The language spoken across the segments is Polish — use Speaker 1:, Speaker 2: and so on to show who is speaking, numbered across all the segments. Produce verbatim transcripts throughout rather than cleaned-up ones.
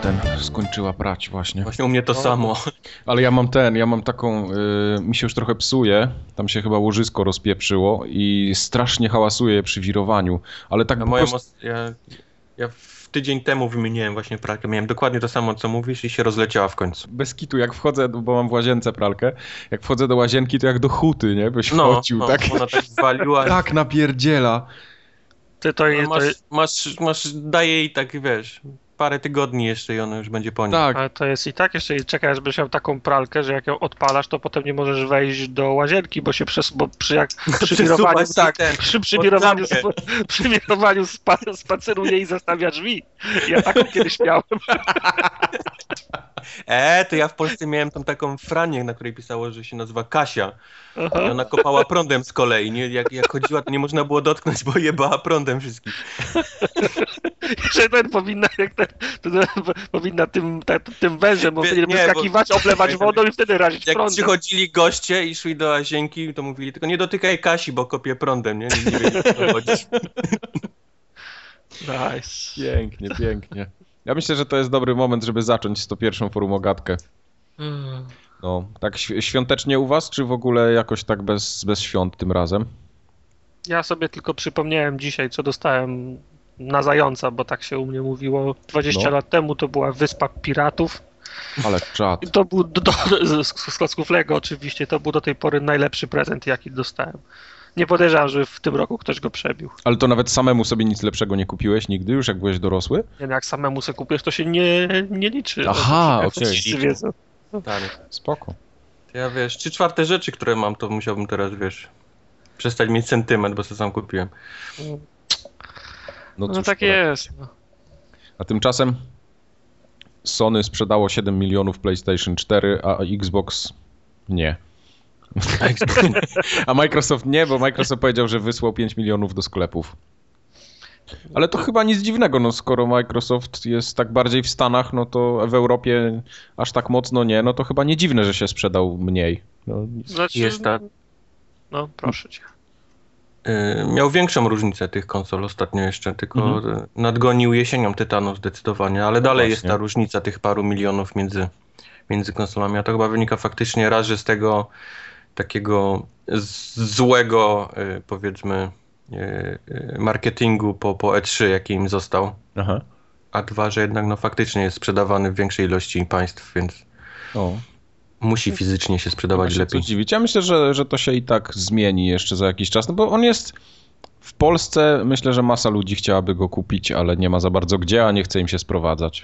Speaker 1: ten skończyła prać właśnie.
Speaker 2: Właśnie u mnie to
Speaker 3: No.
Speaker 2: samo.
Speaker 1: Ale ja mam ten, ja mam taką, y, mi się już trochę psuje, tam się chyba łożysko rozpieprzyło i strasznie hałasuje przy wirowaniu, ale tak
Speaker 2: Na
Speaker 1: po
Speaker 2: moją
Speaker 1: prostu...
Speaker 2: os- ja, ja w tydzień temu wymieniłem właśnie pralkę, miałem dokładnie to samo, co mówisz i się rozleciała w końcu.
Speaker 1: Bez kitu, jak wchodzę, bo mam w łazience pralkę, jak wchodzę do łazienki, to jak do huty, nie? Byś
Speaker 2: No,
Speaker 1: wchodził,
Speaker 2: no
Speaker 1: tak?
Speaker 2: ona tak waliła.
Speaker 1: Tak napierdziela.
Speaker 3: Ty to,
Speaker 2: No,
Speaker 3: jest, to
Speaker 2: masz,
Speaker 3: jest,
Speaker 2: masz, masz, daje jej tak, wiesz, parę tygodni jeszcze i ona już będzie po niej.
Speaker 1: Tak,
Speaker 3: ale to jest i tak jeszcze i czekaj, żebyś miał taką pralkę, że jak ją odpalasz, to potem nie możesz wejść do łazienki, bo się przez, bo przy, jak, przy wirowaniu,
Speaker 2: ci
Speaker 3: tak,
Speaker 2: ten
Speaker 3: przy, przy
Speaker 2: pod
Speaker 3: wirowaniu,
Speaker 2: klamkę.
Speaker 3: sp- przy wirowaniu spa, spaceruje i zostawia drzwi. Ja taką kiedyś miałem.
Speaker 2: E, to ja w Polsce miałem tą taką Franię, na której pisało, że się nazywa Kasia.
Speaker 3: Aha.
Speaker 2: I ona kopała prądem z kolei, nie? Jak, jak chodziła, to nie można było dotknąć, bo jebała prądem wszystkich.
Speaker 3: Że ten powinna, jak ten, to, to, powinna tym, ta, tym wężem
Speaker 2: Wie-
Speaker 3: powinien
Speaker 2: nie,
Speaker 3: wyskakiwać,
Speaker 2: bo-
Speaker 3: oblewać wodą i wtedy razić
Speaker 2: Jak
Speaker 3: prądem.
Speaker 2: przychodzili goście i szli do łazienki, to mówili, tylko nie dotykaj Kasi, bo kopie prądem, nie? Nie, nie wiem, o co chodzi.
Speaker 3: Nice.
Speaker 1: pięknie, pięknie. Ja myślę, że to jest dobry moment, żeby zacząć sto pierwszą forumogatkę.
Speaker 3: Mm.
Speaker 1: No, tak świ- świątecznie u was, czy w ogóle jakoś tak bez, bez świąt tym razem?
Speaker 3: Ja sobie tylko przypomniałem dzisiaj, co dostałem na zająca, bo tak się u mnie mówiło. dwadzieścia
Speaker 1: No.
Speaker 3: lat temu to była Wyspa Piratów.
Speaker 1: Ale czad.
Speaker 3: I to był do, do, z, z klocków Lego oczywiście. To był do tej pory najlepszy prezent, jaki dostałem. Nie podejrzewam, że w tym roku ktoś go przebił.
Speaker 1: Ale to nawet samemu sobie nic lepszego nie kupiłeś nigdy, już jak byłeś dorosły?
Speaker 3: Nie wiem, jak samemu sobie kupisz, to się nie, nie liczy.
Speaker 1: Aha,
Speaker 3: Jak
Speaker 1: okej.
Speaker 3: wszyscy wiedzą.
Speaker 2: Tak.
Speaker 1: Spoko.
Speaker 2: Ja wiesz, trzy czwarte rzeczy, które mam, to musiałbym teraz, wiesz, przestać mieć sentyment, bo sobie sam kupiłem.
Speaker 1: No,
Speaker 3: No
Speaker 1: cóż,
Speaker 3: tak
Speaker 1: poradzę.
Speaker 3: jest. No.
Speaker 1: A tymczasem Sony sprzedało siedem milionów PlayStation cztery, a Xbox nie. A Microsoft nie, bo Microsoft powiedział, że wysłał pięć milionów do sklepów. Ale to chyba nic dziwnego, no skoro Microsoft jest tak bardziej w Stanach, no to w Europie aż tak mocno nie, no to chyba nie dziwne, że się sprzedał mniej. No,
Speaker 3: Znaczy,
Speaker 2: Jest tak.
Speaker 3: No, proszę cię.
Speaker 2: Yy, miał większą różnicę tych konsol ostatnio jeszcze, tylko
Speaker 1: Mhm.
Speaker 2: nadgonił jesienią Tytanu zdecydowanie, ale dalej
Speaker 1: właśnie.
Speaker 2: jest ta różnica tych paru milionów między, między konsolami, a to chyba wynika faktycznie raz, że z tego takiego z- złego, yy, powiedzmy, yy, yy, marketingu po, po E trzy, jaki im został,
Speaker 1: Aha.
Speaker 2: a dwa, że jednak no faktycznie jest sprzedawany w większej ilości państw, więc
Speaker 1: O.
Speaker 2: musi fizycznie się
Speaker 1: Ma
Speaker 2: sprzedawać
Speaker 1: się
Speaker 2: lepiej.
Speaker 1: co dziwić. Ja myślę, że, że to się i tak zmieni jeszcze za jakiś czas, no bo on jest w Polsce, myślę, że masa ludzi chciałaby go kupić, ale nie ma za bardzo gdzie, a nie chce im się sprowadzać.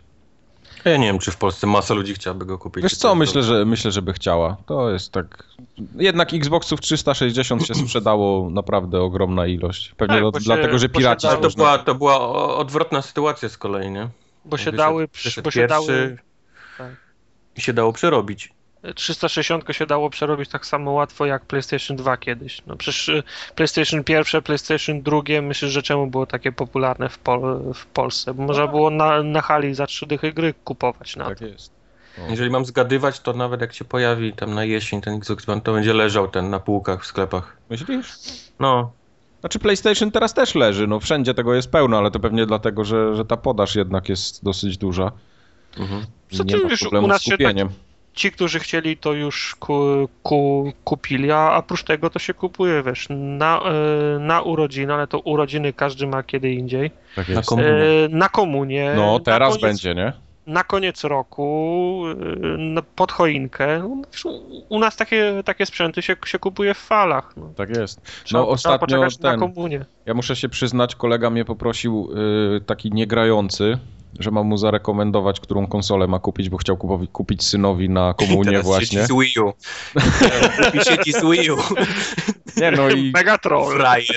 Speaker 2: Ja nie wiem, czy w Polsce masa ludzi chciałaby go kupić.
Speaker 1: Wiesz
Speaker 2: czy to
Speaker 1: co,
Speaker 2: jest
Speaker 1: myślę,
Speaker 2: dobre.
Speaker 1: że myślę, że by chciała. To jest tak... Jednak Xboxów trzysta sześćdziesiąt się sprzedało naprawdę ogromna ilość. Pewnie
Speaker 3: Tak,
Speaker 1: do,
Speaker 3: bo się-
Speaker 1: dlatego, że
Speaker 3: bo się
Speaker 1: piraci...
Speaker 3: dało-
Speaker 2: Ale to
Speaker 1: można-
Speaker 2: była, to była o- odwrotna sytuacja z kolei, nie?
Speaker 3: Bo się
Speaker 2: Wyszedł-
Speaker 3: dały,
Speaker 2: wyszedł
Speaker 3: bo się
Speaker 2: pierwszy
Speaker 3: dały, tak.
Speaker 2: i się dało przerobić.
Speaker 3: trzysta sześćdziesiąt się dało przerobić tak samo łatwo jak PlayStation dwa kiedyś. No przecież y, PlayStation pierwsze, PlayStation drugie, myślę, że czemu było takie popularne w, Pol- w Polsce? Bo można było na, na hali za trzy dychy gry kupować na
Speaker 1: Tak
Speaker 3: to.
Speaker 1: jest. O.
Speaker 2: Jeżeli mam zgadywać, to nawet jak się pojawi tam na jesień ten Xbox One, to będzie leżał ten na półkach w sklepach.
Speaker 1: Myślisz?
Speaker 2: No,
Speaker 1: Znaczy PlayStation teraz też leży, no wszędzie tego jest pełno, ale to pewnie dlatego, że, że ta podaż jednak jest dosyć duża.
Speaker 2: mhm.
Speaker 1: I
Speaker 3: Co
Speaker 1: nie
Speaker 3: ty
Speaker 1: ma
Speaker 3: wiesz,
Speaker 1: problemu
Speaker 3: u nas
Speaker 1: z
Speaker 3: się
Speaker 1: kupieniem.
Speaker 3: Ci, którzy chcieli, to już ku, ku, kupili, a oprócz tego to się kupuje, wiesz, na, y, na urodziny, ale to urodziny każdy ma kiedy indziej.
Speaker 1: Tak
Speaker 2: Na
Speaker 1: jest.
Speaker 2: komunie.
Speaker 3: Y, na komunie.
Speaker 1: No
Speaker 3: na
Speaker 1: teraz
Speaker 3: koniec,
Speaker 1: będzie, nie?
Speaker 3: Na koniec roku, y, na- pod choinkę. No, wiesz, u, u nas takie, takie sprzęty się, się kupuje w falach. No.
Speaker 1: Tak jest.
Speaker 3: Trzeba,
Speaker 1: No
Speaker 3: trzeba
Speaker 1: ostatnio
Speaker 3: poczekać na
Speaker 1: ten,
Speaker 3: komunię.
Speaker 1: ja muszę się przyznać, kolega mnie poprosił y, taki niegrający, że mam mu zarekomendować, którą konsolę ma kupić, bo chciał kupowi- kupić synowi na komunię
Speaker 2: Teraz
Speaker 1: właśnie.
Speaker 2: sieci z Wii U. Kupi sieci z Wii U.
Speaker 1: Nie no i
Speaker 3: Megatroll.
Speaker 2: Frajer.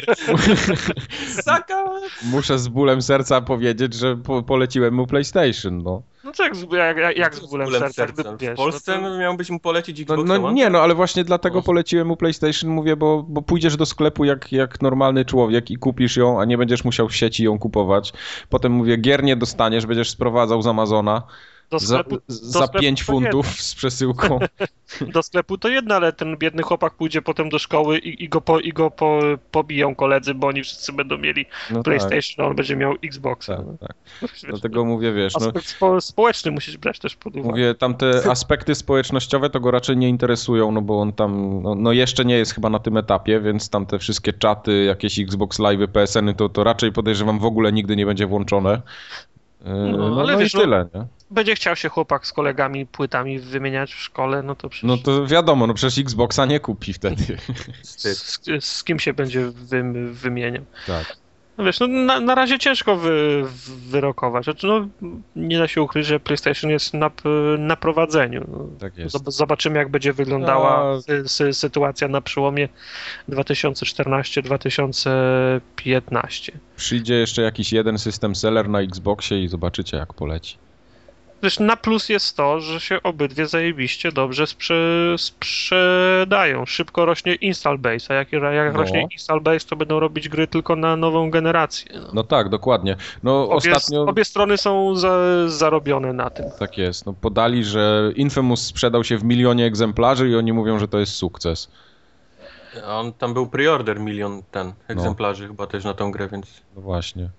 Speaker 2: Saka.
Speaker 1: muszę z bólem serca powiedzieć, że po, poleciłem mu PlayStation, no.
Speaker 3: No co jak, z- jak, jak, jak z bólem serca?
Speaker 2: serca.
Speaker 3: Gdy, wiesz,
Speaker 2: W Polsce
Speaker 3: no to-
Speaker 2: miałbyś mu polecić
Speaker 1: No,
Speaker 2: Xbox
Speaker 1: no
Speaker 2: One?
Speaker 1: nie, no ale właśnie dlatego
Speaker 2: No.
Speaker 1: poleciłem mu PlayStation, mówię, bo, bo pójdziesz do sklepu jak, jak normalny człowiek i kupisz ją, a nie będziesz musiał w sieci ją kupować. Potem mówię, gier nie dostaniesz, będziesz sprowadzał z Amazona,
Speaker 3: do sklepu,
Speaker 1: za,
Speaker 3: do
Speaker 1: za pięć funtów z przesyłką.
Speaker 3: Do sklepu to jedno, ale ten biedny chłopak pójdzie potem do szkoły i, i go, po, i go po, pobiją koledzy, bo oni wszyscy będą mieli no PlayStation, tak. A on będzie miał Xboxa.
Speaker 1: Tak,
Speaker 3: no.
Speaker 1: tak. Dlatego mówię, wiesz... No,
Speaker 3: aspekt spo, społeczny musisz brać też pod uwagę.
Speaker 1: Mówię, tamte aspekty społecznościowe to go raczej nie interesują, no bo on tam, no, no jeszcze nie jest chyba na tym etapie, więc tam te wszystkie czaty, jakieś Xbox Live, P S N y, to, to raczej podejrzewam w ogóle nigdy nie będzie włączone. No, no, ale no wiesz, i tyle, nie?
Speaker 3: Będzie chciał się chłopak z kolegami płytami wymieniać w szkole, no to przecież...
Speaker 1: No to wiadomo, no przecież Xboxa nie kupi wtedy.
Speaker 3: Z, z kim się będzie wy, wymieniał.
Speaker 1: Tak.
Speaker 3: No wiesz, no na, na razie ciężko wy, wyrokować. Znaczy, no, nie da się ukryć, że PlayStation jest na, na prowadzeniu. No,
Speaker 1: tak jest.
Speaker 3: Zobaczymy, jak będzie wyglądała no. sy, sy, sytuacja na przełomie dwa tysiące czternasty dwa tysiące piętnasty.
Speaker 1: Przyjdzie jeszcze jakiś jeden system seller na Xboxie i zobaczycie, jak poleci.
Speaker 3: Wiesz, na plus jest to, że się obydwie zajebiście dobrze sprze sprzedają. Szybko rośnie install base, a jak, jak no. rośnie install base, to będą robić gry tylko na nową generację. No,
Speaker 1: no tak, dokładnie. No,
Speaker 3: obie,
Speaker 1: ostatnio...
Speaker 3: obie strony są za zarobione na tym.
Speaker 1: Tak jest. No, podali, że Infamous sprzedał się w milionie egzemplarzy i oni mówią, że to jest sukces.
Speaker 2: A on tam był preorder milion ten egzemplarzy no. chyba też na tą grę, więc...
Speaker 1: No właśnie.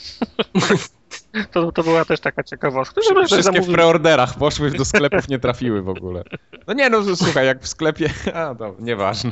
Speaker 3: To, to była też taka ciekawostka.
Speaker 1: Wszystkie w preorderach poszły, do sklepów nie trafiły w ogóle. No nie, no słuchaj, jak w sklepie... A, to nieważne.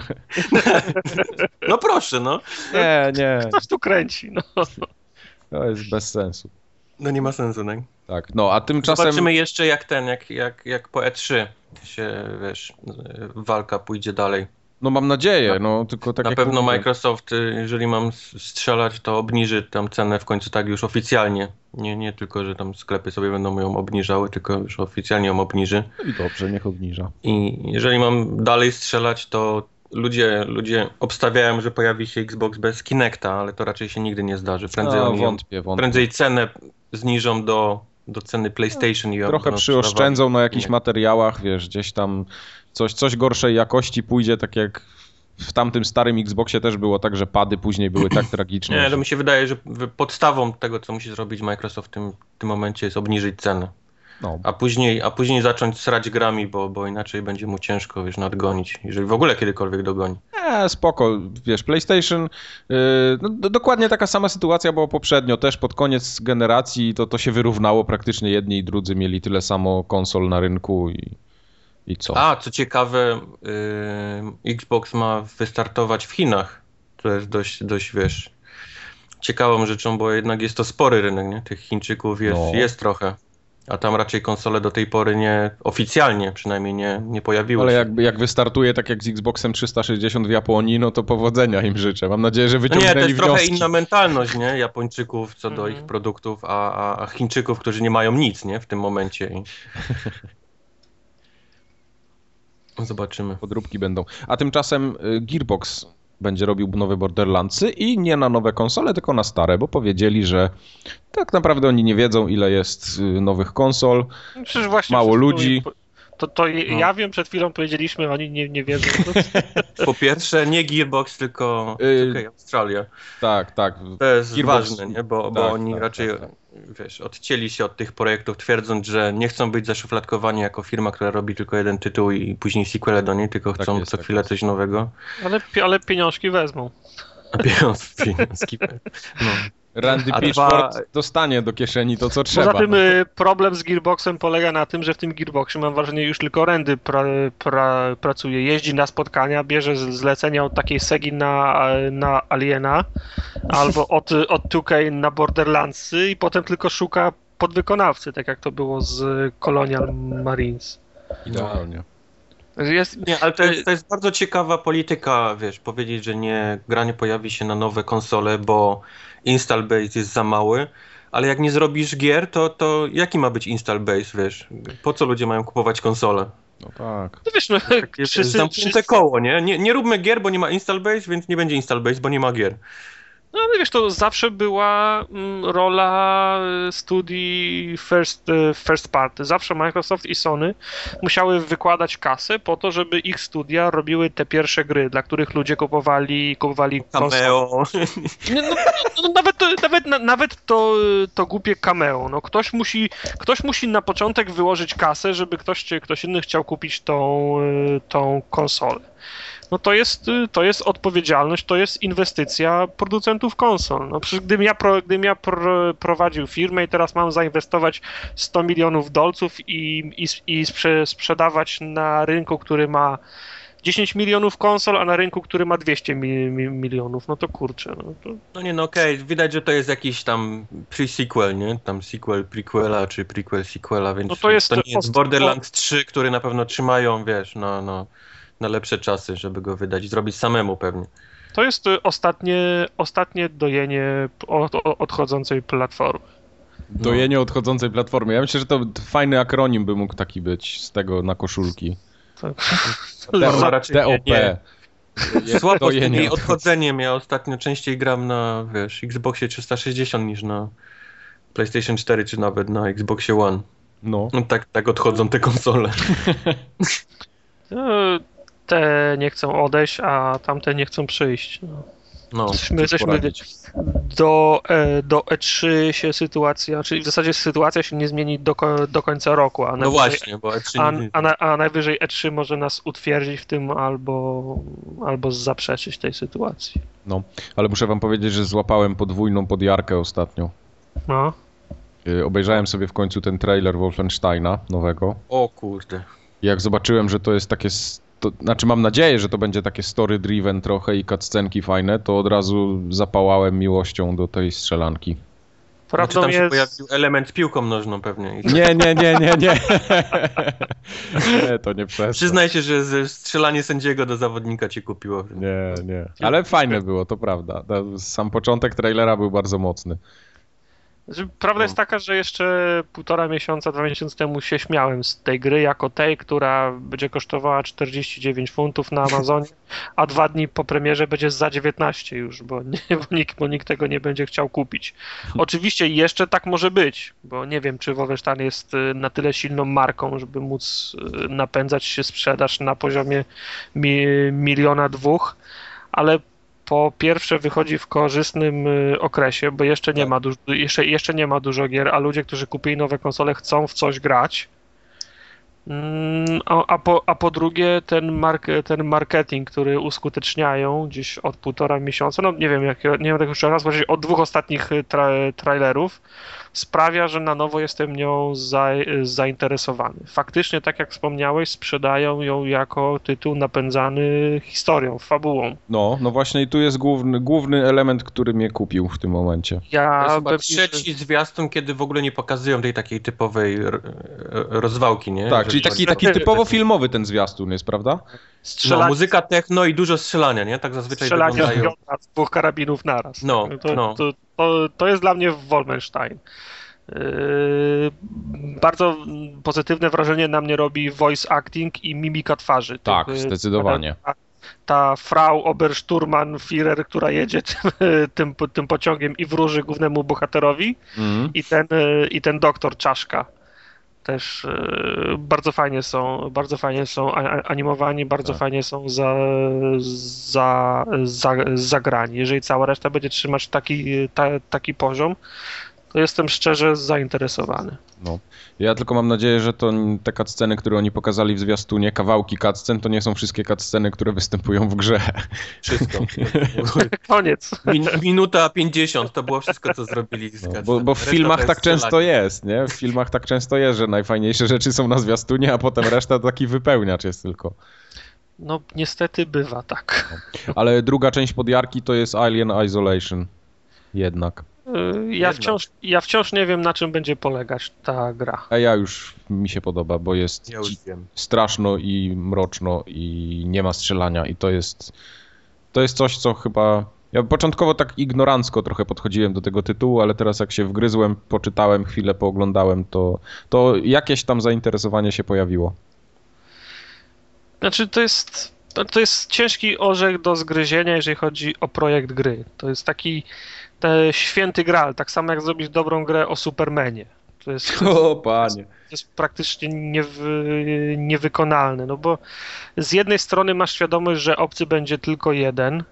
Speaker 2: No proszę, no.
Speaker 1: Nie, nie.
Speaker 3: Ktoś tu kręci, no.
Speaker 1: To jest bez sensu.
Speaker 2: No nie ma sensu, nie?
Speaker 1: Tak, no a tymczasem...
Speaker 2: Zobaczymy jeszcze jak ten, jak, jak, jak po E trzy się, wiesz, walka pójdzie dalej.
Speaker 1: No mam nadzieję, no tylko tak
Speaker 2: Na
Speaker 1: jak
Speaker 2: pewno
Speaker 1: mówię.
Speaker 2: Microsoft, jeżeli mam strzelać, to obniży tam cenę w końcu tak już oficjalnie. Nie, nie tylko, że tam sklepy sobie będą ją obniżały, tylko już oficjalnie ją obniży.
Speaker 1: I dobrze, niech obniża.
Speaker 2: I jeżeli mam dalej strzelać, to ludzie, ludzie obstawiają, że pojawi się Xbox bez Kinecta, ale to raczej się nigdy nie zdarzy. Prędzej,
Speaker 1: no,
Speaker 2: oni
Speaker 1: wątpię, wątpię.
Speaker 2: prędzej cenę zniżą do, do ceny PlayStation. I
Speaker 1: trochę przyoszczędzą na jakichś materiałach, wiesz, gdzieś tam coś, coś gorszej jakości pójdzie, tak jak w tamtym starym Xboxie też było tak, że pady później były tak tragiczne.
Speaker 2: Nie, to mi się wydaje, że podstawą tego, co musi zrobić Microsoft w tym, w tym momencie, jest obniżyć cenę. No. A później, a później zacząć srać grami, bo, bo inaczej będzie mu ciężko, wiesz, nadgonić, jeżeli w ogóle kiedykolwiek dogoni.
Speaker 1: Nie, spoko, wiesz, PlayStation, yy, no, dokładnie taka sama sytuacja była poprzednio, też pod koniec generacji to, to się wyrównało, praktycznie jedni i drudzy mieli tyle samo konsol na rynku i, i co.
Speaker 2: A, co ciekawe, yy, Xbox ma wystartować w Chinach, to jest dość, dość, wiesz, ciekawą rzeczą, bo jednak jest to spory rynek, nie? Tych Chińczyków jest, no. jest trochę. A tam raczej konsole do tej pory nie, oficjalnie przynajmniej nie, nie pojawiły
Speaker 1: Ale
Speaker 2: się.
Speaker 1: Ale jak, jak wystartuje tak jak z Xboxem trzysta sześćdziesiąt w Japonii, no to powodzenia im życzę. Mam nadzieję, że wyciągnęli
Speaker 2: wnioski. No nie, to jest
Speaker 1: wnioski.
Speaker 2: trochę inna mentalność, nie? Japończyków co do ich produktów, a, a, a Chińczyków, którzy nie mają nic, nie? W tym momencie. I... Zobaczymy.
Speaker 1: Podróbki będą. A tymczasem Gearbox będzie robił nowe Borderlandsy i nie na nowe konsole, tylko na stare, bo powiedzieli, że tak naprawdę oni nie wiedzą, ile jest nowych konsol, mało ludzi.
Speaker 3: To, to ja wiem, przed chwilą powiedzieliśmy, oni nie, nie wierzą.
Speaker 2: Po pierwsze, nie Gearbox, tylko okay, Australia.
Speaker 1: Tak, tak.
Speaker 2: To jest
Speaker 1: Gearbox,
Speaker 2: ważne, nie? Bo,
Speaker 1: tak,
Speaker 2: bo oni
Speaker 1: tak,
Speaker 2: raczej
Speaker 1: tak, tak.
Speaker 2: Wiesz, odcięli się od tych projektów, twierdząc, że nie chcą być zaszufladkowani jako firma, która robi tylko jeden tytuł i później sequele do niej, tylko chcą tak jest, co tak chwilę jest. coś nowego.
Speaker 3: Ale, ale pieniążki wezmą.
Speaker 2: A pieniądz, pieniążki. No.
Speaker 1: Randy Pitchford dwa... dostanie do kieszeni to, co trzeba.
Speaker 3: Poza tym problem z Gearboxem polega na tym, że w tym Gearboxie mam wrażenie już tylko Randy pra, pra, pracuje. Jeździ na spotkania, bierze zlecenia od takiej Segi na, na Aliena albo od, od two K na Borderlandsy i potem tylko szuka podwykonawcy, tak jak to było z Colonial Marines.
Speaker 1: Idealnie.
Speaker 2: Jest... Nie, ale to jest, to jest bardzo ciekawa polityka, wiesz, powiedzieć, że nie, gra nie pojawi się na nowe konsole, bo install base jest za mały, ale jak nie zrobisz gier, to, to jaki ma być install base, wiesz? Po co ludzie mają kupować konsole?
Speaker 1: No tak.
Speaker 3: No wiesz, no,
Speaker 2: tak jest zamknięte koło, nie? nie? Nie róbmy gier, bo nie ma install base, więc nie będzie install base, bo nie ma gier.
Speaker 3: No ale wiesz, to zawsze była mm, rola studii first, first party. Zawsze Microsoft i Sony musiały wykładać kasę po to, żeby ich studia robiły te pierwsze gry, dla których ludzie kupowali kupowali
Speaker 2: Cameo.
Speaker 3: Nie, no, no, nawet nawet, nawet to, to głupie cameo. No, ktoś, musi, ktoś musi na początek wyłożyć kasę, żeby ktoś, ktoś inny chciał kupić tą, tą konsolę. No to jest, to jest odpowiedzialność, to jest inwestycja producentów konsol. No przecież gdybym ja, pro, gdybym ja pro, prowadził firmę i teraz mam zainwestować sto milionów dolców i, i, i sprze, sprzedawać na rynku, który ma dziesięć milionów konsol, a na rynku, który ma dwieście mi, mi, milionów, no to kurczę. No, to...
Speaker 2: no nie, no okej, okay. Widać, że to jest jakiś tam pre-sequel, nie? Tam sequel prequela, czy prequel sequela, więc
Speaker 3: no to, jest
Speaker 2: to nie jest Borderlands trzy, który na pewno trzymają, wiesz, no, no, na lepsze czasy, żeby go wydać, zrobić samemu pewnie.
Speaker 3: To jest ostatnie, ostatnie dojenie od, odchodzącej platformy.
Speaker 1: Dojenie no. odchodzącej platformy. Ja myślę, że to fajny akronim by mógł taki być z tego na koszulki.
Speaker 2: T O P. Słabo z tymi odchodzeniem. Ja ostatnio częściej gram na, wiesz, Xboxie trzysta sześćdziesiąt niż na PlayStation cztery, czy nawet na Xboxie One.
Speaker 1: No.
Speaker 2: no tak, tak odchodzą te konsole.
Speaker 3: Te nie chcą odejść, a tamte nie chcą przyjść. No.
Speaker 2: No,
Speaker 3: jesteśmy, jesteśmy do, do E trzy się sytuacja, czyli w zasadzie sytuacja się nie zmieni do, do końca roku. A
Speaker 2: no właśnie, bo E trzy
Speaker 3: a,
Speaker 2: nie...
Speaker 3: a, a najwyżej E trzy może nas utwierdzić w tym albo, albo zaprzeczyć tej sytuacji.
Speaker 1: No, ale muszę wam powiedzieć, że złapałem podwójną podjarkę ostatnio.
Speaker 3: No.
Speaker 1: Obejrzałem sobie w końcu ten trailer Wolfensteina nowego.
Speaker 2: O kurde.
Speaker 1: I jak zobaczyłem, że to jest takie... To, znaczy mam nadzieję, że to będzie takie story-driven trochę i cutscenki fajne, to od razu zapałałem miłością do tej strzelanki.
Speaker 2: Prawdą znaczy, tam jest... się pojawił element z piłką nożną pewnie.
Speaker 1: Nie, nie, nie, nie, nie. Nie, to nie przez.
Speaker 2: Przyznaj się, że strzelanie sędziego do zawodnika cię kupiło.
Speaker 1: Nie, nie. Ale fajne było, to prawda. Sam początek trailera był bardzo mocny.
Speaker 3: Prawda no. jest taka, że jeszcze półtora miesiąca, dwa miesiące temu się śmiałem z tej gry jako tej, która będzie kosztowała czterdzieści dziewięć funtów na Amazonie, a dwa dni po premierze będzie za dziewiętnaście już, bo, nie, bo, nikt, bo nikt tego nie będzie chciał kupić. Oczywiście jeszcze tak może być, bo nie wiem, czy Wolfenstein jest na tyle silną marką, żeby móc napędzać się sprzedaż na poziomie mi, miliona dwóch, ale po pierwsze wychodzi w korzystnym okresie, bo jeszcze nie, ma dużo, jeszcze, jeszcze nie ma dużo gier, a ludzie, którzy kupili nowe konsole, chcą w coś grać. A, a, po, a po drugie ten, mark, ten marketing, który uskuteczniają gdzieś od półtora miesiąca, no nie wiem, jak, nie wiem, tak już raz powiedzieć, od dwóch ostatnich tra, trailerów, sprawia, że na nowo jestem nią za, zainteresowany. Faktycznie, tak jak wspomniałeś, sprzedają ją jako tytuł napędzany historią, fabułą.
Speaker 1: No, no właśnie i tu jest główny, główny element, który mnie kupił w tym momencie.
Speaker 2: Ja to jest chyba trzeci zwiastun, kiedy w ogóle nie pokazują tej takiej typowej rozwałki, nie?
Speaker 1: Tak, czyli taki, taki typowo filmowy ten zwiastun jest, prawda?
Speaker 2: No, muzyka techno i dużo strzelania, nie? Tak zazwyczaj
Speaker 3: strzelanie
Speaker 2: wyglądają.
Speaker 3: z dwóch karabinów naraz.
Speaker 2: No,
Speaker 3: to,
Speaker 2: no.
Speaker 3: To, to, to jest dla mnie Wolfenstein. Yy, bardzo pozytywne wrażenie na mnie robi voice acting i mimika twarzy.
Speaker 1: Tak,
Speaker 3: tych,
Speaker 1: zdecydowanie.
Speaker 3: Ta, ta Frau Obersturmannführer, która jedzie tym, tym, tym pociągiem i wróży głównemu bohaterowi mm. i, ten, i ten doktor Czaszka. Też y, bardzo fajnie są, bardzo fajnie są animowani, bardzo tak. fajnie są za, za, za, zagrani. Jeżeli cała reszta będzie trzymać taki, ta, taki poziom, to jestem szczerze zainteresowany.
Speaker 1: No. Ja tylko mam nadzieję, że to te cutsceny, które oni pokazali w zwiastunie, kawałki cutscen, to nie są wszystkie cutsceny, które występują w grze.
Speaker 2: Wszystko.
Speaker 3: Koniec.
Speaker 2: Min, minuta pięćdziesiąt, to było wszystko, co zrobili z
Speaker 1: no, bo, bo w filmach tak często strzelanie. jest, nie? W filmach tak często jest, że najfajniejsze rzeczy są na zwiastunie, a potem reszta to taki wypełniacz jest tylko.
Speaker 3: No niestety bywa tak.
Speaker 1: No. Ale druga część podjarki to jest Alien Isolation. Jednak.
Speaker 3: Ja wciąż, ja wciąż nie wiem, na czym będzie polegać ta gra.
Speaker 1: A ja już mi się podoba, bo jest
Speaker 2: ja
Speaker 1: straszno i mroczno i nie ma strzelania i to jest to jest coś, co chyba... Ja początkowo tak ignorancko trochę podchodziłem do tego tytułu, ale teraz jak się wgryzłem, poczytałem, chwilę pooglądałem, to, to jakieś tam zainteresowanie się pojawiło.
Speaker 3: Znaczy to jest... To, to jest ciężki orzech do zgryzienia, jeżeli chodzi o projekt gry. To jest taki te święty graal, tak samo jak zrobić dobrą grę o Supermanie. To jest, to jest,
Speaker 1: O panie.
Speaker 3: to jest praktycznie niewy, niewykonalne, no bo z jednej strony masz świadomość, że obcy będzie tylko jeden,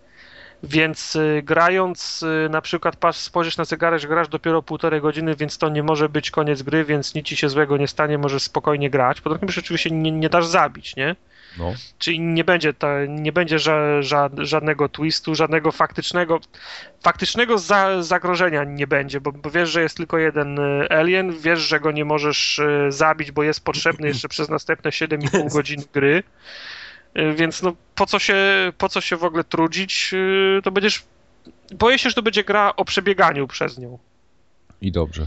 Speaker 3: więc y, grając y, na przykład patrz, spojrzysz na zegarek, że grasz dopiero półtorej godziny, więc to nie może być koniec gry, więc nic ci się złego nie stanie, możesz spokojnie grać. Po drugie, oczywiście nie, nie dasz zabić, nie?
Speaker 1: No.
Speaker 3: Czyli nie będzie, ta, nie będzie ża, ża, żadnego twistu, żadnego faktycznego faktycznego za, zagrożenia nie będzie, bo, bo wiesz, że jest tylko jeden alien, wiesz, że go nie możesz zabić, bo jest potrzebny jeszcze przez następne siedem i pół godzin gry, więc no po co się, po co się w ogóle trudzić, to będziesz, boję się, że to będzie gra o przebieganiu przez nią.
Speaker 1: I dobrze.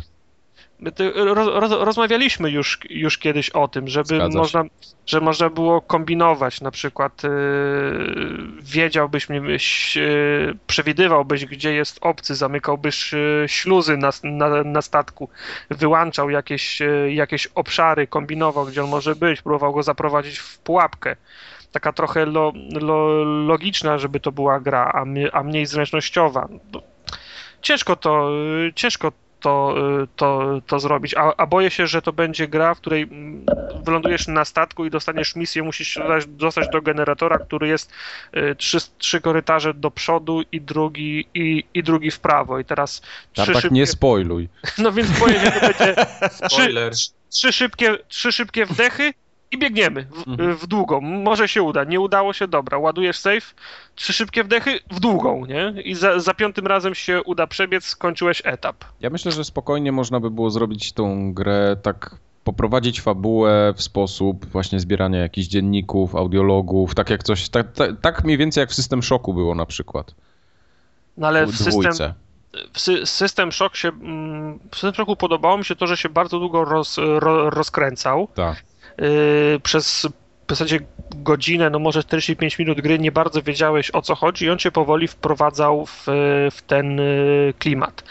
Speaker 3: Roz, roz, rozmawialiśmy już, już kiedyś o tym, żeby można, że można było kombinować, na przykład yy, wiedziałbyś, yy, przewidywałbyś, gdzie jest obcy, zamykałbyś yy, śluzy na, na, na statku, wyłączał jakieś, yy, jakieś obszary, kombinował, gdzie on może być, próbował go zaprowadzić w pułapkę. Taka trochę lo, lo, logiczna, żeby to była gra, a, my, a mniej zręcznościowa. Ciężko to, yy, ciężko To, to, to zrobić, a, a boję się, że to będzie gra, w której wylądujesz na statku i dostaniesz misję, musisz dostać do generatora, który jest y, trzy, trzy korytarze do przodu i drugi, i, i drugi w prawo i teraz
Speaker 1: Tak,
Speaker 3: trzy
Speaker 1: tak
Speaker 3: szybkie...
Speaker 1: nie spoiluj.
Speaker 3: No więc boję się, że to będzie trzy, trzy, szybkie, trzy szybkie wdechy i biegniemy w,
Speaker 1: Mhm.
Speaker 3: w długą. Może się uda, nie udało się, dobra, ładujesz save, trzy szybkie wdechy w długą, nie? I za, za piątym razem się uda przebiec, skończyłeś etap.
Speaker 1: Ja myślę, że spokojnie można by było zrobić tą grę tak, poprowadzić fabułę w sposób właśnie zbierania jakichś dzienników, audiologów, tak jak coś, tak, tak, tak mniej więcej jak w System Shocku było na przykład.
Speaker 3: No ale w
Speaker 1: Dwójce.
Speaker 3: system, w sy, System Shock się, w System Shocku podobało mi się to, że się bardzo długo roz, ro, rozkręcał.
Speaker 1: Tak.
Speaker 3: Yy, przez w zasadzie godzinę, no może czterdzieści pięć minut gry nie bardzo wiedziałeś, o co chodzi i on cię powoli wprowadzał w, w ten klimat.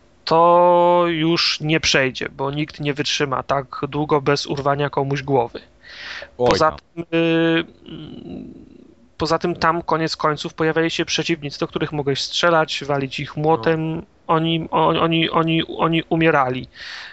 Speaker 3: To już nie przejdzie, bo nikt nie wytrzyma tak długo bez urwania komuś głowy. Poza tym, yy, poza tym tam koniec końców pojawiali się przeciwnicy, do których mogłeś strzelać, walić ich młotem. No. Oni, oni, oni, oni umierali.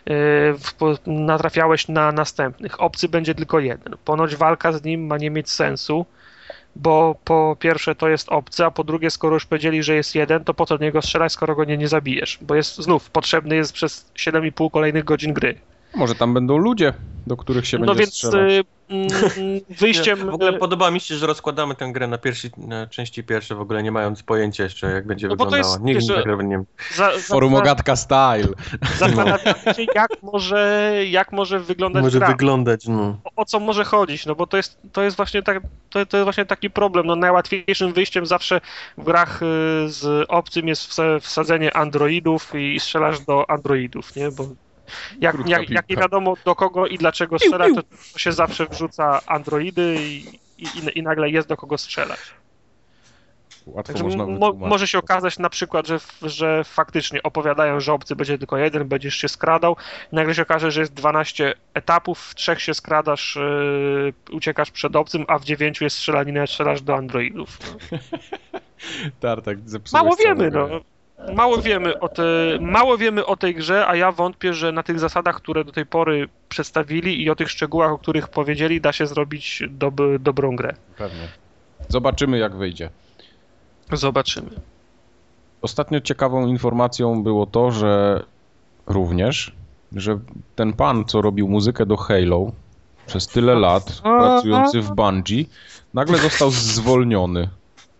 Speaker 3: Yy, natrafiałeś na następnych. Obcy będzie tylko jeden. Ponoć walka z nim ma nie mieć sensu, bo po pierwsze to jest obcy, a po drugie, skoro już powiedzieli, że jest jeden, to po co do niego strzelać, skoro go nie, nie zabijesz? Bo jest znów potrzebny jest przez siedem i pół kolejnych godzin gry.
Speaker 1: Może tam będą ludzie, do których się
Speaker 3: no
Speaker 1: będzie
Speaker 3: więc,
Speaker 1: strzelać.
Speaker 3: Mm, wyjściem...
Speaker 2: W ogóle podoba mi się, że rozkładamy tę grę na, pierwszy, na części pierwsze, w ogóle nie mając pojęcia jeszcze, jak będzie
Speaker 3: no wyglądała.
Speaker 2: Jest, Nigdy wiesz, tego nie
Speaker 3: za,
Speaker 1: Forum
Speaker 3: za,
Speaker 1: Ogatka Style.
Speaker 3: Zastanawiam się, jak może, jak może wyglądać
Speaker 2: może
Speaker 3: gra.
Speaker 2: wyglądać, no.
Speaker 3: O, o co może chodzić, no bo to jest, to jest właśnie tak, to, to jest właśnie taki problem. No najłatwiejszym wyjściem zawsze w grach z obcym jest wsadzenie androidów i strzelasz do androidów, nie? Bo Jak, jak, jak nie wiadomo do kogo i dlaczego strzelać, to, to się zawsze wrzuca androidy i, i, i nagle jest do kogo strzelać.
Speaker 1: Łatwo
Speaker 3: Także
Speaker 1: można
Speaker 3: mo, może się okazać na przykład, że, że faktycznie opowiadają, że obcy będzie tylko jeden, będziesz się skradał i nagle się okaże, że jest dwanaście etapów, w trzech się skradasz, yy, uciekasz przed obcym, a w dziewięciu jest strzelanina, strzelasz do androidów. No.
Speaker 1: Tartak,
Speaker 3: Mało wiemy, no. Mało wiemy, o te, mało wiemy o tej grze, a ja wątpię, że na tych zasadach, które do tej pory przedstawili i o tych szczegółach, o których powiedzieli, da się zrobić dob dobrą grę.
Speaker 1: Pewnie. Zobaczymy, jak wyjdzie.
Speaker 3: Zobaczymy.
Speaker 1: Ostatnio ciekawą informacją było to, że również, że ten pan, co robił muzykę do Halo przez tyle lat, pracujący w Bungie, nagle został zwolniony.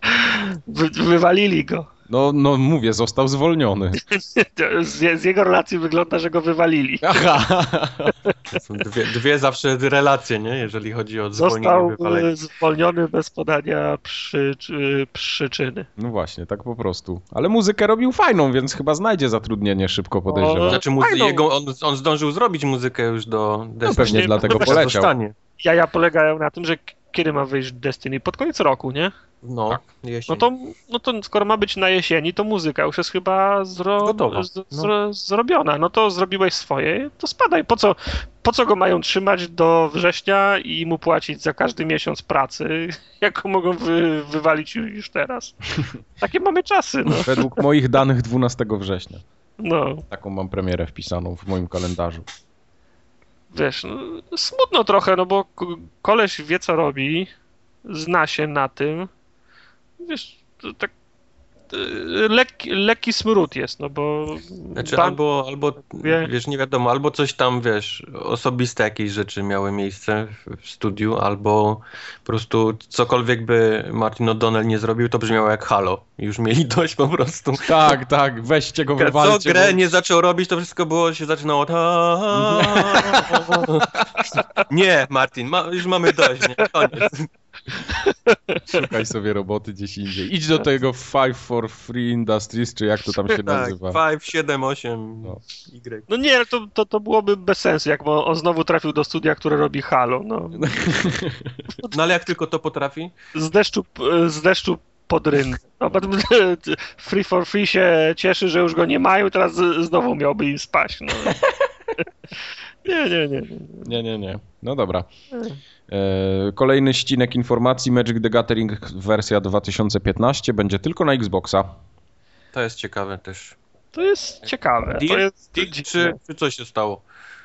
Speaker 3: Wy wywalili go.
Speaker 1: No, no mówię, został zwolniony.
Speaker 3: Z, z jego relacji wygląda, że go wywalili.
Speaker 1: Aha.
Speaker 2: To są dwie, dwie zawsze relacje, nie? Jeżeli chodzi o zwolnienie,
Speaker 3: został
Speaker 2: wywalenie.
Speaker 3: zwolniony bez podania przy, przyczyny.
Speaker 1: No właśnie, tak po prostu. Ale muzykę robił fajną, więc chyba znajdzie zatrudnienie szybko, podejrzewam.
Speaker 2: Znaczy jego, on, on zdążył zrobić muzykę już do Destiny.
Speaker 1: No pewnie dlatego poleciał.
Speaker 3: Jaja polegają na tym, że kiedy ma wyjść Destiny? Pod koniec roku, nie?
Speaker 2: No,
Speaker 1: tak.
Speaker 2: jesień.
Speaker 3: No to, no to skoro ma być na jesieni, to muzyka już jest chyba zro...
Speaker 2: Gotowa.
Speaker 3: z, zro... zrobiona. No to zrobiłeś swoje, to spadaj. Po co, po co go mają trzymać do września i mu płacić za każdy miesiąc pracy, jak go mogą wy... wywalić już teraz? Takie mamy czasy, no.
Speaker 1: Według moich danych dwunastego września.
Speaker 3: No.
Speaker 1: Taką mam premierę wpisaną w moim kalendarzu.
Speaker 3: Wiesz, no, smutno trochę, no bo k- koleś wie, co robi, zna się na tym. Wiesz, to tak y, lekki, lekki smród jest, no bo...
Speaker 2: Znaczy
Speaker 3: ban-
Speaker 2: albo, albo
Speaker 3: Wie-
Speaker 2: wiesz, nie wiadomo, albo coś tam, wiesz, osobiste jakieś rzeczy miały miejsce w, w studiu, albo po prostu cokolwiek by Martin O'Donnell nie zrobił, to brzmiało jak Halo. Już mieli dość po prostu.
Speaker 1: Tak, tak, weźcie go,
Speaker 2: Co
Speaker 1: wywalcie.
Speaker 2: grę
Speaker 1: bo-
Speaker 2: nie zaczął robić, to wszystko było, się zaczynało ta... Nie, Martin, ma, już mamy dość, nie? Koniec.
Speaker 1: Szukaj sobie roboty gdzieś indziej. Idź do tego Five for Free Industries, czy jak to tam się
Speaker 2: Tak,
Speaker 1: nazywa.
Speaker 2: pięć, siedem, osiem,
Speaker 1: No.
Speaker 2: Y.
Speaker 3: No nie, to, to, to byłoby bez sensu, jak on znowu trafił do studia, które robi Halo, no.
Speaker 2: No ale jak tylko to potrafi?
Speaker 3: Z deszczu, z deszczu pod rynek. No, bo Free for Free się cieszy, że już go nie mają, teraz z- znowu miałby im spaść, no. Nie, nie, nie. nie.
Speaker 1: Nie, nie, nie. No dobra. E, kolejny ścinek informacji. Magic the Gathering wersja dwa tysiące piętnaście będzie tylko na Xboxa.
Speaker 2: To jest ciekawe też.
Speaker 3: To jest ciekawe. To
Speaker 2: Deal?
Speaker 3: jest
Speaker 2: Deal,
Speaker 3: dziwne.
Speaker 2: czy, czy coś się stało?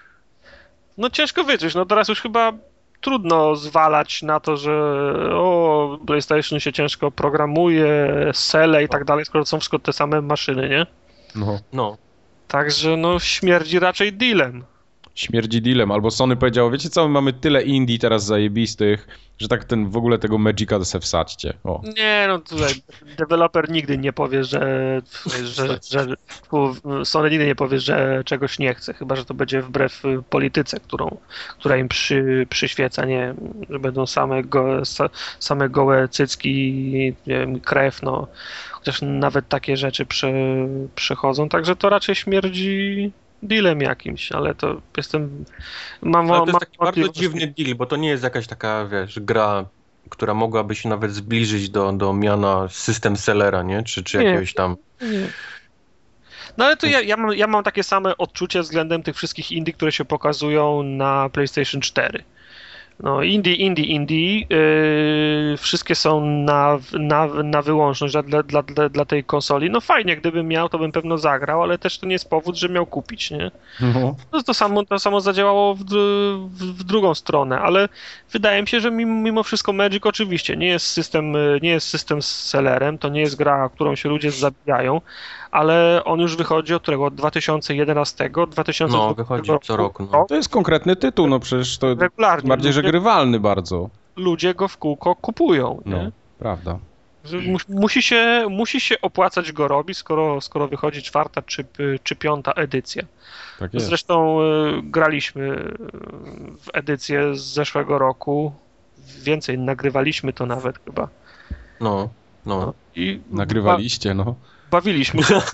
Speaker 3: No ciężko wiedzieć, no teraz już chyba trudno zwalać na to, że o, PlayStation się ciężko programuje, sele i tak dalej, skoro to są wszystko te same maszyny, nie?
Speaker 1: No.
Speaker 2: No.
Speaker 3: Także no śmierdzi raczej dealem.
Speaker 1: Śmierdzi dealem. Albo Sony powiedziało, wiecie co, my mamy tyle indie teraz zajebistych, że tak ten w ogóle tego Magica se wsadźcie. O.
Speaker 3: Nie, no tutaj deweloper nigdy nie powie, że, że, że Sony nigdy nie powie, że czegoś nie chce, chyba że to będzie wbrew polityce, którą, która im przy, przyświeca, nie, że będą same, go, same gołe cycki, nie wiem, krew, no, chociaż nawet takie rzeczy prze, przechodzą, także to raczej śmierdzi dealem jakimś, ale to jestem, mam,
Speaker 2: Ale to
Speaker 3: mam
Speaker 2: jest taki bardzo
Speaker 3: wątpliwości.
Speaker 2: dziwny deal, bo to nie jest jakaś taka, wiesz, gra, która mogłaby się nawet zbliżyć do, do miana system sellera, nie? Czy, czy
Speaker 3: Nie.
Speaker 2: jakiegoś tam...
Speaker 3: Nie. No ale to ja, ja, mam, ja mam takie same odczucie względem tych wszystkich indie, które się pokazują na PlayStation cztery. No indie, indie, indie, yy, wszystkie są na, na, na wyłączność dla, dla, dla, dla tej konsoli. No fajnie, gdybym miał, to bym pewno zagrał, ale też to nie jest powód, że miał kupić, nie?
Speaker 1: No.
Speaker 3: No to samo, to samo zadziałało w, w, w drugą stronę, ale wydaje mi się, że mimo, mimo wszystko Magic oczywiście nie jest system, nie jest system z sellerem, to nie jest gra, którą się ludzie zabijają, ale on już wychodzi od którego? Od dwa tysiące jedenastego, dwa tysiące
Speaker 2: No, wychodzi co roku, no.
Speaker 1: To jest konkretny tytuł, no przecież to
Speaker 3: regularnie.
Speaker 1: bardziej, że
Speaker 3: ludzie,
Speaker 1: grywalny bardzo.
Speaker 3: ludzie go w kółko kupują, nie?
Speaker 1: No, prawda.
Speaker 3: Że mu, musi, się, musi się opłacać go robić, skoro, skoro wychodzi czwarta czy, czy piąta edycja.
Speaker 1: Tak jest.
Speaker 3: Zresztą y, graliśmy w edycję z zeszłego roku. Więcej, nagrywaliśmy to nawet chyba.
Speaker 2: No, no.
Speaker 3: I
Speaker 1: Nagrywaliście, no.
Speaker 3: Ba- bawiliśmy się.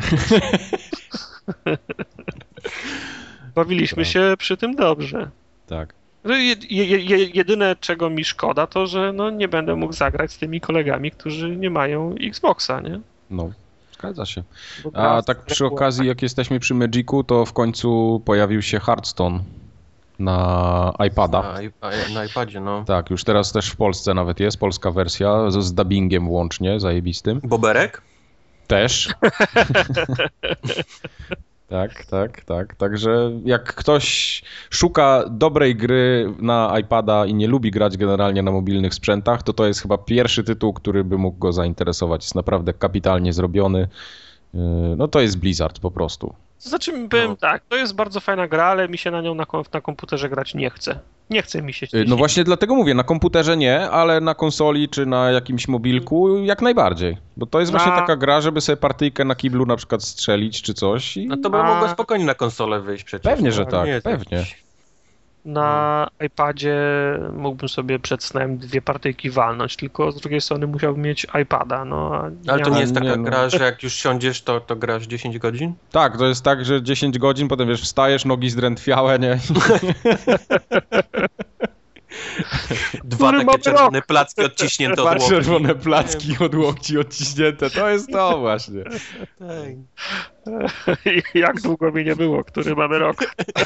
Speaker 3: bawiliśmy
Speaker 1: Tak.
Speaker 3: się przy tym dobrze.
Speaker 1: Tak.
Speaker 3: No Je, je, je, jedyne, czego mi szkoda, to że no, nie będę mógł zagrać z tymi kolegami, którzy nie mają Xboxa, nie?
Speaker 1: No, zgadza się.
Speaker 3: Bo
Speaker 1: A
Speaker 3: gra-
Speaker 1: tak przy okazji, jak jesteśmy przy Magicu, to w końcu pojawił się Hearthstone na iPada.
Speaker 2: Na, iP- na iPadzie, no.
Speaker 1: Tak, już teraz też w Polsce nawet jest, polska wersja, z, z dubbingiem włącznie, zajebistym.
Speaker 2: Boberek?
Speaker 1: Też. Tak, tak, tak. Także jak ktoś szuka dobrej gry na iPada i nie lubi grać generalnie na mobilnych sprzętach, to to jest chyba pierwszy tytuł, który by mógł go zainteresować. Jest naprawdę kapitalnie zrobiony. Yy, No to jest Blizzard po prostu.
Speaker 3: To znaczy, powiem
Speaker 2: No.
Speaker 3: tak, to jest bardzo fajna gra, ale mi się na nią na, kom- na komputerze grać nie chce. Nie chce mi się.
Speaker 1: Yy, No właśnie dlatego mówię, na komputerze nie, ale na konsoli czy na jakimś mobilku jak najbardziej. Bo to jest
Speaker 3: Na-
Speaker 1: właśnie taka gra, żeby sobie partyjkę na kiblu na przykład strzelić czy coś. I...
Speaker 2: No to by
Speaker 3: A-
Speaker 2: mogło spokojnie na konsolę wyjść przecież.
Speaker 1: Pewnie,
Speaker 2: no,
Speaker 1: że tak,
Speaker 2: nie jest
Speaker 1: pewnie.
Speaker 2: jakiś-
Speaker 3: Na iPadzie mógłbym sobie przed snem dwie partyjki walnąć, tylko z drugiej strony musiałbym mieć iPada. No, a
Speaker 2: Ale to nie jest
Speaker 1: Nie,
Speaker 2: taka
Speaker 1: no.
Speaker 2: gra, że jak już siądziesz, to, to grasz dziesięć godzin?
Speaker 1: Tak, to jest tak, że dziesięć godzin, potem wiesz, wstajesz, nogi zdrętwiałe, nie?
Speaker 2: Dwa takie czerwone placki odciśnięte
Speaker 1: Dwa
Speaker 2: od łokci.
Speaker 1: czerwone placki od łokci odciśnięte, to jest to właśnie.
Speaker 3: Jak długo mi nie było, który mamy rok.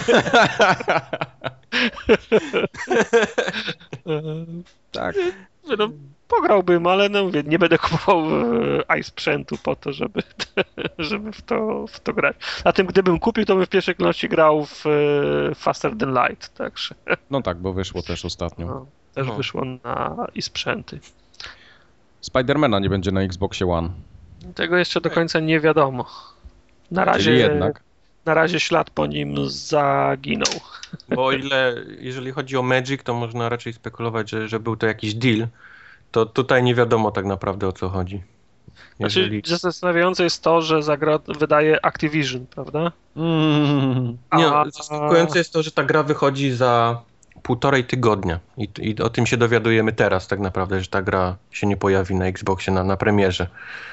Speaker 1: Tak.
Speaker 3: No, pograłbym, ale no mówię, nie będę kupował e, sprzętu po to, żeby, żeby w, to, w to grać. A tym gdybym kupił, to bym w pierwszej kolejności grał w e, Faster Than Light, także.
Speaker 1: No tak, bo wyszło też ostatnio.
Speaker 3: No, też
Speaker 2: No.
Speaker 3: wyszło na i sprzęty.
Speaker 1: Spidermana nie będzie na Xboxie One.
Speaker 3: Tego jeszcze do końca nie wiadomo. Na razie,
Speaker 1: Czyli jednak.
Speaker 3: na razie ślad po nim zaginął.
Speaker 2: Bo o ile, jeżeli chodzi o Magic, to można raczej spekulować, że, że był to jakiś deal, to tutaj nie wiadomo tak naprawdę o co chodzi. Jeżeli...
Speaker 3: Znaczy, zastanawiające jest to, że za grę wydaje Activision, prawda?
Speaker 1: Mm.
Speaker 2: Nie,
Speaker 3: A-
Speaker 2: zaskakujące jest to, że ta gra wychodzi za półtorej tygodnia i, i o tym się dowiadujemy teraz tak naprawdę, że ta gra się nie pojawi na Xboxie na, na premierze.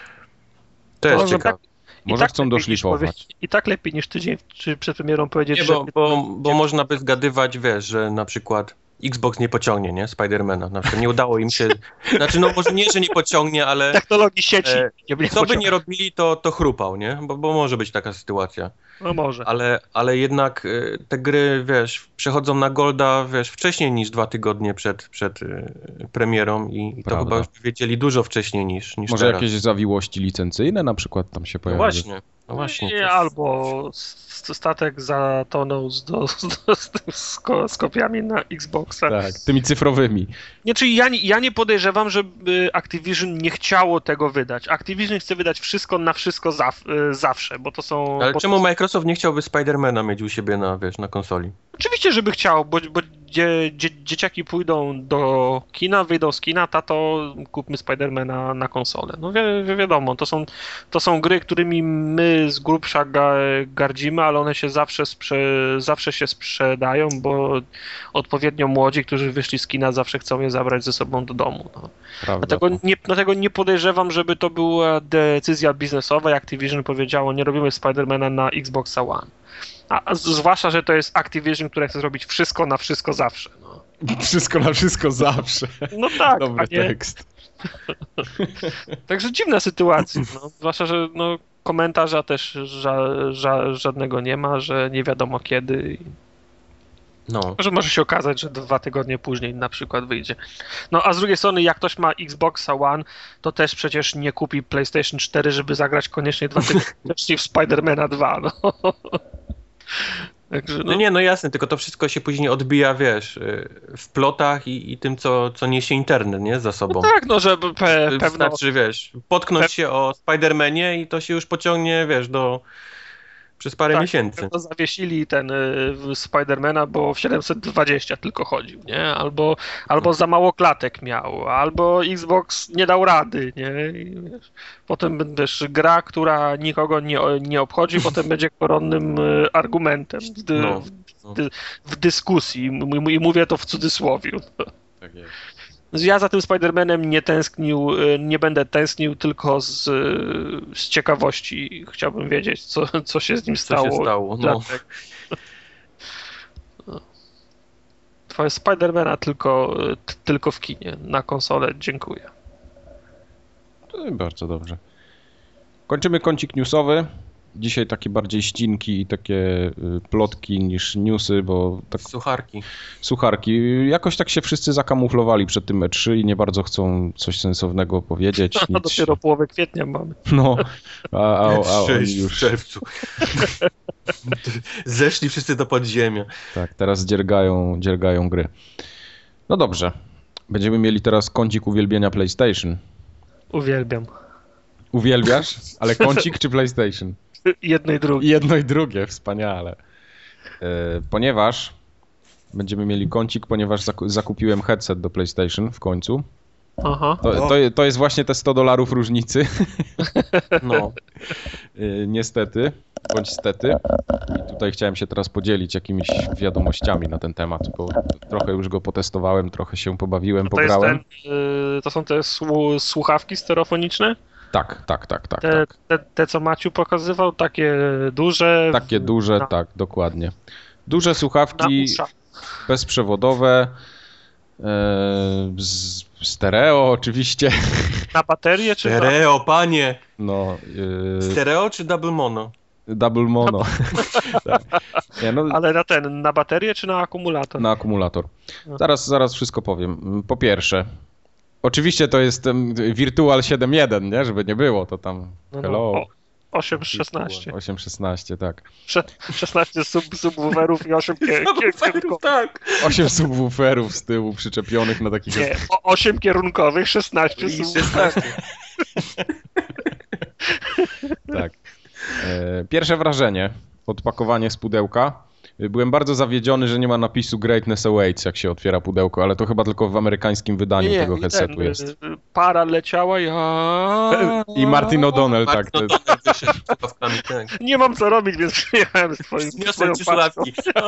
Speaker 2: To jest
Speaker 3: Może
Speaker 2: ciekawe.
Speaker 3: I
Speaker 1: Może
Speaker 3: tak
Speaker 1: chcą
Speaker 3: lepiej niż
Speaker 1: doszlifować.
Speaker 3: powie- I tak lepiej niż tydzień czy przed premierą powiedzieć,
Speaker 2: Nie,
Speaker 3: że...
Speaker 2: bo, bo, bo można by zgadywać, wiesz, że na przykład Xbox nie pociągnie, nie? Spidermana. Na przykład nie udało im się... Znaczy, no może nie, że nie pociągnie, ale
Speaker 3: Technologii sieci.
Speaker 2: e,
Speaker 3: nie będzie
Speaker 2: co by
Speaker 3: pociągu.
Speaker 2: nie robili, to, to chrupał, nie? Bo, bo może być taka sytuacja.
Speaker 3: No może.
Speaker 2: Ale, ale jednak y, te gry, wiesz, przechodzą na Golda, wiesz, wcześniej niż dwa tygodnie przed, przed y, premierą i, i to
Speaker 1: Prawda.
Speaker 2: chyba już wiedzieli dużo wcześniej niż, niż
Speaker 1: Może
Speaker 2: teraz.
Speaker 1: jakieś zawiłości licencyjne na przykład tam się
Speaker 2: No
Speaker 1: pojawiły.
Speaker 2: właśnie, no właśnie.
Speaker 3: Nie,
Speaker 2: coś-
Speaker 3: albo s- statek zatonął z, do, z, do, z, tym- z, ko, z kopiami na Xboxa.
Speaker 1: Tak, tymi cyfrowymi.
Speaker 3: Nie, czyli ja, nie- ja nie podejrzewam, żeby Activision nie chciało tego wydać. Activision chce wydać wszystko na wszystko zaw, y, zawsze, bo to są...
Speaker 2: Ale
Speaker 3: bo
Speaker 2: czemu
Speaker 3: to,
Speaker 2: Microsoft nie chciałby Spidermana mieć u siebie na, wiesz, na konsoli?
Speaker 3: Oczywiście, żeby chciał, bo, bo dzie, dzie, dzieciaki pójdą do kina, wyjdą z kina, tato, kupmy Spidermana na konsolę. No wi wi wiadomo, to są, to są gry, którymi my z grubsza ga gardzimy, ale one się zawsze, sprze zawsze się sprzedają, bo odpowiednio młodzi, którzy wyszli z kina, zawsze chcą je zabrać ze sobą do domu. No.
Speaker 1: Prawda.
Speaker 3: Dlatego nie, dlatego nie podejrzewam, żeby to była decyzja biznesowa. Activision powiedziało, nie robimy Spidermana na Xboxa One. A, a zwłaszcza, że to jest Activision, które chce zrobić wszystko na wszystko zawsze. No,
Speaker 1: Wszystko na wszystko zawsze.
Speaker 3: no tak,
Speaker 1: Dobry
Speaker 3: a nie,
Speaker 1: tekst.
Speaker 3: także dziwna sytuacja. No, zwłaszcza, że no, komentarza też ża ża żadnego nie ma, że nie wiadomo kiedy.
Speaker 2: No.
Speaker 3: Że może się okazać, że dwa tygodnie później na przykład wyjdzie. No a z drugiej strony, jak ktoś ma Xboxa One, to też przecież nie kupi PlayStation cztery, żeby zagrać koniecznie dwa tygodnie w Spidermana dwa. No. Także,
Speaker 2: No
Speaker 3: no,
Speaker 2: nie, no jasne, tylko to wszystko się później odbija, wiesz, y, w plotach i, i tym, co, co niesie internet, nie, za sobą.
Speaker 3: tak, no że pe pewno...
Speaker 2: Wystarczy, wiesz, potknąć
Speaker 3: Pe-
Speaker 2: się o Spidermanie i to się już pociągnie, wiesz, do... przez parę
Speaker 3: Tak,
Speaker 2: miesięcy.
Speaker 3: pewno zawiesili ten y, Spidermana, bo w siedemset dwadzieścia tylko chodził, nie? Albo, albo za mało klatek miał, albo Xbox nie dał rady, nie? I, wiesz, potem też gra, która nikogo nie, nie obchodzi, potem będzie koronnym y, argumentem w, dy,
Speaker 2: No.
Speaker 3: w, dy, w dyskusji M- i mówię to w cudzysłowie.
Speaker 1: Tak jest.
Speaker 3: Ja za tym Spider-Manem nie tęsknił, y, nie będę tęsknił, tylko z, y, z ciekawości chciałbym wiedzieć, co, co się z nim
Speaker 2: Co
Speaker 3: stało.
Speaker 2: się stało, no.
Speaker 3: Dlaczego? No. Twoje Spider-Mana tylko, y, t- tylko w kinie, na konsolę, dziękuję.
Speaker 1: To bardzo dobrze. Kończymy kącik newsowy. Dzisiaj takie bardziej ścinki i takie y, plotki niż newsy, bo tak
Speaker 2: Sucharki.
Speaker 1: sucharki. Jakoś tak się wszyscy zakamuflowali przed tym E trzy i nie bardzo chcą coś sensownego powiedzieć.
Speaker 3: A
Speaker 1: Nic.
Speaker 3: dopiero połowę kwietnia mamy.
Speaker 1: No, a, a, a, a oni
Speaker 2: Sześć w
Speaker 1: już
Speaker 2: czerwcu. Zeszli wszyscy do podziemia.
Speaker 1: tak, teraz dziergają, dziergają gry. No dobrze. Będziemy mieli teraz kącik uwielbienia PlayStation.
Speaker 3: Uwielbiam.
Speaker 1: Uwielbiasz? Ale kącik czy PlayStation?
Speaker 3: Jedno i drugie.
Speaker 1: Jedno i drugie, wspaniale. E, ponieważ będziemy mieli kącik, ponieważ zaku- zakupiłem headset do PlayStation w końcu.
Speaker 3: Aha.
Speaker 1: To, to, to jest właśnie te sto dolarów różnicy.
Speaker 2: No.
Speaker 1: E, niestety, bądź stety. I tutaj chciałem się teraz podzielić jakimiś wiadomościami na ten temat, bo trochę już go potestowałem, trochę się pobawiłem,
Speaker 3: To, jest
Speaker 1: pograłem.
Speaker 3: ten, y, to są te słu- słuchawki stereofoniczne?
Speaker 1: Tak, tak, tak, tak.
Speaker 3: Te,
Speaker 1: tak.
Speaker 3: te, te, co Maciu pokazywał, takie duże.
Speaker 1: Takie duże,
Speaker 3: na,
Speaker 1: tak, dokładnie. Duże
Speaker 3: na
Speaker 1: słuchawki
Speaker 3: uszach.
Speaker 1: bezprzewodowe. z, stereo oczywiście.
Speaker 3: Na baterię czy
Speaker 2: Stereo, na... panie!
Speaker 1: No, yy...
Speaker 2: Stereo czy double mono?
Speaker 1: Double mono. Tak. Nie, no...
Speaker 3: Ale na ten, na baterię czy na akumulator?
Speaker 1: Na akumulator. Zaraz, zaraz wszystko powiem. Po pierwsze, oczywiście to jest Virtual siedem jeden, nie? Żeby nie było, to tam
Speaker 3: no,
Speaker 1: hello.
Speaker 3: No. osiem szesnaście.
Speaker 1: osiem szesnaście, tak.
Speaker 3: szesnaście sub, subwooferów i osiem kierunkowych.
Speaker 1: Tak. osiem subwooferów z tyłu przyczepionych na takich...
Speaker 3: Nie, osiem kierunkowych, szesnaście subwooferów.
Speaker 1: Tak. Pierwsze wrażenie, odpakowanie z pudełka. Byłem bardzo zawiedziony, że nie ma napisu Greatness Awaits, jak się otwiera pudełko, ale to chyba tylko w amerykańskim wydaniu nie, tego headsetu ten, jest.
Speaker 3: Para leciała i...
Speaker 1: I Martin O'Donnell, tak.
Speaker 2: To jest...
Speaker 3: Nie mam co robić, więc przyjechałem z twoim
Speaker 2: swoją paczką.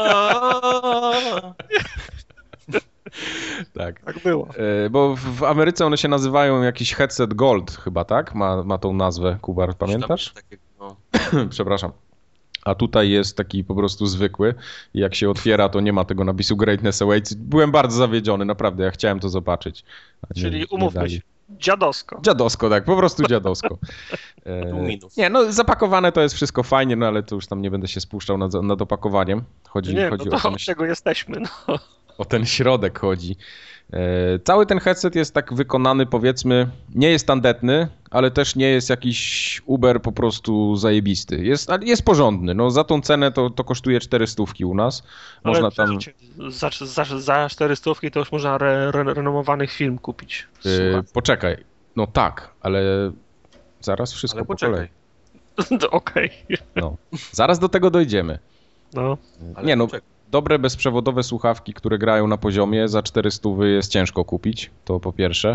Speaker 1: Tak.
Speaker 3: Tak było.
Speaker 1: Bo w Ameryce one się nazywają jakiś headset Gold chyba, tak? Ma, ma tą nazwę, Kubar, pamiętasz? Przepraszam. A tutaj jest taki po prostu zwykły i jak się otwiera, to nie ma tego napisu Greatness Awaits. Byłem bardzo zawiedziony, naprawdę, ja chciałem to zobaczyć. Nie,
Speaker 3: Czyli umówmy się, dziadosko.
Speaker 1: Dziadosko, tak, po prostu dziadosko. E, nie, no zapakowane to jest wszystko fajnie, no ale to już tam nie będę się spuszczał nad, nad opakowaniem. Chodzi,
Speaker 3: nie,
Speaker 1: chodzi
Speaker 3: no to
Speaker 1: o ten,
Speaker 3: od czego jesteśmy, no.
Speaker 1: O ten środek chodzi. Cały ten headset jest tak wykonany, powiedzmy, nie jest tandetny, ale też nie jest jakiś Uber po prostu zajebisty. Jest, jest porządny. No, za tą cenę to, to kosztuje cztery stówki u nas. Można
Speaker 3: ale
Speaker 1: tam...
Speaker 3: za, za, za cztery stówki to już można re, re, renomowany film kupić.
Speaker 1: Yy, poczekaj. No tak, ale zaraz wszystko
Speaker 2: ale
Speaker 1: po kolei.
Speaker 3: Okej. Okay.
Speaker 1: No. Zaraz do tego dojdziemy.
Speaker 3: No.
Speaker 1: Nie no. Dobre bezprzewodowe słuchawki, które grają na poziomie, za czterysta jest ciężko kupić, to po pierwsze.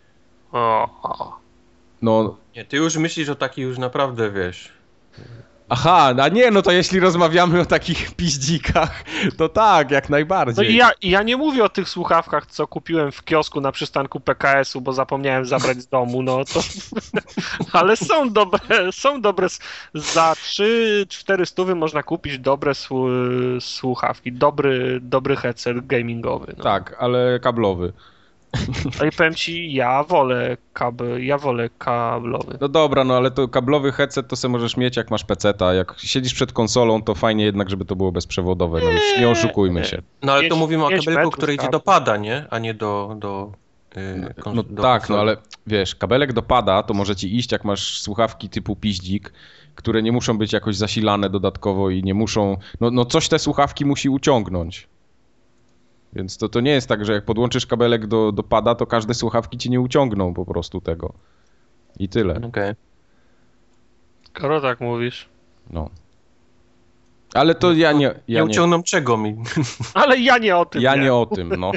Speaker 3: O.
Speaker 1: No.
Speaker 2: Nie, ty już myślisz o takich już naprawdę, wiesz...
Speaker 1: Aha, a nie, no to jeśli rozmawiamy o takich piździkach, to tak, jak najbardziej.
Speaker 3: No i ja, ja nie mówię o tych słuchawkach, co kupiłem w kiosku na przystanku P K S-u, bo zapomniałem zabrać z domu, no to... Ale są dobre, są dobre, za trzy cztery stówy można kupić dobre słuchawki, dobry, dobry headset gamingowy. No.
Speaker 1: Tak, ale kablowy.
Speaker 3: No i powiem ci, ja wolę kabel, ja wolę kablowy.
Speaker 1: No dobra, no ale to kablowy headset to sobie możesz mieć jak masz peceta, jak siedzisz przed konsolą, to fajnie jednak, żeby to było bezprzewodowe, no już nie oszukujmy się.
Speaker 2: No ale to mówimy o kabelku, który idzie do pada, nie? A nie do... do... Yy,
Speaker 1: kons- no do tak, konsoli. No ale wiesz, kabelek do pada to może ci iść, jak masz słuchawki typu piździk, które nie muszą być jakoś zasilane dodatkowo i nie muszą... No, no coś te słuchawki musi uciągnąć. Więc to, to nie jest tak, że jak podłączysz kabelek do, do pada, to każde słuchawki ci nie uciągną po prostu tego. I tyle.
Speaker 2: Okej. Okay.
Speaker 3: Skoro tak mówisz.
Speaker 1: No. Ale to ja nie... Ja
Speaker 2: nie uciągną nie... czego mi?
Speaker 3: Ale ja nie o tym.
Speaker 1: Ja nie, nie o tym, no.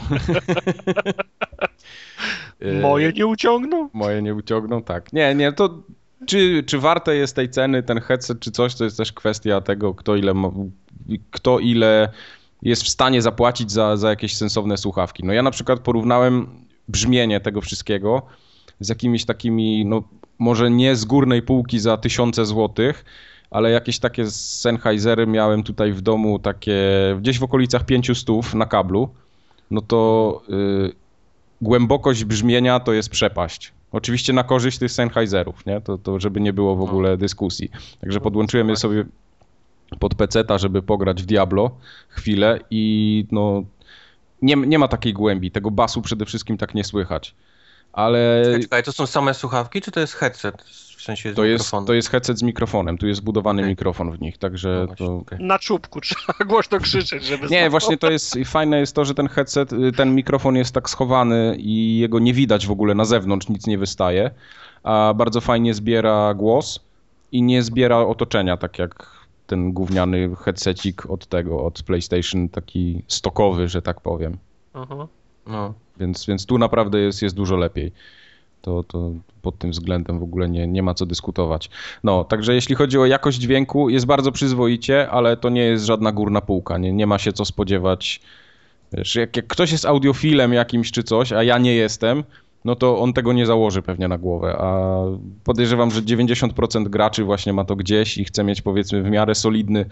Speaker 3: Moje nie uciągną?
Speaker 1: Moje nie uciągną, tak. Nie, nie, to czy, czy warte jest tej ceny ten headset, czy coś, to jest też kwestia tego, kto ile... Kto ile jest w stanie zapłacić za, za jakieś sensowne słuchawki. No ja na przykład porównałem brzmienie tego wszystkiego z jakimiś takimi, no może nie z górnej półki za tysiące złotych, ale jakieś takie Sennheisery miałem tutaj w domu takie gdzieś w okolicach pięciu stów na kablu. No to yy, głębokość brzmienia to jest przepaść. Oczywiście na korzyść tych Sennheiserów, nie? To, to żeby nie było w ogóle dyskusji. Także podłączyłem je sobie pod peceta, żeby pograć w Diablo chwilę i no nie, nie ma takiej głębi, tego basu przede wszystkim tak nie słychać, ale...
Speaker 2: Czekaj, czekaj, to są same słuchawki, czy to jest headset, w sensie z
Speaker 1: to jest,
Speaker 2: mikrofonem?
Speaker 1: to jest headset z mikrofonem, tu jest zbudowany okay. mikrofon w nich, także
Speaker 2: no właśnie,
Speaker 1: to...
Speaker 2: okay.
Speaker 3: Na czubku trzeba głośno krzyczeć, żeby...
Speaker 1: Nie, właśnie to jest, fajne jest to, że ten headset, ten mikrofon jest tak schowany i jego nie widać w ogóle na zewnątrz, nic nie wystaje, a bardzo fajnie zbiera głos i nie zbiera otoczenia, tak jak ten gówniany headsetik od tego, od PlayStation, taki stokowy, że tak powiem.
Speaker 3: Uh-huh.
Speaker 1: No. Więc, więc tu naprawdę jest, jest dużo lepiej. To, to pod tym względem w ogóle nie, nie ma co dyskutować. No, także jeśli chodzi o jakość dźwięku, jest bardzo przyzwoicie, ale to nie jest żadna górna półka. Nie, nie ma się co spodziewać. Wiesz, jak, jak ktoś jest audiofilem jakimś czy coś, a ja nie jestem, no to on tego nie założy pewnie na głowę, a podejrzewam, że dziewięćdziesiąt procent graczy właśnie ma to gdzieś i chce mieć powiedzmy w miarę solidny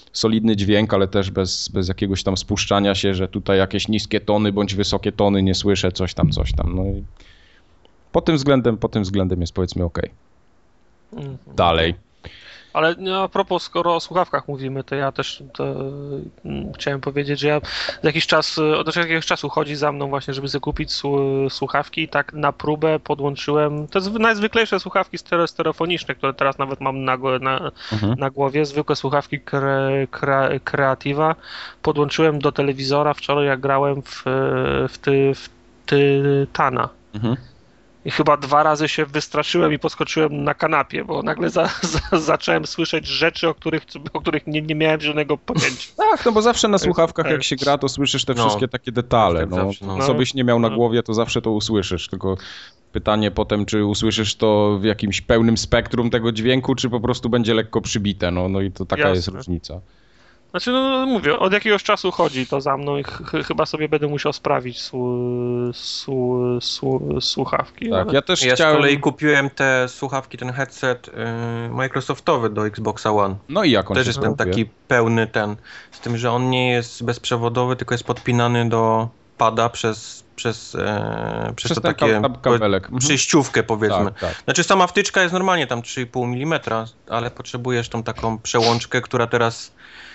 Speaker 1: solidny dźwięk, ale też bez, bez jakiegoś tam spuszczania się, że tutaj jakieś niskie tony bądź wysokie tony nie słyszę, coś tam, coś tam. No i pod tym względem, pod tym względem jest powiedzmy okej.
Speaker 3: Mhm.
Speaker 1: Dalej.
Speaker 3: Ale no, a propos, skoro o słuchawkach mówimy, to ja też to, mm, chciałem powiedzieć, że ja jakiś czas, od jakiegoś czasu chodzi za mną właśnie, żeby sobie kupić słu- słuchawki i tak na próbę podłączyłem te zwy- najzwyklejsze słuchawki stereo- stereofoniczne, które teraz nawet mam na, go- na,
Speaker 1: Mhm.
Speaker 3: na głowie, zwykłe słuchawki kre, kre, Creativa. Podłączyłem do telewizora wczoraj, jak grałem w, w, ty, w Tytana.
Speaker 1: Mhm.
Speaker 3: I chyba dwa razy się wystraszyłem i podskoczyłem na kanapie, bo nagle za, za, zacząłem słyszeć rzeczy, o których, o których nie, nie miałem żadnego pojęcia.
Speaker 1: Tak, no bo zawsze na słuchawkach jak się gra, to słyszysz te
Speaker 2: No.
Speaker 1: wszystkie takie detale.
Speaker 2: Tak
Speaker 1: No,
Speaker 2: zawsze, no.
Speaker 1: co byś nie miał na
Speaker 3: No.
Speaker 1: głowie, to zawsze to usłyszysz, tylko pytanie potem, czy usłyszysz to w jakimś pełnym spektrum tego dźwięku, czy po prostu będzie lekko przybite, no, no i to taka
Speaker 3: Jasne.
Speaker 1: jest różnica.
Speaker 3: Znaczy, no mówię, od jakiegoś czasu chodzi to za mną i ch- ch- chyba sobie będę musiał sprawić słu- słu- słu- słuchawki.
Speaker 1: Tak,
Speaker 3: ale-
Speaker 1: ja też
Speaker 2: Ja
Speaker 1: chciałem...
Speaker 2: z kolei kupiłem te słuchawki, ten headset y, Microsoftowy do Xboxa One.
Speaker 1: No i jak on
Speaker 2: Też
Speaker 1: się
Speaker 2: jest ten
Speaker 1: sprawuje?
Speaker 2: taki pełny ten, z tym, że on nie jest bezprzewodowy, tylko jest podpinany do pada przez, przez, e, przez,
Speaker 1: Przez
Speaker 2: to
Speaker 1: ten
Speaker 2: takie
Speaker 1: kab- kab- kabelek. Mhm.
Speaker 2: przejściówkę, powiedzmy.
Speaker 1: Tak, tak.
Speaker 2: Znaczy sama wtyczka jest normalnie tam trzy i pół milimetra, ale potrzebujesz tą taką przełączkę, która teraz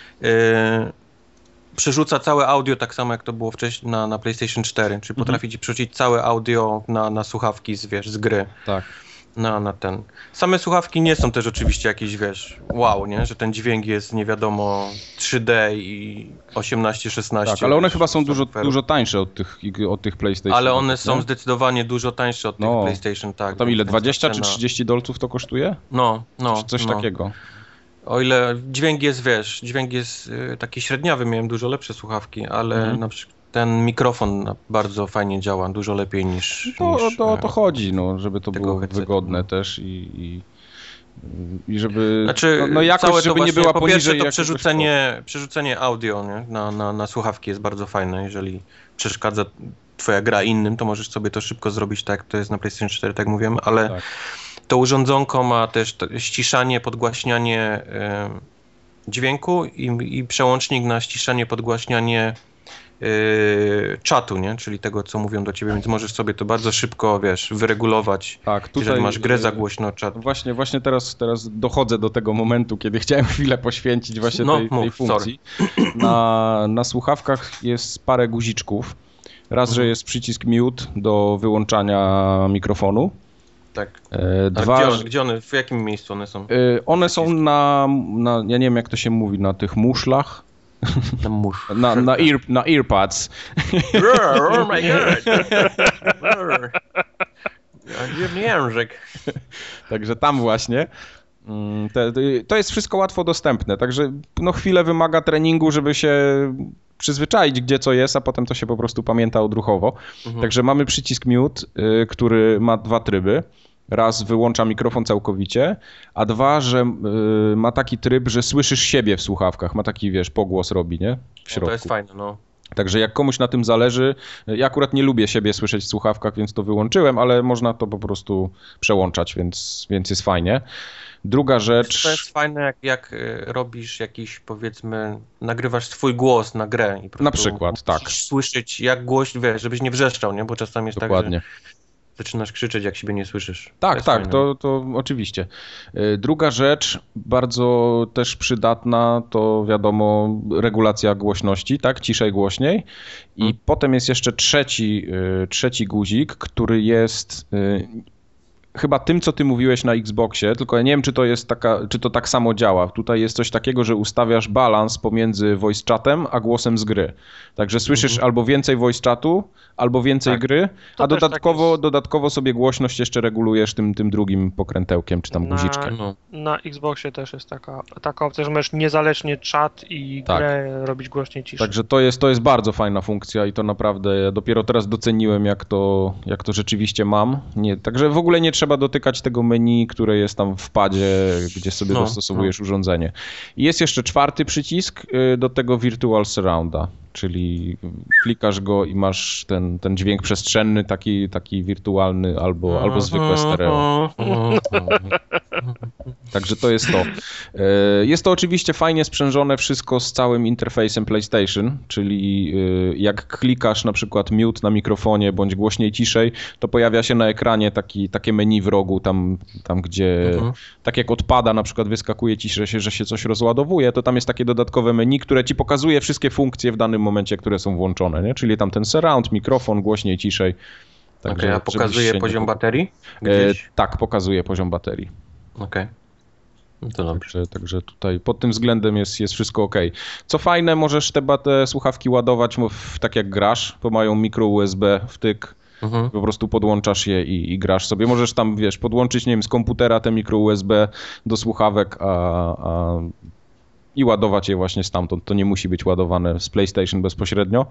Speaker 2: e, przerzuca całe audio tak samo jak to było wcześniej na, na PlayStation cztery, czyli
Speaker 1: Mhm.
Speaker 2: potrafi ci przerzucić całe audio na, na słuchawki z, wiesz, z gry.
Speaker 1: Tak.
Speaker 2: Na, na ten. Same słuchawki nie są też oczywiście jakieś, wiesz, wow, nie? Że ten dźwięk jest nie wiadomo trzy D i osiemnaście szesnaście.
Speaker 1: Tak, ale one
Speaker 2: wiesz,
Speaker 1: chyba są dużo,
Speaker 2: subwooferów.
Speaker 1: dużo tańsze od tych, od tych PlayStation.
Speaker 2: Ale one są
Speaker 1: nie?
Speaker 2: zdecydowanie dużo tańsze od tych
Speaker 1: No.
Speaker 2: PlayStation, tak.
Speaker 1: Tam ile,
Speaker 2: więc ta
Speaker 1: dwadzieścia czy
Speaker 2: cena-
Speaker 1: trzydzieści dolców to kosztuje?
Speaker 2: No, no.
Speaker 1: Czy coś
Speaker 2: no.
Speaker 1: takiego.
Speaker 2: O ile dźwięk jest, wiesz, dźwięk jest y, taki średniawy, miałem dużo lepsze słuchawki, ale
Speaker 1: Mhm.
Speaker 2: na przykład ten mikrofon na- bardzo fajnie działa, dużo lepiej niż...
Speaker 1: To,
Speaker 2: niż
Speaker 1: to,
Speaker 2: e,
Speaker 1: to chodzi, no, żeby to
Speaker 2: tego
Speaker 1: było
Speaker 2: headsetu,
Speaker 1: wygodne
Speaker 2: no.
Speaker 1: też i, i, i żeby...
Speaker 2: Znaczy,
Speaker 1: no, no jakość,
Speaker 2: całe to
Speaker 1: żeby nie
Speaker 2: właśnie,
Speaker 1: była
Speaker 2: po
Speaker 1: poniżej
Speaker 2: pierwsze to
Speaker 1: jakiegoś
Speaker 2: przerzucenie, przerzucenie audio nie? Na, na, na słuchawki jest bardzo fajne. Jeżeli przeszkadza twoja gra innym, to możesz sobie to szybko zrobić tak, jak to jest na PlayStation cztery, tak mówiłem, ale
Speaker 1: Tak.
Speaker 2: to urządzonko ma też to ściszanie, podgłaśnianie e, dźwięku i, i przełącznik na ściszanie, podgłaśnianie e, czatu, nie? Czyli tego, co mówią do ciebie, więc możesz sobie to bardzo szybko, wiesz, wyregulować.
Speaker 1: Tak, tutaj
Speaker 2: Jeżeli masz grę za
Speaker 1: e,
Speaker 2: głośno, czat.
Speaker 1: Właśnie, właśnie teraz, teraz dochodzę do tego momentu, kiedy chciałem chwilę poświęcić właśnie
Speaker 2: No,
Speaker 1: tej, tej
Speaker 2: mów,
Speaker 1: funkcji. Na, na słuchawkach jest parę guziczków. Raz, że jest przycisk mute do wyłączania mikrofonu.
Speaker 2: Tak.
Speaker 1: E,
Speaker 2: A
Speaker 1: Dwa,
Speaker 2: gdzie,
Speaker 1: że-
Speaker 2: one, gdzie one, w jakim miejscu one są?
Speaker 1: e, one są na, na, ja nie wiem jak to się mówi, na tych muszlach,
Speaker 2: Na mórz.
Speaker 1: na, na, ear, na earpads.
Speaker 2: Oh my god! Dziwny język.
Speaker 1: Także tam właśnie. Mm, Te, to jest wszystko łatwo dostępne, także no chwilę wymaga treningu, żeby się przyzwyczaić, gdzie co jest, a potem to się po prostu pamięta odruchowo.
Speaker 2: Mhm.
Speaker 1: Także mamy przycisk mute, y, który ma dwa tryby. Raz wyłącza mikrofon całkowicie, a dwa, że y, ma taki tryb, że słyszysz siebie w słuchawkach. Ma taki, wiesz, pogłos robi, nie? W
Speaker 2: No,
Speaker 1: środku.
Speaker 2: to jest fajne, no.
Speaker 1: Także jak komuś na tym zależy, ja akurat nie lubię siebie słyszeć w słuchawkach, więc to wyłączyłem, ale można to po prostu przełączać, więc, więc jest fajnie. Druga rzecz...
Speaker 2: To jest fajne, jak, jak y, robisz jakiś, powiedzmy, nagrywasz swój głos na grę i po
Speaker 1: Na
Speaker 2: prostu
Speaker 1: przykład,
Speaker 2: musisz
Speaker 1: tak.
Speaker 2: słyszeć jak głośno, wiesz, żebyś nie wrzeszczał, nie? Bo czasami jest
Speaker 1: Dokładnie.
Speaker 2: tak, że zaczynasz krzyczeć, jak siebie nie słyszysz. To
Speaker 1: Tak,
Speaker 2: jest
Speaker 1: tak,
Speaker 2: fajne.
Speaker 1: to, to oczywiście. Y, Druga rzecz, bardzo też przydatna, to wiadomo regulacja głośności, tak, ciszej, głośniej. I
Speaker 2: Hmm.
Speaker 1: potem jest jeszcze trzeci, y, trzeci guzik, który jest y, chyba tym, co ty mówiłeś na Xboxie, tylko ja nie wiem, czy to jest taka, czy to tak samo działa. Tutaj jest coś takiego, że ustawiasz balans pomiędzy voice chatem a głosem z gry. Także słyszysz
Speaker 2: Mhm.
Speaker 1: albo więcej voice chatu, albo więcej
Speaker 2: Tak.
Speaker 1: gry,
Speaker 3: To
Speaker 1: a
Speaker 3: też tak
Speaker 1: dodatkowo,
Speaker 3: jest.
Speaker 1: dodatkowo sobie głośność jeszcze regulujesz tym, tym drugim pokrętełkiem, czy tam
Speaker 3: Na-
Speaker 1: guziczkiem.
Speaker 2: No.
Speaker 3: Na Xboxie też jest taka, taka opcja, że możesz niezależnie czat i
Speaker 1: Tak.
Speaker 3: grę robić głośniej, ciszej.
Speaker 1: Także to jest, to jest bardzo fajna funkcja i to naprawdę ja dopiero teraz doceniłem, jak to, jak to rzeczywiście mam. Nie, także w ogóle nie trzeba dotykać tego menu, które jest tam w padzie, gdzie sobie
Speaker 2: No,
Speaker 1: dostosowujesz urządzenie. I jest jeszcze czwarty przycisk y, do tego Virtual Surrounda, czyli klikasz go i masz ten, ten dźwięk przestrzenny, taki, taki wirtualny albo, albo zwykłe stereo. Także to jest to. Jest to oczywiście fajnie sprzężone wszystko z całym interfejsem PlayStation, czyli jak klikasz na przykład mute na mikrofonie bądź głośniej, ciszej, to pojawia się na ekranie taki, takie menu w rogu, tam, tam gdzie mhm. tak jak odpada na przykład wyskakuje ci, że się, że się coś rozładowuje, to tam jest takie dodatkowe menu, które ci pokazuje wszystkie funkcje w danym momencie, które są włączone, nie? Czyli tam ten surround, mikrofon, głośniej, ciszej.
Speaker 2: Także okay, a pokazuje poziom nie... baterii? Gdzieś?
Speaker 1: E, tak, pokazuje poziom baterii.
Speaker 2: Okej. Okay. No to dobrze.
Speaker 1: Także, także tutaj pod tym względem jest, jest wszystko ok. Co fajne, możesz te, te słuchawki ładować w, tak jak grasz, bo mają mikro U S B wtyk, mhm. po prostu podłączasz je i, i grasz sobie. Możesz tam, wiesz, podłączyć, nie wiem, z komputera te mikro U S B do słuchawek, a, a i ładować je właśnie stamtąd. To nie musi być ładowane z PlayStation bezpośrednio.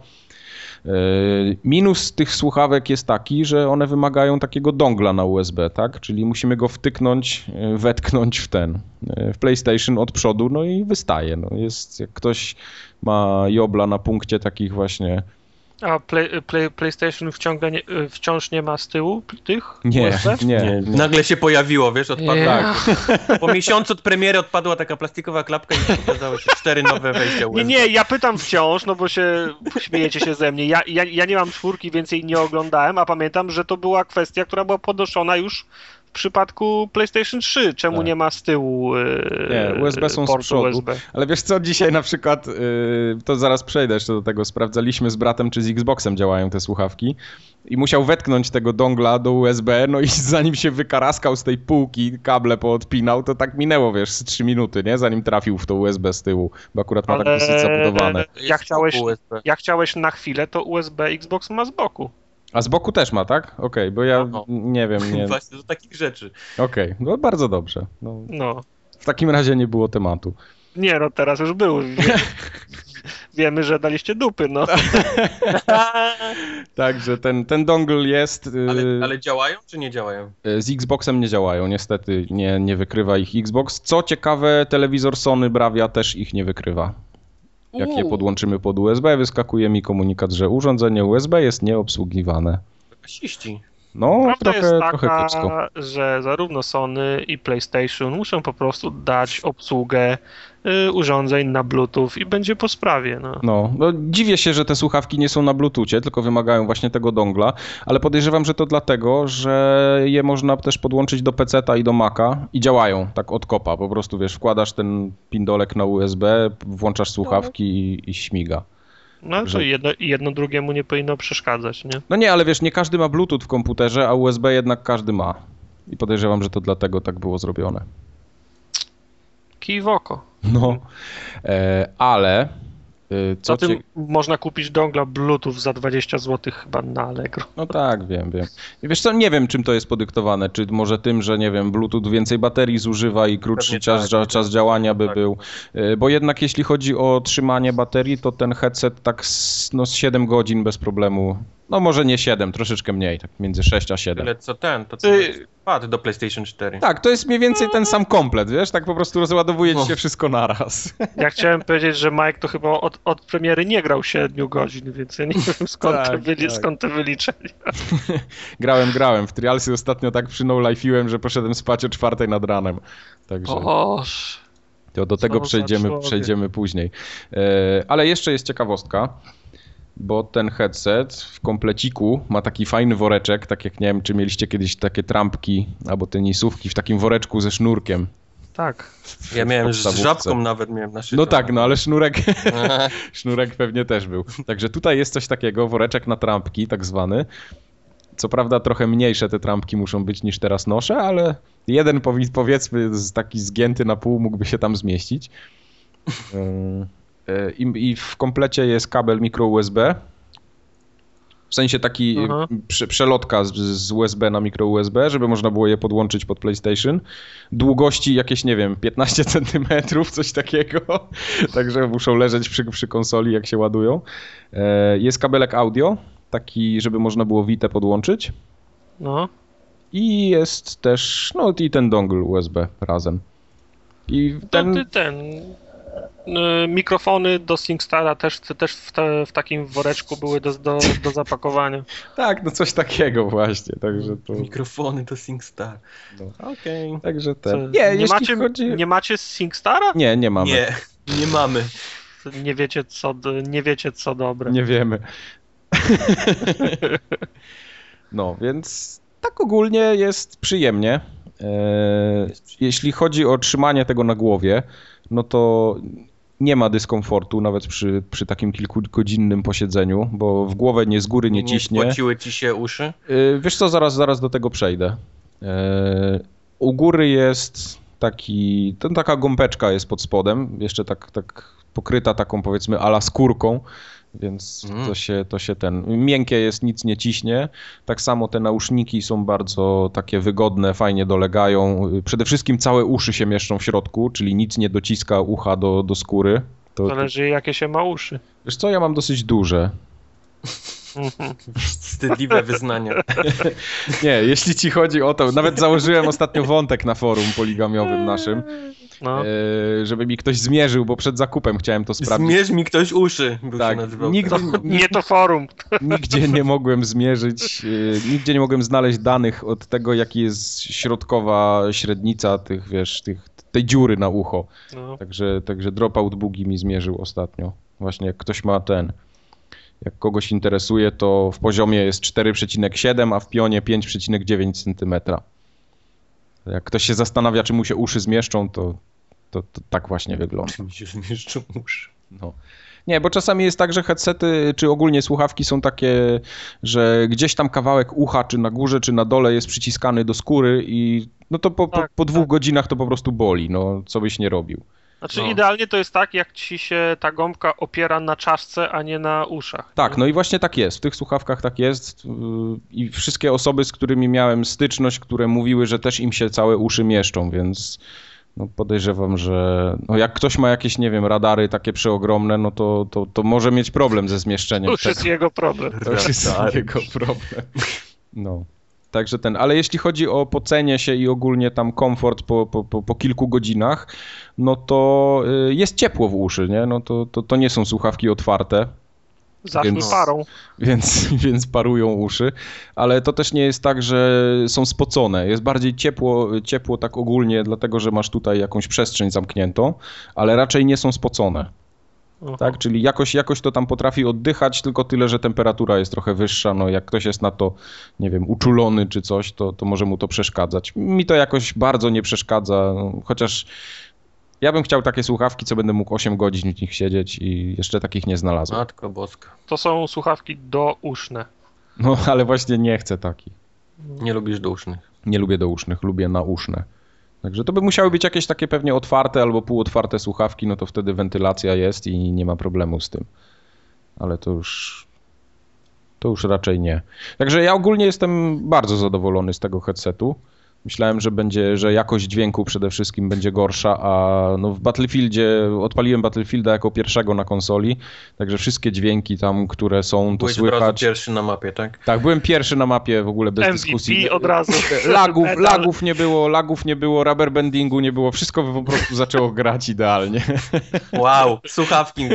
Speaker 1: Minus tych słuchawek jest taki, że one wymagają takiego dongla na U S B, tak? Czyli musimy go wtyknąć, wetknąć w ten, w PlayStation od przodu, no i wystaje. No jest, jak ktoś ma jobla na punkcie takich właśnie...
Speaker 3: A play, play, PlayStation wciąga nie, wciąż nie ma z tyłu tych?
Speaker 1: Nie, nie, nie, nie.
Speaker 2: Nagle się pojawiło, wiesz, odpadło. Yeah. Tak. Po miesiącu od premiery odpadła taka plastikowa klapka i okazało się cztery nowe wejścia U S B.
Speaker 3: Nie, nie, ja pytam wciąż, no bo się śmiejecie się ze mnie. Ja, ja, ja nie mam czwórki, więc jej nie oglądałem, a pamiętam, że to była kwestia, która była podnoszona już w przypadku PlayStation trzy. Czemu tak. nie ma z tyłu yy,
Speaker 1: nie, U S B są z przodu. U S B. Ale wiesz co, dzisiaj na przykład, yy, to zaraz przejdę jeszcze do tego, sprawdzaliśmy z bratem, czy z Xboxem działają te słuchawki i musiał wetknąć tego dongla do U S B, no i zanim się wykaraskał z tej półki, kable poodpinał, to tak minęło, wiesz, z trzy minuty, nie? Zanim trafił w to U S B z tyłu, bo akurat ma
Speaker 3: ale
Speaker 1: tak dosyć zabudowane.
Speaker 3: Jak chciałeś, jak chciałeś na chwilę, to U S B Xbox ma z boku.
Speaker 1: A z boku też ma, tak? Okej, okay, bo ja no, nie wiem. Nie...
Speaker 2: Właśnie do takich rzeczy.
Speaker 1: Okej, okay, no bardzo dobrze. No,
Speaker 3: no.
Speaker 1: W takim razie nie było tematu.
Speaker 3: Nie, no teraz już był. Wiemy, wiemy że daliście dupy, no.
Speaker 1: Także ten, ten dongle jest...
Speaker 2: Ale, ale działają czy nie działają?
Speaker 1: Z Xboxem nie działają, niestety nie, nie wykrywa ich Xbox. Co ciekawe, telewizor Sony Bravia też ich nie wykrywa. Jak je podłączymy pod U S B, wyskakuje mi komunikat, że urządzenie U S B jest nieobsługiwane.
Speaker 2: Siści.
Speaker 1: No,
Speaker 3: Prawda
Speaker 1: trochę,
Speaker 3: jest taka,
Speaker 1: trochę kiepsko.
Speaker 3: Że zarówno Sony i PlayStation muszą po prostu dać obsługę y, urządzeń na Bluetooth i będzie po sprawie. No.
Speaker 1: No, no, dziwię się, że te słuchawki nie są na Bluetoothie, tylko wymagają właśnie tego dongla, ale podejrzewam, że to dlatego, że je można też podłączyć do peceta i do Maca i działają tak od kopa. Po prostu, wiesz, wkładasz ten pindolek na U S B, włączasz słuchawki i, i śmiga.
Speaker 3: No to jedno, jedno drugiemu nie powinno przeszkadzać, nie?
Speaker 1: No nie, ale wiesz, nie każdy ma Bluetooth w komputerze, a U S B jednak każdy ma. I podejrzewam, że to dlatego tak było zrobione.
Speaker 3: Kij w oko.
Speaker 1: No, e, ale... E, co
Speaker 3: na tym ci... można kupić dongla Bluetooth za dwadzieścia złotych chyba na Allegro.
Speaker 1: No tak, wiem, wiem. I wiesz co, nie wiem, czym to jest podyktowane. Czy może tym, że nie wiem, Bluetooth więcej baterii zużywa i krótszy czas, tak, czas działania by tak. był. Bo jednak jeśli chodzi o trzymanie baterii, to ten headset tak z, no, z siedem godzin bez problemu. No może nie siedem, troszeczkę mniej, tak między sześć a siedem.
Speaker 2: Ale co ten, to co Ty... pad do PlayStation cztery.
Speaker 1: Tak, to jest mniej więcej ten sam komplet, wiesz, tak po prostu rozładowuje ci się wszystko naraz.
Speaker 3: Ja chciałem powiedzieć, że Mike to chyba od, od premiery nie grał siedmiu godzin, więc ja nie wiem skąd, tak, te, wyli- tak. skąd te wyliczenia.
Speaker 1: grałem, grałem. W Trialsy ostatnio tak przynolajfiłem, że poszedłem spać o czwartej nad ranem. Także...
Speaker 3: Oż.
Speaker 1: To do tego przejdziemy, przejdziemy później. E, ale jeszcze jest ciekawostka. Bo ten headset w kompleciku ma taki fajny woreczek, tak jak nie wiem, czy mieliście kiedyś takie trampki albo tenisówki w takim woreczku ze sznurkiem.
Speaker 3: Tak.
Speaker 1: W,
Speaker 2: ja miałem z żabką nawet miałem na szycie.
Speaker 1: No tak, no ale sznurek, sznurek pewnie też był. Także tutaj jest coś takiego, woreczek na trampki tak zwany. Co prawda trochę mniejsze te trampki muszą być niż teraz noszę, ale jeden powiedzmy taki zgięty na pół mógłby się tam zmieścić. I, I w komplecie jest kabel micro U S B, w sensie taki prze, przelotka z, z U S B na micro U S B, żeby można było je podłączyć pod PlayStation. Długości jakieś, nie wiem, piętnaście centymetrów, coś takiego, także muszą leżeć przy, przy konsoli, jak się ładują. Jest kabelek audio, taki, żeby można było Vitę podłączyć.
Speaker 3: No.
Speaker 1: I jest też, no i ten dongle U S B razem. I ten...
Speaker 3: To ty ten... y, mikrofony do SingStara też, też w, te, w takim woreczku były do, do, do zapakowania.
Speaker 1: Tak, no coś takiego właśnie, także to...
Speaker 2: Mikrofony do SingStar.
Speaker 1: No.
Speaker 2: Okej. Okay.
Speaker 1: Także
Speaker 3: Co,
Speaker 1: ten... Nie,
Speaker 3: nie,
Speaker 1: jeśli
Speaker 3: macie,
Speaker 1: chodzi...
Speaker 3: nie macie SingStara?
Speaker 1: Nie, nie mamy.
Speaker 2: Nie, nie mamy.
Speaker 3: Nie wiecie co, nie wiecie co dobre.
Speaker 1: Nie wiemy. No, więc tak ogólnie jest przyjemnie. E, jeśli chodzi o trzymanie tego na głowie, no to nie ma dyskomfortu nawet przy, przy takim kilkugodzinnym posiedzeniu, bo w głowę nie z góry nie ciśnie.
Speaker 2: Nie spłaciły ci się uszy?
Speaker 1: E, wiesz co, zaraz, zaraz do tego przejdę. E, u góry jest taki, ten, taka gąbeczka jest pod spodem, jeszcze tak, tak pokryta taką powiedzmy ala skórką, więc mm. to się, to się ten, miękkie jest, nic nie ciśnie. Tak samo te nauszniki są bardzo takie wygodne, fajnie dolegają. Przede wszystkim całe uszy się mieszczą w środku, czyli nic nie dociska ucha do, do skóry. To,
Speaker 3: Zależy to... jakie się ma uszy.
Speaker 1: Wiesz co, ja mam dosyć duże.
Speaker 2: Wstydliwe wyznania.
Speaker 1: Nie, jeśli ci chodzi o to, nawet założyłem ostatnio wątek na forum poligamiowym naszym, no. e, żeby mi ktoś zmierzył, bo przed zakupem chciałem to sprawdzić.
Speaker 2: Zmierz mi ktoś uszy, był
Speaker 1: tak,
Speaker 2: się nazywał.
Speaker 1: Nigdy,
Speaker 3: to, nie to forum.
Speaker 1: Nigdzie nie mogłem zmierzyć, e, nigdzie nie mogłem znaleźć danych od tego, jaki jest środkowa średnica tych, wiesz, tych, tej dziury na ucho. No. Także, także Dropout Boogie mi zmierzył ostatnio. Właśnie jak ktoś ma ten... Jak kogoś interesuje, to w poziomie jest cztery przecinek siedem, a w pionie pięć przecinek dziewięć centymetra. Jak ktoś się zastanawia, czy mu się uszy zmieszczą, to, to, to tak właśnie wygląda.
Speaker 2: Czy mi się zmieszczą uszy?
Speaker 1: No. Nie, bo czasami jest tak, że headsety, czy ogólnie słuchawki są takie, że gdzieś tam kawałek ucha, czy na górze, czy na dole jest przyciskany do skóry i no to po, tak, po, po dwóch tak. godzinach to po prostu boli, no co byś nie robił.
Speaker 3: Znaczy
Speaker 1: no.
Speaker 3: Idealnie to jest tak, jak ci się ta gąbka opiera na czaszce, a nie na uszach.
Speaker 1: Tak, no i właśnie tak jest. W tych słuchawkach tak jest i wszystkie osoby, z którymi miałem styczność, które mówiły, że też im się całe uszy mieszczą, więc no podejrzewam, że no jak ktoś ma jakieś, nie wiem, radary takie przeogromne, no to, to, to może mieć problem ze zmieszczeniem.
Speaker 3: To już jest jego problem.
Speaker 1: To już jest jego problem. No. Także ten, ale jeśli chodzi o pocenie się i ogólnie tam komfort po, po, po, po kilku godzinach, no to jest ciepło w uszy, nie? No to, to, to nie są słuchawki otwarte.
Speaker 3: Zaszły więc, parą.
Speaker 1: Więc, więc parują uszy, ale to też nie jest tak, że są spocone. Jest bardziej ciepło, ciepło tak ogólnie, dlatego że masz tutaj jakąś przestrzeń zamkniętą, ale raczej nie są spocone. Tak, czyli jakoś, jakoś to tam potrafi oddychać, tylko tyle, że temperatura jest trochę wyższa, no jak ktoś jest na to, nie wiem, uczulony czy coś, to, to może mu to przeszkadzać. Mi to jakoś bardzo nie przeszkadza, no, chociaż ja bym chciał takie słuchawki, co będę mógł osiem godzin w nich siedzieć i jeszcze takich nie znalazłem.
Speaker 2: Matko boska.
Speaker 3: To są słuchawki douszne.
Speaker 1: No, ale właśnie nie chcę takich.
Speaker 2: Nie lubisz dousznych?
Speaker 1: Nie lubię dousznych, lubię nauszne. Także to by musiały być jakieś takie pewnie otwarte albo półotwarte słuchawki, no to wtedy wentylacja jest i nie ma problemu z tym. Ale to już, to już raczej nie. Także ja ogólnie jestem bardzo zadowolony z tego headsetu. Myślałem, że będzie, że jakość dźwięku przede wszystkim będzie gorsza, a no w Battlefieldzie, odpaliłem Battlefielda jako pierwszego na konsoli, także wszystkie dźwięki tam, które są, to
Speaker 2: Byłeś
Speaker 1: słychać.
Speaker 2: Byłeś pierwszy na mapie, tak?
Speaker 1: Tak, byłem pierwszy na mapie w ogóle bez
Speaker 3: M V P
Speaker 1: dyskusji.
Speaker 3: od razu.
Speaker 1: Lagów, lagów nie było, lagów nie było, rubber bandingu nie było, wszystko po prostu zaczęło grać idealnie.
Speaker 2: Wow, słuchawki.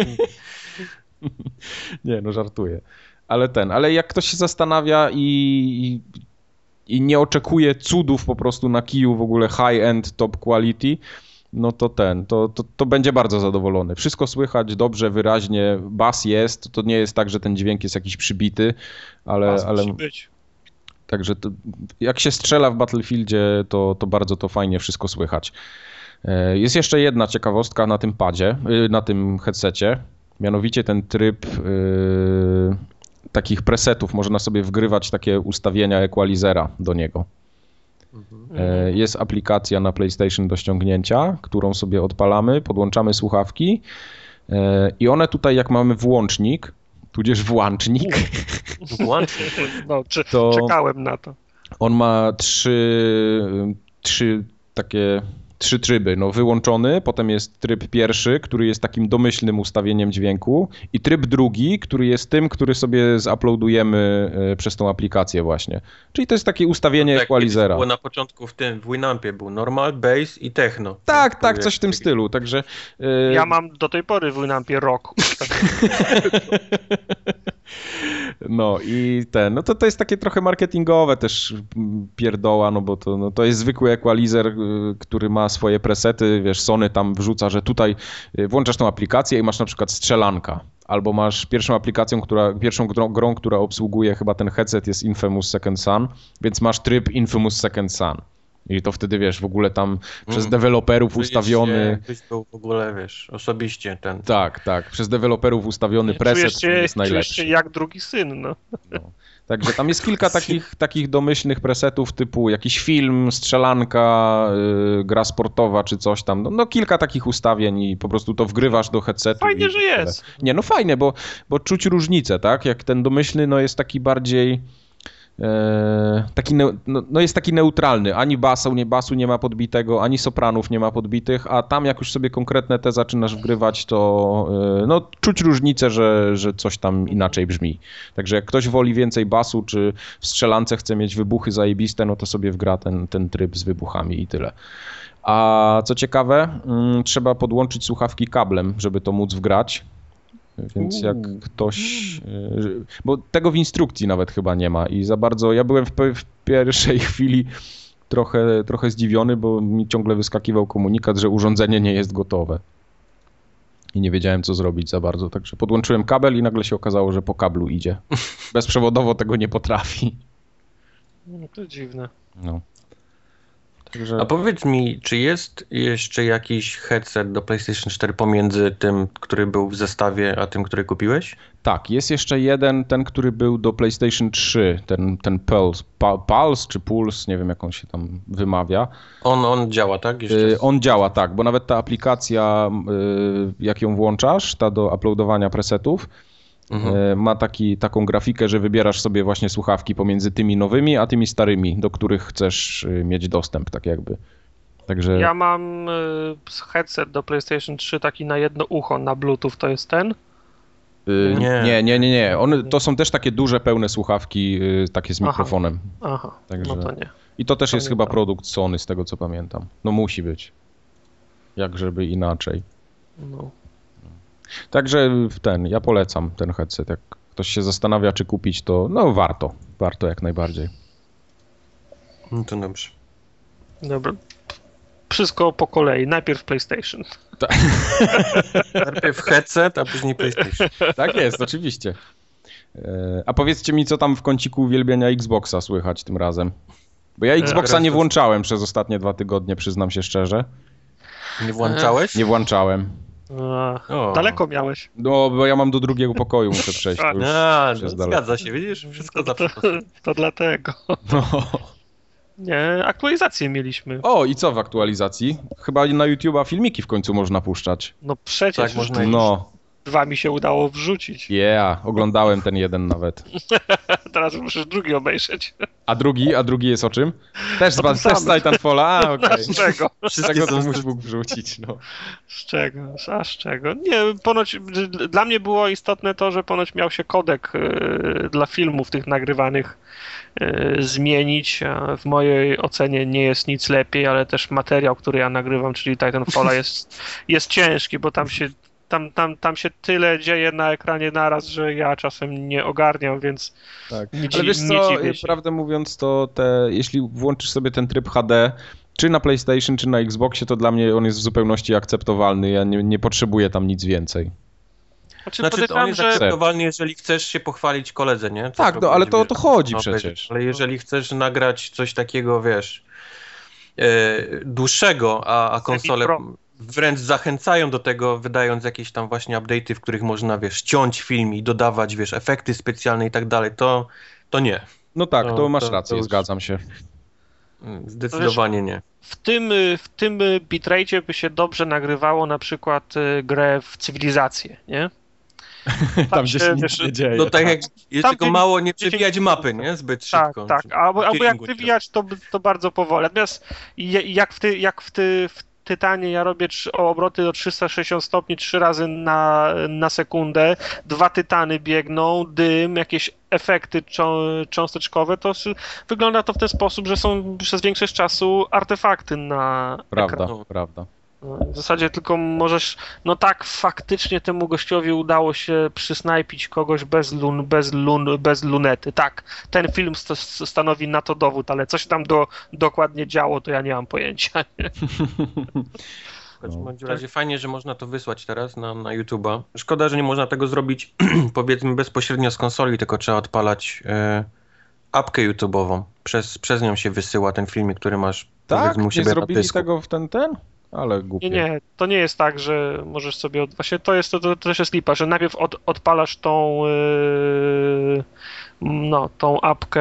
Speaker 1: Nie, no żartuję. Ale ten, ale jak ktoś się zastanawia i... i i nie oczekuje cudów po prostu na kiju w ogóle high-end, top quality, no to ten, to, to, to będzie bardzo zadowolony. Wszystko słychać dobrze, wyraźnie, bas jest, to nie jest tak, że ten dźwięk jest jakiś przybity, ale...
Speaker 3: Bas
Speaker 1: ale
Speaker 3: musi być.
Speaker 1: Także to, jak się strzela w Battlefieldzie, to, to bardzo to fajnie wszystko słychać. Jest jeszcze jedna ciekawostka na tym padzie, na tym headsetie, mianowicie ten tryb... Yy, takich presetów, można sobie wgrywać takie ustawienia equalizera do niego. Mhm. Jest aplikacja na PlayStation do ściągnięcia, którą sobie odpalamy, podłączamy słuchawki i one tutaj, jak mamy włącznik, tudzież włącznik,
Speaker 2: włącznik.
Speaker 3: No, czy, to czekałem na to.
Speaker 1: On ma trzy, trzy takie trzy tryby. No, wyłączony, potem jest tryb pierwszy, który jest takim domyślnym ustawieniem dźwięku i tryb drugi, który jest tym, który sobie zuploadujemy przez tą aplikację właśnie. Czyli to jest takie ustawienie
Speaker 2: no tak,
Speaker 1: equalizera.
Speaker 2: Było na początku w tym, w Winampie był normal, bass i techno.
Speaker 1: Tak, tak, tak coś w tym stylu, także...
Speaker 3: Yy... Ja mam do tej pory w Winampie rock.
Speaker 1: No i ten, no to to jest takie trochę marketingowe też pierdoła, no bo to, no to jest zwykły equalizer, który ma swoje presety, wiesz, Sony tam wrzuca, że tutaj włączasz tą aplikację i masz na przykład strzelanka, albo masz pierwszą aplikacją, która, pierwszą grą, grą, która obsługuje chyba ten headset jest Infamous Second Son, więc masz tryb Infamous Second Son. I to wtedy, wiesz, w ogóle tam mm. przez deweloperów
Speaker 2: Byś
Speaker 1: ustawiony...
Speaker 2: Byś był w ogóle, wiesz, osobiście ten...
Speaker 1: Tak, tak, przez deweloperów ustawiony preset,
Speaker 3: który
Speaker 1: jest najlepszy.
Speaker 3: Czujesz się jak drugi syn, no.
Speaker 1: no. Także tam jest kilka takich, takich domyślnych presetów typu jakiś film, strzelanka, yy, gra sportowa czy coś tam. No, no kilka takich ustawień i po prostu to wgrywasz do headsetu.
Speaker 3: Fajnie,
Speaker 1: i
Speaker 3: że jest.
Speaker 1: Nie, no fajnie, bo, bo czuć różnicę, tak? Jak ten domyślny no jest taki bardziej... Taki ne, no, no jest taki neutralny, ani basu nie, basu nie ma podbitego, ani sopranów nie ma podbitych, a tam jak już sobie konkretne te zaczynasz wgrywać, to no, czuć różnicę, że, że coś tam inaczej brzmi. Także jak ktoś woli więcej basu, czy w strzelance chce mieć wybuchy zajebiste, no to sobie wgra ten, ten tryb z wybuchami i tyle. A co ciekawe, trzeba podłączyć słuchawki kablem, żeby to móc wgrać. Więc jak ktoś... Bo tego w instrukcji nawet chyba nie ma i za bardzo... Ja byłem w, w pierwszej chwili trochę, trochę zdziwiony, bo mi ciągle wyskakiwał komunikat, że urządzenie nie jest gotowe. I nie wiedziałem, co zrobić za bardzo. Także podłączyłem kabel i nagle się okazało, że po kablu idzie. Bezprzewodowo tego nie potrafi.
Speaker 3: No to dziwne.
Speaker 1: No. Także...
Speaker 2: A powiedz mi, czy jest jeszcze jakiś headset do PlayStation cztery pomiędzy tym, który był w zestawie, a tym, który kupiłeś?
Speaker 1: Tak, jest jeszcze jeden, ten, który był do PlayStation trzy, ten, ten Pulse, Pulse czy Pulse, nie wiem jak on się tam wymawia.
Speaker 2: On, on działa, tak? Jeszcze?
Speaker 1: On działa, tak, bo nawet ta aplikacja, jak ją włączasz, ta do uploadowania presetów, mhm. ma taki, taką grafikę, że wybierasz sobie właśnie słuchawki pomiędzy tymi nowymi, a tymi starymi, do których chcesz mieć dostęp, tak jakby. Także...
Speaker 3: Ja mam headset do PlayStation trzy taki na jedno ucho, na Bluetooth, to jest ten?
Speaker 1: Yy, nie. nie, nie, nie, nie. One, to są też takie duże, pełne słuchawki, yy, takie z mikrofonem.
Speaker 3: Aha, Aha. Także... no to nie.
Speaker 1: I to też
Speaker 3: Pamiętam.
Speaker 1: jest chyba produkt Sony, z tego co pamiętam. No musi być. Jak żeby inaczej.
Speaker 3: No.
Speaker 1: Także ten, ja polecam ten headset. Jak ktoś się zastanawia, czy kupić, to no warto. Warto jak najbardziej.
Speaker 2: No to dobrze.
Speaker 3: Dobra. Wszystko po kolei. Najpierw PlayStation.
Speaker 1: Tak.
Speaker 2: Najpierw headset, a później PlayStation.
Speaker 1: Tak jest, oczywiście. A powiedzcie mi, co tam w kąciku uwielbienia Xboxa słychać tym razem? Bo ja Xboxa nie włączałem przez ostatnie dwa tygodnie, przyznam się szczerze.
Speaker 2: Nie włączałeś?
Speaker 1: Nie włączałem.
Speaker 3: A, daleko miałeś.
Speaker 1: No, bo ja mam do drugiego pokoju, muszę przejść. To już
Speaker 2: A, no, zgadza się, widzisz? Wszystko
Speaker 3: to,
Speaker 2: zawsze.
Speaker 3: To, to dlatego.
Speaker 1: No.
Speaker 3: Nie, aktualizację mieliśmy.
Speaker 1: O, i co w aktualizacji? Chyba na YouTube'a filmiki w końcu można puszczać.
Speaker 3: No przecież.
Speaker 2: Tak, można.
Speaker 1: No.
Speaker 3: Dwa mi się udało wrzucić.
Speaker 1: Yeah, oglądałem ten jeden nawet.
Speaker 3: Teraz musisz drugi obejrzeć.
Speaker 1: A drugi? A drugi jest o czym? Też z, też z Titanfalla? A, okej. Okay.
Speaker 3: Z czego?
Speaker 1: Wszystkiego to mógł mógł wrzucić, no.
Speaker 3: Z czego? A z czego? Nie, ponoć dla mnie było istotne to, że ponoć miał się kodek y, dla filmów tych nagrywanych y, zmienić. A w mojej ocenie nie jest nic lepiej, ale też materiał, który ja nagrywam, czyli Titanfalla jest, jest ciężki, bo tam się Tam, tam, tam się tyle dzieje na ekranie naraz, że ja czasem nie ogarniam, więc
Speaker 1: tak.
Speaker 3: nie,
Speaker 1: Ale wiesz
Speaker 3: nie
Speaker 1: co,
Speaker 3: dziwię się.
Speaker 1: prawdę mówiąc, to te, jeśli włączysz sobie ten tryb H D, czy na PlayStation, czy na Xboxie, to dla mnie on jest w zupełności akceptowalny. Ja nie, nie potrzebuję tam nic więcej.
Speaker 3: Znaczy,
Speaker 2: znaczy on jest
Speaker 3: że...
Speaker 2: akceptowalny, jeżeli chcesz się pochwalić koledze, nie? Co
Speaker 1: tak, no, ale to o to chodzi no, przecież.
Speaker 2: Ale jeżeli chcesz nagrać coś takiego, wiesz, e, dłuższego, a, a konsole wręcz zachęcają do tego, wydając jakieś tam właśnie update'y, w których można, wiesz, ciąć film i dodawać, wiesz, efekty specjalne i tak dalej, to, to nie.
Speaker 1: No tak, to, to masz
Speaker 2: to,
Speaker 1: rację,
Speaker 2: to już...
Speaker 1: zgadzam się.
Speaker 2: Zdecydowanie nie.
Speaker 3: W tym, w tym bitrate'cie by się dobrze nagrywało na przykład grę w Cywilizację, nie?
Speaker 1: Tam, tam gdzie się nic nie dzieje.
Speaker 2: No tak jak jest
Speaker 3: tam,
Speaker 2: tylko
Speaker 3: gdzie,
Speaker 2: mało nie przewijać mapy, nie? Zbyt
Speaker 3: tak,
Speaker 2: szybko.
Speaker 3: Tak, albo, albo jak przewijać, to, to bardzo powoli. Natomiast jak w, ty, jak w, ty, w Tytanie ja robię trzy, obroty o trzysta sześćdziesiąt stopni trzy razy na, na sekundę, dwa Tytany biegną, dym, jakieś efekty czą- cząsteczkowe, to wygląda to w ten sposób, że są przez większość czasu artefakty na
Speaker 1: Prawda,
Speaker 3: ekranie.
Speaker 1: prawda.
Speaker 3: W zasadzie tylko możesz, no tak, faktycznie temu gościowi udało się przysnajpić kogoś bez lun, bez lun, bez lunety. Tak, ten film st- stanowi na to dowód, ale coś tam do, dokładnie działo, to ja nie mam pojęcia.
Speaker 2: W każdym razie fajnie, że można to wysłać teraz na, na YouTube'a. Szkoda, że nie można tego zrobić powiedzmy bezpośrednio z konsoli, tylko trzeba odpalać e, apkę YouTube'ową. Przez, przez nią się wysyła ten filmik, który masz
Speaker 1: Tak?
Speaker 2: powiedzmy u
Speaker 1: Nie
Speaker 2: siebie na
Speaker 1: zrobili
Speaker 2: dysku.
Speaker 1: tego w ten, ten? Ale głupie.
Speaker 3: Nie, nie, to nie jest tak, że możesz sobie, od... właśnie to jest, to, to też jest lipa, że najpierw od, odpalasz tą, yy, no, tą apkę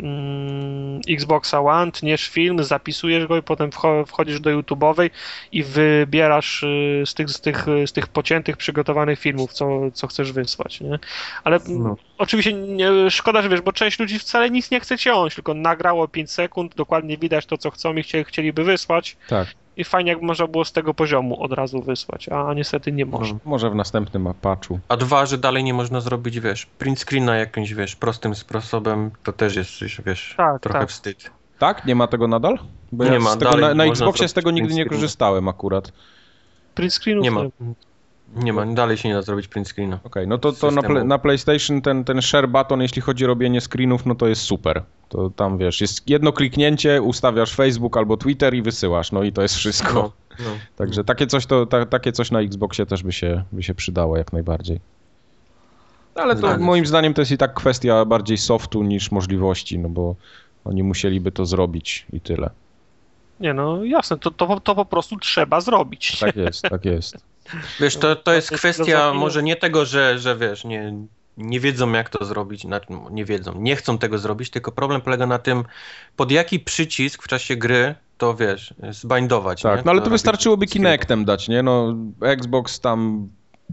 Speaker 3: yy, Xboxa One, tniesz film, zapisujesz go i potem wcho- wchodzisz do YouTube'owej i wybierasz yy, z tych, z tych, z tych pociętych, przygotowanych filmów, co, co chcesz wysłać, nie? Ale
Speaker 2: No.
Speaker 3: oczywiście nie, szkoda, że wiesz, bo część ludzi wcale nic nie chce ciąć, tylko nagrało pięć sekund, dokładnie widać to, co chcą i chcieli, chcieliby wysłać.
Speaker 1: Tak.
Speaker 3: I fajnie, jakby można było z tego poziomu od razu wysłać, a niestety nie można.
Speaker 1: Może w następnym patchu.
Speaker 2: A dwa, że dalej nie można zrobić, wiesz, print screena jakimś, wiesz, prostym sposobem, to też jest, wiesz,
Speaker 3: Tak,
Speaker 2: trochę
Speaker 3: tak.
Speaker 2: wstyd.
Speaker 1: Tak? Nie ma tego nadal? Bo
Speaker 2: Nie
Speaker 1: ja
Speaker 2: ma,
Speaker 1: z tego
Speaker 2: dalej
Speaker 1: na, na
Speaker 2: można
Speaker 1: Xboxie z
Speaker 2: zrobić
Speaker 1: tego nigdy
Speaker 2: print
Speaker 1: nie
Speaker 2: screena.
Speaker 1: korzystałem akurat.
Speaker 3: Print screenów
Speaker 2: Nie ma. Nie ma, dalej się nie da zrobić print screena.
Speaker 1: Okej, okay, no to, to na,
Speaker 2: Systemu.
Speaker 1: pl- na PlayStation ten, ten share button, jeśli chodzi o robienie screenów, no to jest super. To tam, wiesz, jest jedno kliknięcie, ustawiasz Facebook albo Twitter i wysyłasz, no i to jest wszystko.
Speaker 2: No, no.
Speaker 1: Także takie coś, to, ta, takie coś na Xboxie też by się, by się przydało jak najbardziej. Ale to
Speaker 2: Zgadza się.
Speaker 1: moim zdaniem to jest i tak kwestia bardziej softu niż możliwości, no bo oni musieliby to zrobić i tyle.
Speaker 3: Nie no, jasne, to, to, to po prostu trzeba zrobić.
Speaker 1: Tak jest, tak jest.
Speaker 2: Wiesz, to, to jest
Speaker 3: To jest
Speaker 2: kwestia
Speaker 3: filozofia.
Speaker 2: może nie tego, że, że wiesz, nie, nie wiedzą jak to zrobić, znaczy nie wiedzą, nie chcą tego zrobić, tylko problem polega na tym, pod jaki przycisk w czasie gry to, wiesz, zbindować.
Speaker 1: Tak,
Speaker 2: nie?
Speaker 1: no ale to
Speaker 2: robić
Speaker 1: wystarczyłoby
Speaker 2: screen.
Speaker 1: Kinectem dać, nie? No Xbox tam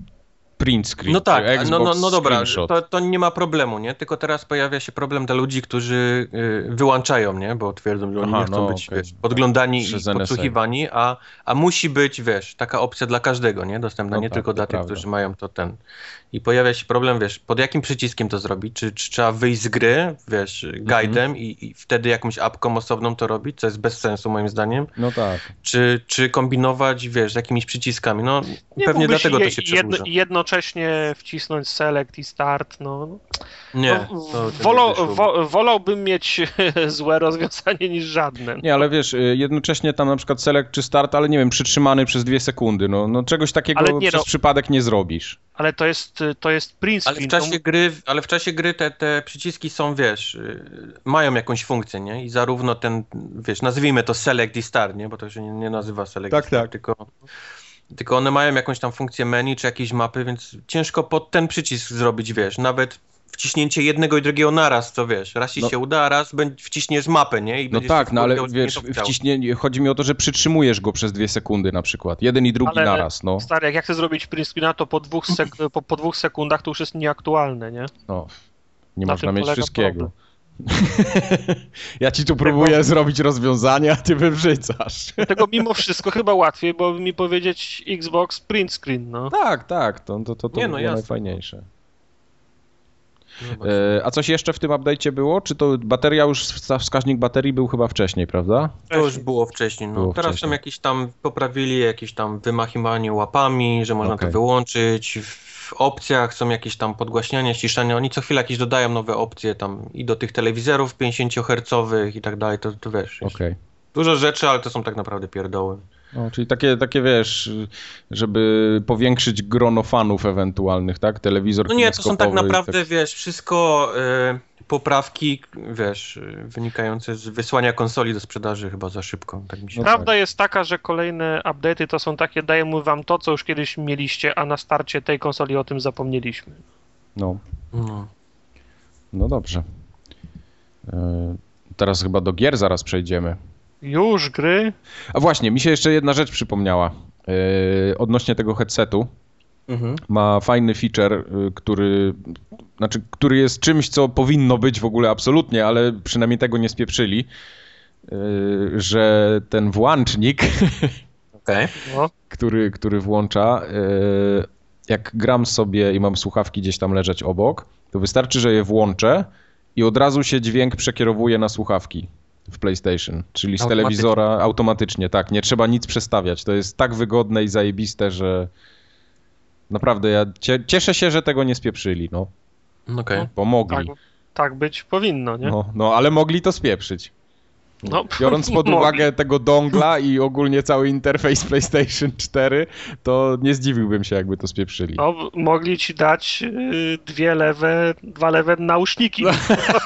Speaker 1: print screen.
Speaker 2: No tak,
Speaker 1: czy Xbox
Speaker 2: no, no, no dobra,
Speaker 1: screenshot.
Speaker 2: to, to nie ma problemu, nie? Tylko teraz pojawia się problem dla ludzi, którzy y, wyłączają, nie? Bo twierdzą, że oni
Speaker 1: Aha,
Speaker 2: nie chcą
Speaker 1: no,
Speaker 2: być,
Speaker 1: okej.
Speaker 2: wiesz, podglądani
Speaker 1: Przez
Speaker 2: i
Speaker 1: N S A.
Speaker 2: podsłuchiwani, a, a musi być, wiesz, taka opcja dla każdego, nie? Dostępna
Speaker 1: No
Speaker 2: nie
Speaker 1: tak,
Speaker 2: tylko
Speaker 1: to
Speaker 2: dla tych,
Speaker 1: prawda.
Speaker 2: którzy mają to ten. I pojawia się problem, wiesz, pod jakim przyciskiem to zrobić? Czy, czy trzeba wyjść z gry, wiesz,
Speaker 1: Mhm.
Speaker 2: guidem i, i wtedy jakąś apką osobną to robić, co jest bez sensu moim zdaniem?
Speaker 1: No tak.
Speaker 2: Czy, czy kombinować, wiesz, z jakimiś przyciskami? No,
Speaker 3: Nie
Speaker 2: pewnie
Speaker 3: mógłbyś
Speaker 2: dlatego to
Speaker 3: je-
Speaker 2: się
Speaker 3: jedno,
Speaker 2: przedłuża.
Speaker 3: jednocześnie wcisnąć select i start, no.
Speaker 2: Nie,
Speaker 3: no
Speaker 2: to, to
Speaker 3: wolał,
Speaker 2: nie wyszło.
Speaker 3: wo, wolałbym mieć złe rozwiązanie niż żadne.
Speaker 1: Nie, ale wiesz, y, jednocześnie tam na przykład select czy start, ale nie wiem, przytrzymany przez dwie sekundy, no, no czegoś takiego
Speaker 3: Ale nie,
Speaker 1: przez
Speaker 3: no.
Speaker 1: przypadek nie zrobisz.
Speaker 3: Ale to jest, to jest print
Speaker 2: Ale
Speaker 3: screen.
Speaker 2: w czasie gry, ale w czasie gry te, te przyciski są, wiesz, yy, mają jakąś funkcję, nie? I zarówno ten, wiesz, nazwijmy to select i start, nie? Bo to się nie, nie nazywa select
Speaker 1: Tak,
Speaker 2: i start,
Speaker 1: tak.
Speaker 2: tylko, tylko one mają jakąś tam funkcję menu czy jakieś mapy, więc ciężko pod ten przycisk zrobić, wiesz, nawet wciśnięcie jednego i drugiego naraz, co wiesz, raz ci
Speaker 1: No.
Speaker 2: się uda, a raz będ- wciśniesz mapę, nie? I
Speaker 1: No
Speaker 2: będziesz
Speaker 1: tak,
Speaker 2: się
Speaker 1: no ale
Speaker 2: wkurwiał, że
Speaker 1: wiesz,
Speaker 2: nie to chciał.
Speaker 1: wciśnie, chodzi mi o to, że przytrzymujesz go przez dwie sekundy na przykład. Jeden i drugi
Speaker 3: Ale-
Speaker 1: naraz, no.
Speaker 3: Stary, jak ja chcę zrobić print screena, to po dwóch, sek- po, po dwóch sekundach to już jest nieaktualne, nie?
Speaker 1: no. Nie
Speaker 3: Na
Speaker 1: można
Speaker 3: tym
Speaker 1: mieć
Speaker 3: polega
Speaker 1: wszystkiego. Ja ci tu próbuję zrobić rozwiązania, a ty wywrzycasz.
Speaker 3: Tego mimo wszystko chyba łatwiej, bo mi powiedzieć Xbox print screen, no.
Speaker 1: Tak, tak, to, to, to, to
Speaker 2: Nie, no
Speaker 1: było
Speaker 2: jasne.
Speaker 1: najfajniejsze.
Speaker 2: Zobacz.
Speaker 1: E, a coś jeszcze w tym update'cie było? Czy to bateria już, wskaźnik baterii był chyba wcześniej, prawda?
Speaker 2: To już było wcześniej. No.
Speaker 1: Było
Speaker 2: Teraz
Speaker 1: wcześniej.
Speaker 2: tam jakieś tam poprawili, jakieś tam wymachiwanie łapami, że można
Speaker 1: Okej.
Speaker 2: to wyłączyć. W opcjach są jakieś tam podgłaśniania, ściszania. Oni co chwilę jakieś dodają nowe opcje tam i do tych telewizorów pięćdziesięciohercowych i tak dalej. To, to wiesz. jest
Speaker 1: Okej.
Speaker 2: Dużo rzeczy, ale to są tak naprawdę pierdoły.
Speaker 1: No, czyli takie, takie, wiesz, żeby powiększyć grono fanów ewentualnych, tak? Telewizor
Speaker 2: No nie, to są tak
Speaker 1: kineskopowy,
Speaker 2: naprawdę,
Speaker 1: tak-
Speaker 2: wiesz, wszystko y, poprawki, wiesz, y, wynikające z wysłania konsoli do sprzedaży chyba za szybko. Tak mi się
Speaker 1: No
Speaker 2: wydaje.
Speaker 3: Prawda jest taka, że kolejne update'y to są takie, dajemy wam to, co już kiedyś mieliście, a na starcie tej konsoli o tym zapomnieliśmy.
Speaker 1: No,
Speaker 2: No.
Speaker 1: no dobrze. E, teraz chyba do gier zaraz przejdziemy.
Speaker 3: Już gry?
Speaker 1: A właśnie, mi się jeszcze jedna rzecz przypomniała. E, odnośnie tego headsetu.
Speaker 2: Mhm.
Speaker 1: Ma fajny feature, y, który, znaczy, który jest czymś, co powinno być w ogóle absolutnie, ale przynajmniej tego nie spieprzyli, y, że ten włącznik
Speaker 2: Okay.
Speaker 3: No.
Speaker 1: który, który włącza. Jak gram sobie i mam słuchawki gdzieś tam leżeć obok, to wystarczy, że je włączę i od razu się dźwięk przekierowuje na słuchawki w PlayStation, czyli z
Speaker 2: Automatycznie.
Speaker 1: telewizora automatycznie, tak, nie trzeba nic przestawiać. To jest tak wygodne i zajebiste, że naprawdę ja cie, cieszę się, że tego nie spieprzyli, no.
Speaker 2: Okej. Okay.
Speaker 1: Bo mogli.
Speaker 3: Tak, tak być powinno, nie?
Speaker 1: No, no, ale mogli to spieprzyć.
Speaker 3: No,
Speaker 1: Biorąc pod
Speaker 3: mogli.
Speaker 1: uwagę tego dongla i ogólnie cały interfejs PlayStation cztery, to nie zdziwiłbym się, jakby to spieprzyli.
Speaker 3: No, mogli ci dać y, dwie lewe, dwa lewe nauszniki. No.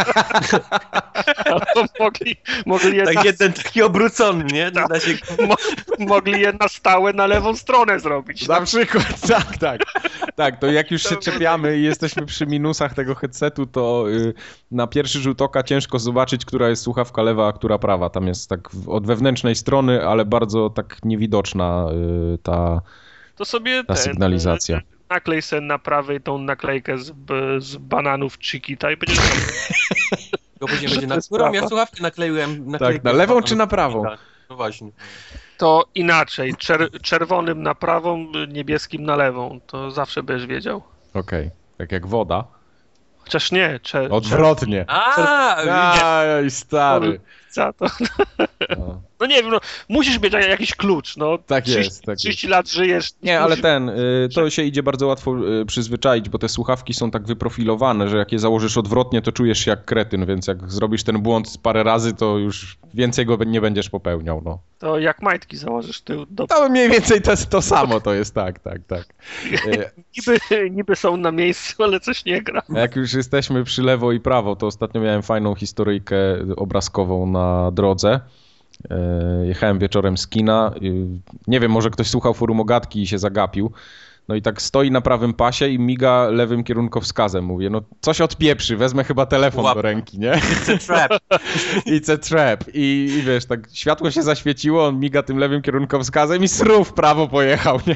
Speaker 3: Albo mogli, mogli je
Speaker 2: Tak
Speaker 3: na,
Speaker 2: jeden taki obrócony, nie?
Speaker 3: Tak.
Speaker 2: Da się...
Speaker 3: mo, mogli je na stałe na lewą stronę zrobić.
Speaker 1: Na
Speaker 3: No.
Speaker 1: przykład, tak, tak. Tak, to jak już się
Speaker 3: To
Speaker 1: czepiamy i jesteśmy przy minusach tego headsetu, to y, na pierwszy rzut oka ciężko zobaczyć, która jest słuchawka lewa, a która prawa. Tam jest tak w, od wewnętrznej strony, ale bardzo tak niewidoczna y, ta,
Speaker 3: To sobie
Speaker 1: ta
Speaker 3: ten,
Speaker 1: sygnalizacja.
Speaker 3: y, naklej sobie na prawej tą naklejkę z, b- z bananów Chiquita i będziesz tam.
Speaker 2: Go później
Speaker 3: Że
Speaker 2: będzie
Speaker 3: to
Speaker 2: na
Speaker 3: jest
Speaker 2: którą ja
Speaker 3: prawa.
Speaker 2: słuchawkę nakleiłem. naklejkę
Speaker 1: Tak, na
Speaker 2: z
Speaker 1: lewą
Speaker 2: bananów.
Speaker 1: czy na prawą?
Speaker 2: No właśnie.
Speaker 3: To inaczej. Czer- czerwonym na prawą, niebieskim na lewą. To zawsze będziesz wiedział.
Speaker 1: Okej, tak jak woda.
Speaker 3: Chociaż nie. Czer-
Speaker 1: Odwrotnie.
Speaker 2: A, widzisz.
Speaker 1: Aj, stary.
Speaker 3: Za to.
Speaker 1: No.
Speaker 3: No nie wiem, no, musisz mieć jakiś klucz, no.
Speaker 1: Tak
Speaker 3: trzydzieści,
Speaker 1: jest, tak
Speaker 3: trzydzieści lat żyjesz.
Speaker 1: Nie, ale
Speaker 3: musisz-
Speaker 1: ten, y, to się idzie bardzo łatwo y, przyzwyczaić, bo te słuchawki są tak wyprofilowane, że jak je założysz odwrotnie, to czujesz się jak kretyn, więc jak zrobisz ten błąd parę razy, to już więcej go nie będziesz popełniał, no.
Speaker 3: To jak majtki założysz tył do...
Speaker 1: To mniej więcej to, to samo to jest, tak, tak, tak. Y,
Speaker 3: Niby, niby są na miejscu, ale coś nie gra.
Speaker 1: a jak już jesteśmy przy lewo i prawo, to ostatnio miałem fajną historyjkę obrazkową na drodze. Y, Jechałem wieczorem z kina, y, nie wiem, może ktoś słuchał Forum Ogatki i się zagapił. No i tak stoi na prawym pasie i miga lewym kierunkowskazem. Mówię, no coś odpieprzy, wezmę chyba telefon
Speaker 2: Łap.
Speaker 1: do ręki, nie?
Speaker 2: It's a trap.
Speaker 1: It's a trap. I, I wiesz, tak światło się zaświeciło, on miga tym lewym kierunkowskazem i srów w prawo pojechał, nie?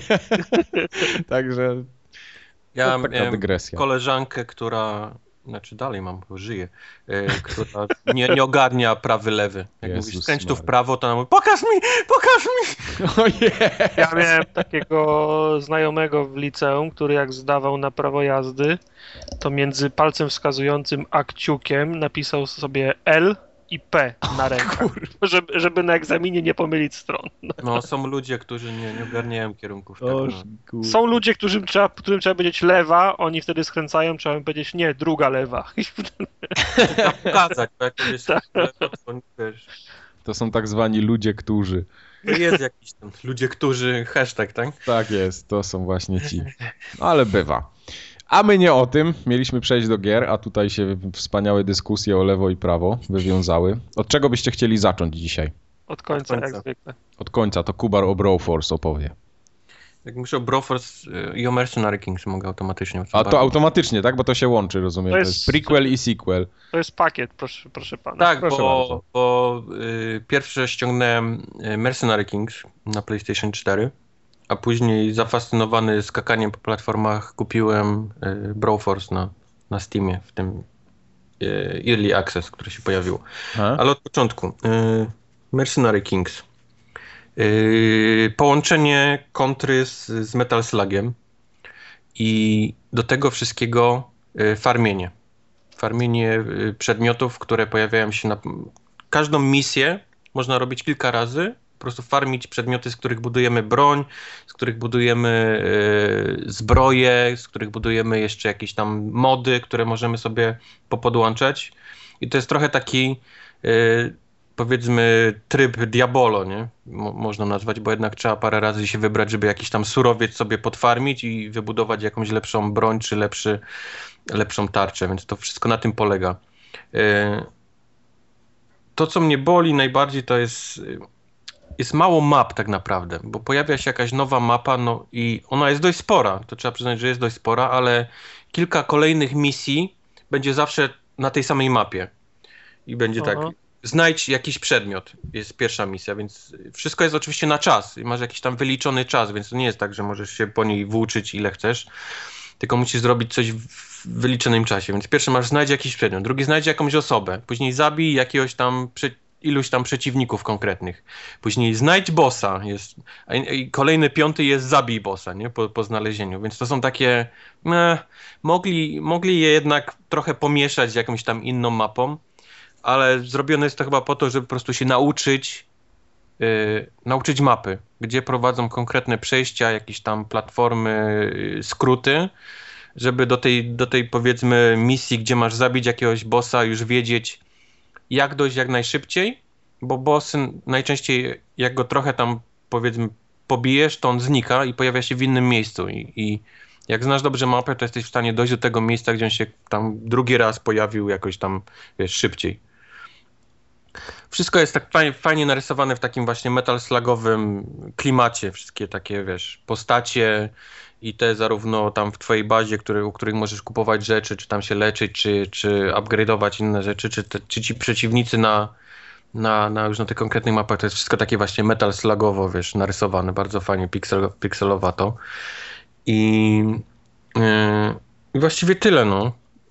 Speaker 1: Także
Speaker 2: Ja
Speaker 1: to taka
Speaker 2: miałem
Speaker 1: dygresja.
Speaker 2: koleżankę, która, znaczy dalej mam, bo żyje, e, która nie, nie ogarnia prawy, lewy. Jak
Speaker 1: Jezus
Speaker 2: mówisz, skręć tu w
Speaker 1: Maria.
Speaker 2: prawo, to ona mówi, pokaż mi, pokaż mi!
Speaker 1: Ojej!
Speaker 3: Ja miałem takiego znajomego w liceum, który jak zdawał na prawo jazdy, to między palcem wskazującym a kciukiem napisał sobie L i P na rękach, żeby, żeby na egzaminie nie pomylić stron. No.
Speaker 2: No, są ludzie, którzy nie, nie ogarniają kierunków. Tak,
Speaker 1: O,
Speaker 2: no.
Speaker 1: kur-
Speaker 3: Są ludzie, którym trzeba, którym trzeba powiedzieć lewa, oni wtedy skręcają, trzeba im powiedzieć nie, druga lewa.
Speaker 2: Trzeba pokazać, bo jak powiesz,
Speaker 3: Tak.
Speaker 2: lewo, to wiesz,
Speaker 1: To są tak zwani ludzie, którzy.
Speaker 2: to jest jakiś tam ludzie, którzy, hashtag, tak?
Speaker 1: Tak jest, to są właśnie ci. Ale bywa. A my nie o tym. Mieliśmy przejść do gier, a tutaj się wspaniałe dyskusje o lewo i prawo wywiązały. Od czego byście chcieli zacząć dzisiaj?
Speaker 3: Od końca,
Speaker 2: Od końca.
Speaker 3: jak zwykle.
Speaker 1: Od końca, to Kubar o Broforce opowie.
Speaker 2: Jak myślę o Broforce y, i o Mercenary Kings mogę automatycznie.
Speaker 1: A to automatycznie, tak? Bo to się łączy, rozumiem. To
Speaker 3: To
Speaker 1: jest,
Speaker 3: jest-
Speaker 1: prequel i sequel.
Speaker 3: To jest pakiet, proszę, proszę pana.
Speaker 2: Tak,
Speaker 1: Proszę
Speaker 2: bo,
Speaker 1: bardzo.
Speaker 2: bo y, pierwsze ściągnąłem y, Mercenary Kings na PlayStation cztery, a później zafascynowany skakaniem po platformach kupiłem y, Broforce na, na Steamie, w tym y, Early Access, który się pojawił.
Speaker 1: A?
Speaker 2: Ale od początku. Y, Mercenary Kings. Y, połączenie kontry z, z Metal Slugiem i do tego wszystkiego y, farmienie. Farmienie y, przedmiotów, które pojawiają się na... Każdą misję można robić kilka razy. Po prostu farmić przedmioty, z których budujemy broń, z których budujemy y, zbroje, z których budujemy jeszcze jakieś tam mody, które możemy sobie popodłączać. I to jest trochę taki... Y, powiedzmy tryb Diabolo, nie? Mo- można nazwać, bo jednak trzeba parę razy się wybrać, żeby jakiś tam surowiec sobie podfarmić i wybudować jakąś lepszą broń, czy lepszy, lepszą tarczę, więc to wszystko na tym polega. Yy, To, co mnie boli najbardziej, to jest, jest mało map tak naprawdę, bo pojawia się jakaś nowa mapa, no i ona jest dość spora, to trzeba przyznać, że jest dość spora, ale kilka kolejnych misji będzie zawsze na tej samej mapie i będzie
Speaker 3: Aha.
Speaker 2: tak... Znajdź jakiś przedmiot, jest pierwsza misja, więc wszystko jest oczywiście na czas i masz jakiś tam wyliczony czas, więc to nie jest tak, że możesz się po niej włóczyć ile chcesz, tylko musisz zrobić coś w wyliczonym czasie, więc pierwszy masz znajdź jakiś przedmiot, drugi znajdź jakąś osobę, później zabij jakiegoś tam, przy... iluś tam przeciwników konkretnych. Później znajdź bossa, jest, i kolejny piąty jest zabij bossa, nie? Po, po znalezieniu, więc to są takie, eh, mogli, mogli je jednak trochę pomieszać z jakąś tam inną mapą, ale zrobione jest to chyba po to, żeby po prostu się nauczyć Yy, nauczyć mapy, gdzie prowadzą konkretne przejścia, jakieś tam platformy, yy, skróty, żeby do tej, do tej powiedzmy misji, gdzie masz zabić jakiegoś bossa, już wiedzieć, jak dojść jak najszybciej, bo boss najczęściej jak go trochę tam powiedzmy pobijesz, to on znika i pojawia się w innym miejscu i, i jak znasz dobrze mapę, to jesteś w stanie dojść do tego miejsca, gdzie on się tam drugi raz pojawił jakoś tam, wiesz, szybciej. Wszystko jest tak fajnie, fajnie narysowane w takim właśnie metal slugowym klimacie. Wszystkie takie, wiesz, postacie i te zarówno tam w twojej bazie, który, u których możesz kupować rzeczy, czy tam się leczyć, czy, czy upgrade'ować inne rzeczy, czy, te, czy ci przeciwnicy na, na, na już na tych konkretnych mapach. To jest wszystko takie właśnie metal slugowo, wiesz, narysowane. Bardzo fajnie, pixel, pixelowato. I yy, właściwie tyle, no.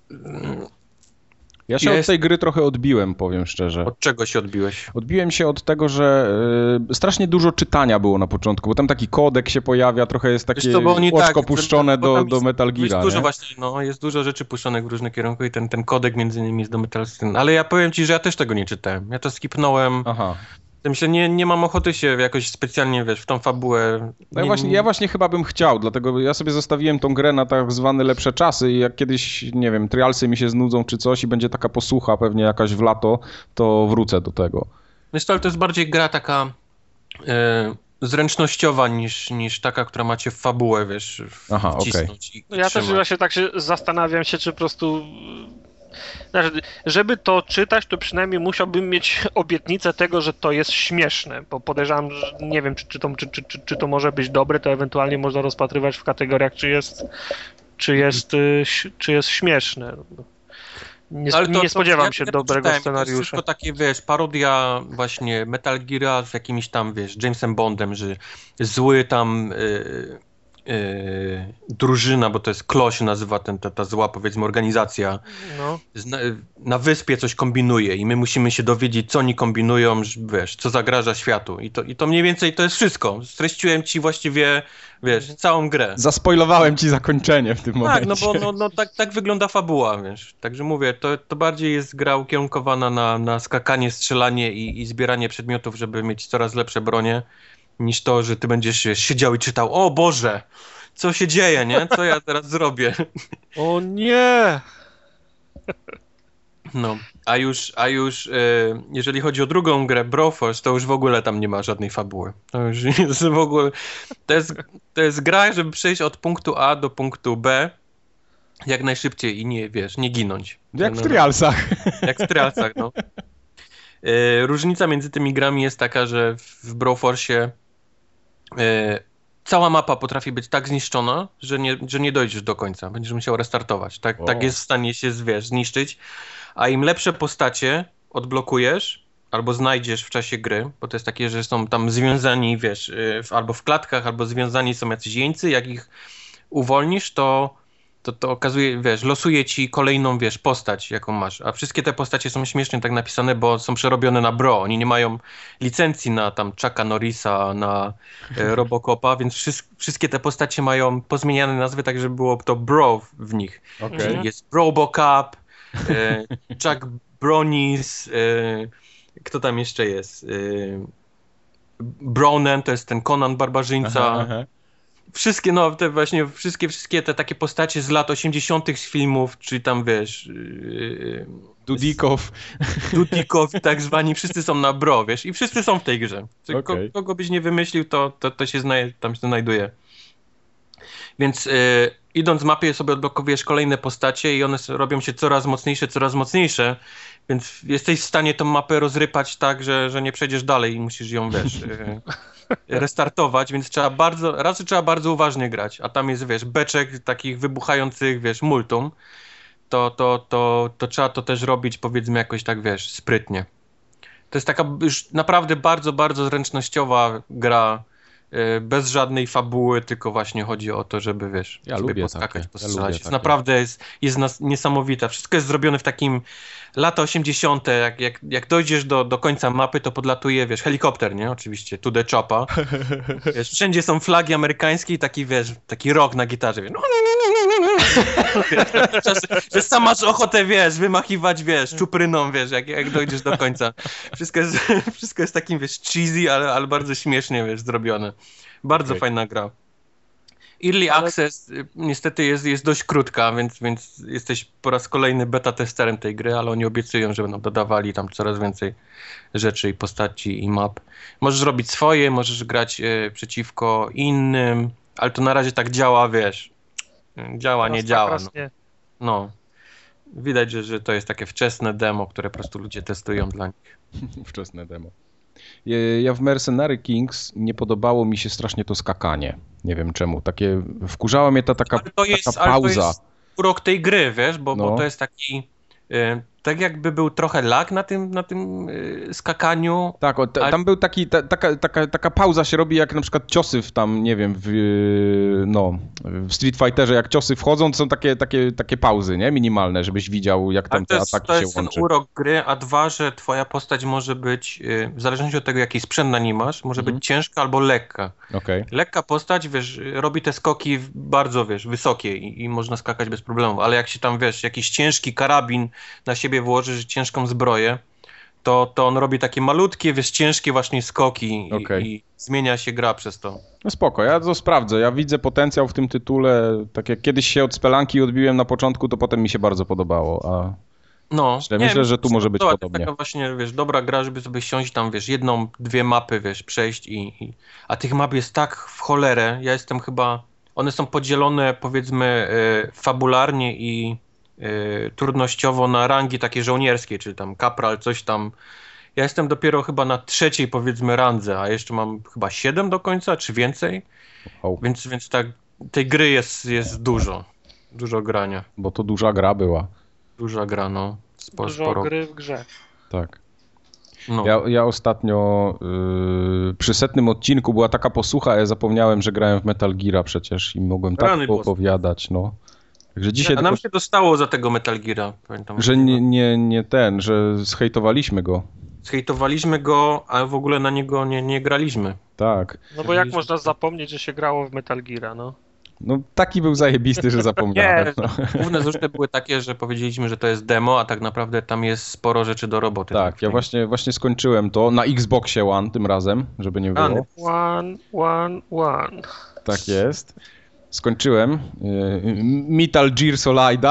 Speaker 1: Ja się
Speaker 2: Jest...
Speaker 1: od tej gry trochę odbiłem, powiem szczerze.
Speaker 2: Od czego się odbiłeś?
Speaker 1: Odbiłem się od tego, że y, strasznie dużo czytania było na początku, bo tam taki kodek się pojawia, trochę jest takie
Speaker 2: co,
Speaker 1: oczko
Speaker 2: tak,
Speaker 1: puszczone do,
Speaker 2: jest,
Speaker 1: do Metal Geara.
Speaker 2: Jest dużo
Speaker 1: nie?
Speaker 2: właśnie, no, jest dużo rzeczy puszczonych w różnych kierunkach i ten, ten kodek między innymi jest do Metal Gear. Ale ja powiem ci, że ja też tego nie czytałem. Ja to skipnąłem.
Speaker 1: Aha.
Speaker 2: Myślę, nie, nie mam ochoty się jakoś specjalnie, wiesz, w tą fabułę...
Speaker 1: No ja,
Speaker 2: nie,
Speaker 1: właśnie, ja właśnie chyba bym chciał, dlatego ja sobie zostawiłem tą grę na tak zwane lepsze czasy i jak kiedyś, nie wiem, trialsy mi się znudzą czy coś i będzie taka posłucha pewnie jakaś w lato, to wrócę do tego.
Speaker 2: Wiesz, to, ale to jest bardziej gra taka e, zręcznościowa niż, niż taka, która macie w fabułę, wiesz,
Speaker 1: Aha,
Speaker 2: wcisnąć
Speaker 1: okay.
Speaker 2: i,
Speaker 3: no ja
Speaker 2: trzymać.
Speaker 3: też właśnie tak się zastanawiam się, czy po prostu... Znaczy, żeby to czytać, to przynajmniej musiałbym mieć obietnicę tego, że to jest śmieszne, bo podejrzewam, że nie wiem, czy, czy, to, czy, czy, czy to może być dobre, to ewentualnie można rozpatrywać w kategoriach, czy jest, czy jest, czy jest śmieszne. Nie,
Speaker 2: Ale to,
Speaker 3: nie spodziewam
Speaker 2: to,
Speaker 3: się
Speaker 2: ja, ja
Speaker 3: dobrego
Speaker 2: czytałem,
Speaker 3: scenariusza.
Speaker 2: To jest tylko takie, wiesz, parodia właśnie Metal Geara z jakimś tam, wiesz, Jamesem Bondem, że zły tam yy, yy, drużyna, bo to jest Klo się nazywa ten, ta, ta zła, powiedzmy, organizacja,
Speaker 3: no.
Speaker 2: na, na wyspie coś kombinuje i my musimy się dowiedzieć, co oni kombinują, wiesz, co zagraża światu. I to, i to mniej więcej to jest wszystko. Streściłem ci właściwie, wiesz, całą grę.
Speaker 1: Zaspoilowałem ci zakończenie w tym momencie.
Speaker 2: Tak, no bo no, no, tak, tak wygląda fabuła, wiesz. Także mówię, to, to bardziej jest gra ukierunkowana na, na skakanie, strzelanie i, i zbieranie przedmiotów, żeby mieć coraz lepsze bronie, niż to, że ty będziesz wiesz, siedział i czytał, o Boże, co się dzieje, nie? Co ja teraz zrobię?
Speaker 3: O nie!
Speaker 2: No, a już, a już e, jeżeli chodzi o drugą grę, Broforce, to już w ogóle tam nie ma żadnej fabuły. To już jest w ogóle, to jest, to jest gra, żeby przejść od punktu A do punktu B jak najszybciej i nie, wiesz, nie ginąć.
Speaker 1: Jak
Speaker 2: no,
Speaker 1: w trialsach.
Speaker 2: Jak w trialsach, no. E, różnica między tymi grami jest taka, że w Broforce e, cała mapa potrafi być tak zniszczona, że nie, że nie dojdziesz do końca. Będziesz musiał restartować. Tak, tak jest w stanie się, wiesz, zniszczyć. A im lepsze postacie odblokujesz albo znajdziesz w czasie gry, bo to jest takie, że są tam związani, wiesz, w, albo w klatkach, albo związani są jacyś jeńcy, jak ich uwolnisz, to, to, to okazuje, wiesz, losuje ci kolejną, wiesz, postać, jaką masz. A wszystkie te postacie są śmiesznie tak napisane, bo są przerobione na bro. Oni nie mają licencji na tam Chucka Norrisa, na e, Robocopa, więc wszy- wszystkie te postacie mają pozmieniane nazwy tak, żeby było to bro w nich.
Speaker 1: Okay.
Speaker 2: Czyli jest Robocop, e, Chuck Bronis, e, kto tam jeszcze jest? E, Brownen, to jest ten Conan Barbarzyńca.
Speaker 1: Aha, aha.
Speaker 2: Wszystkie, no te właśnie, wszystkie, wszystkie te takie postacie z lat osiemdziesiątych z filmów, czyli tam wiesz... Yy,
Speaker 1: Dudikow.
Speaker 2: Dudikow i tak zwani, wszyscy są na bro, wiesz, i wszyscy są w tej grze. Czyli
Speaker 1: Okay.
Speaker 2: ko- kogo byś nie wymyślił, to, to, to się znaje, tam się znajduje. Więc yy, idąc w mapie sobie odblokowujesz kolejne postacie i one robią się coraz mocniejsze, coraz mocniejsze, więc jesteś w stanie tą mapę rozrypać tak, że, że nie przejdziesz dalej i musisz ją, wiesz, yy, restartować, więc trzeba bardzo, raz trzeba bardzo uważnie grać, a tam jest, wiesz, beczek takich wybuchających, wiesz, multum, to, to, to, to trzeba to też robić, powiedzmy, jakoś tak, wiesz, sprytnie. To jest taka już naprawdę bardzo, bardzo zręcznościowa gra, bez żadnej fabuły, tylko właśnie chodzi o to, żeby, wiesz,
Speaker 1: ja
Speaker 2: sobie
Speaker 1: lubię
Speaker 2: poskakać,
Speaker 1: takie.
Speaker 2: postrzelać.
Speaker 1: Ja
Speaker 2: jest
Speaker 1: takie.
Speaker 2: Naprawdę jest, jest nas, niesamowite. Wszystko jest zrobione w takim lata osiemdziesiąte. Jak, jak, jak dojdziesz do, do końca mapy, to podlatuje, wiesz, helikopter, nie? Oczywiście, to the chopa. Wiesz, wszędzie są flagi amerykańskie i taki, wiesz, taki rock na gitarze, wiesz. Że sam masz ochotę, wiesz, wymachiwać, wiesz, czupryną, wiesz, jak, jak dojdziesz do końca. Wszystko jest, wszystko jest takim, wiesz, cheesy, ale, ale bardzo śmiesznie, wiesz, zrobione. Bardzo okay. fajna gra. Early ale... Access y, niestety jest, jest dość krótka, więc, więc jesteś po raz kolejny beta testerem tej gry, ale oni obiecują, że będą dodawali tam coraz więcej rzeczy i postaci i map. Możesz robić swoje, możesz grać y, przeciwko innym, ale to na razie tak działa, wiesz, działa, nie działa. No. no. Widać, że, że to jest takie wczesne demo, które po prostu ludzie testują dla nich.
Speaker 1: Wczesne demo. Ja w Mercenary Kings nie podobało mi się strasznie to skakanie. Nie wiem czemu. Takie wkurzała mnie ta taka,
Speaker 2: ale to jest,
Speaker 1: taka pauza.
Speaker 2: Ale to jest urok tej gry, wiesz, bo, no. bo to jest taki... Y, tak jakby był trochę lag na tym, na tym y, skakaniu.
Speaker 1: Tak, o, t- ale... tam był taki, ta, taka, taka, taka pauza się robi, jak na przykład ciosy w tam, nie wiem, w, no, w Street Fighterze, jak ciosy wchodzą, to są takie, takie, takie pauzy, nie? Minimalne, żebyś widział, jak tam te ataki się łączą.
Speaker 2: To jest ten urok gry, a dwa, że twoja postać może być, y, w zależności od tego, jaki sprzęt na nim masz, może mhm. być ciężka albo lekka.
Speaker 1: Okay.
Speaker 2: Lekka postać, wiesz, robi te skoki bardzo, wiesz, wysokie i, i można skakać bez problemu, ale jak się tam, wiesz, jakiś ciężki karabin na siebie włożysz ciężką zbroję, to, to on robi takie malutkie, wiesz, ciężkie właśnie skoki okay. i, i zmienia się gra przez to.
Speaker 1: No spoko, ja to sprawdzę. Ja widzę potencjał w tym tytule. Tak jak kiedyś się od Spelanki odbiłem na początku, to potem mi się bardzo podobało, a
Speaker 2: no,
Speaker 1: myślę, nie, myślę że tu może być
Speaker 2: to
Speaker 1: podobnie.
Speaker 2: Taka właśnie, wiesz, dobra gra, żeby sobie siąść tam, wiesz, jedną, dwie mapy, wiesz, przejść i, i... a tych map jest tak w cholerę. Ja jestem chyba... One są podzielone, powiedzmy, yy, fabularnie i Yy, trudnościowo na rangi takie żołnierskie, czyli tam kapral, coś tam. Ja jestem dopiero chyba na trzeciej, powiedzmy, randze, a jeszcze mam chyba siedem do końca, czy więcej. Oh. Więc, więc tak, tej gry jest, jest dużo. Dużo grania.
Speaker 1: Bo to duża gra była.
Speaker 2: Duża gra, no.
Speaker 3: Spo, dużo sporo. Gry w grze.
Speaker 1: Tak. No. Ja, ja ostatnio yy, przy setnym odcinku była taka posłucha, ja zapomniałem, że grałem w Metal Geara przecież i mogłem tak opowiadać, no. Także dzisiaj
Speaker 2: a nam tylko... się dostało za tego Metal Geara, pamiętam.
Speaker 1: Że nie, nie, nie ten, że zhejtowaliśmy go.
Speaker 2: Zhejtowaliśmy go, ale w ogóle na niego nie, nie graliśmy.
Speaker 1: Tak.
Speaker 3: No bo jak można zapomnieć, że się grało w Metal Geara, no?
Speaker 1: No taki był zajebisty, że zapomniałem.
Speaker 2: Nie, no. Główne zarzuty były takie, że powiedzieliśmy, że to jest demo, a tak naprawdę tam jest sporo rzeczy do roboty.
Speaker 1: Tak, ja właśnie, właśnie skończyłem to na Xboxie One tym razem, żeby nie było.
Speaker 3: One, one, one.
Speaker 1: Tak jest. Skończyłem. Metal Gear Solida.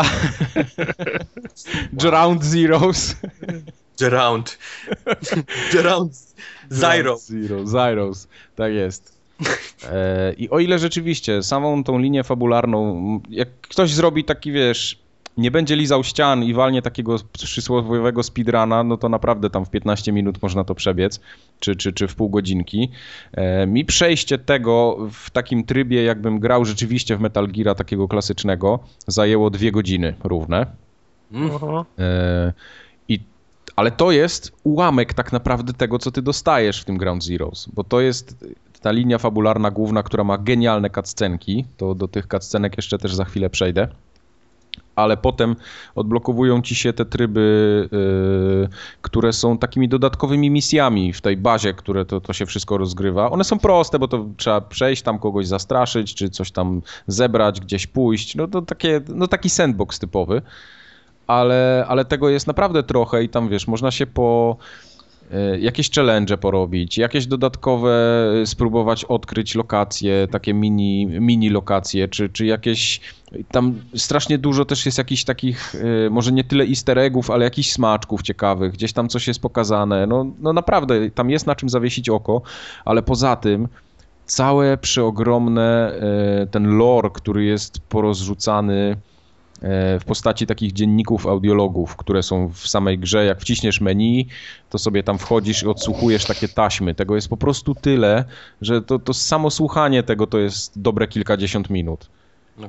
Speaker 1: Ground Zeroes.
Speaker 2: Ground. Ground Zero.
Speaker 1: Zero. Zeroes. Tak jest. E, I o ile rzeczywiście samą tą linię fabularną, jak ktoś zrobi taki, wiesz, nie będzie lizał ścian i walnie takiego przysłowiowego speedruna, no to naprawdę tam w piętnaście minut można to przebiec, czy, czy, czy w pół godzinki. E, mi przejście tego w takim trybie, jakbym grał rzeczywiście w Metal Geara takiego klasycznego, zajęło dwie godziny równe.
Speaker 3: Uh-huh.
Speaker 1: E, i, ale to jest ułamek tak naprawdę tego, co ty dostajesz w tym Ground Zeroes, bo to jest ta linia fabularna główna, która ma genialne cutscenki, to do tych cutscenek jeszcze też za chwilę przejdę. Ale potem odblokowują ci się te tryby, yy, które są takimi dodatkowymi misjami w tej bazie, które to, to się wszystko rozgrywa. One są proste, bo to trzeba przejść, tam kogoś zastraszyć, czy coś tam zebrać, gdzieś pójść. No to takie, no taki sandbox typowy. Ale, ale tego jest naprawdę trochę i tam, wiesz, można się po... jakieś challenge porobić, jakieś dodatkowe spróbować odkryć lokacje, takie mini, mini lokacje, czy, czy jakieś tam strasznie dużo też jest jakichś takich, może nie tyle easter eggów, ale jakichś smaczków ciekawych, gdzieś tam coś jest pokazane, no, no naprawdę tam jest na czym zawiesić oko, ale poza tym całe przeogromne ten lore, który jest porozrzucany w postaci takich dzienników audiologów, które są w samej grze. Jak wciśniesz menu, to sobie tam wchodzisz i odsłuchujesz takie taśmy. Tego jest po prostu tyle, że to, to samo słuchanie tego to jest dobre kilkadziesiąt minut.
Speaker 2: Okay.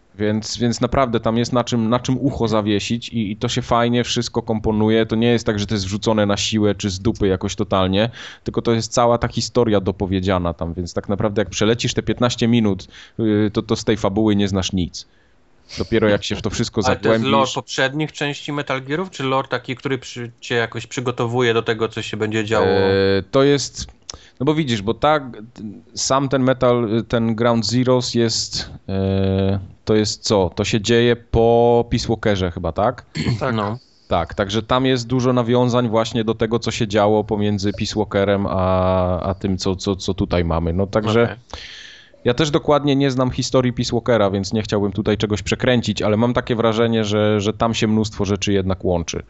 Speaker 1: Więc, więc naprawdę tam jest na czym, na czym ucho zawiesić i, i to się fajnie wszystko komponuje. To nie jest tak, że to jest wrzucone na siłę czy z dupy jakoś totalnie, tylko to jest cała ta historia dopowiedziana tam, więc tak naprawdę jak przelecisz te piętnaście minut, to, to z tej fabuły nie znasz nic. Dopiero jak się w to wszystko
Speaker 2: Ale
Speaker 1: zagłębisz...
Speaker 2: to jest lore poprzednich części Metal Gearów, czy lore taki, który przy, cię jakoś przygotowuje do tego, co się będzie działo?
Speaker 1: E, to jest... No bo widzisz, bo tak, sam ten Metal, ten Ground Zeroes jest... E, to jest co? To się dzieje po Peace Walkerze chyba, tak?
Speaker 3: Tak.
Speaker 2: No.
Speaker 1: Tak, także tam jest dużo nawiązań właśnie do tego, co się działo pomiędzy Peace Walkerem a, a tym, co, co, co tutaj mamy. No także... Okay. Ja też dokładnie nie znam historii Peace Walkera, więc nie chciałbym tutaj czegoś przekręcić, ale mam takie wrażenie, że, że tam się mnóstwo rzeczy jednak łączy.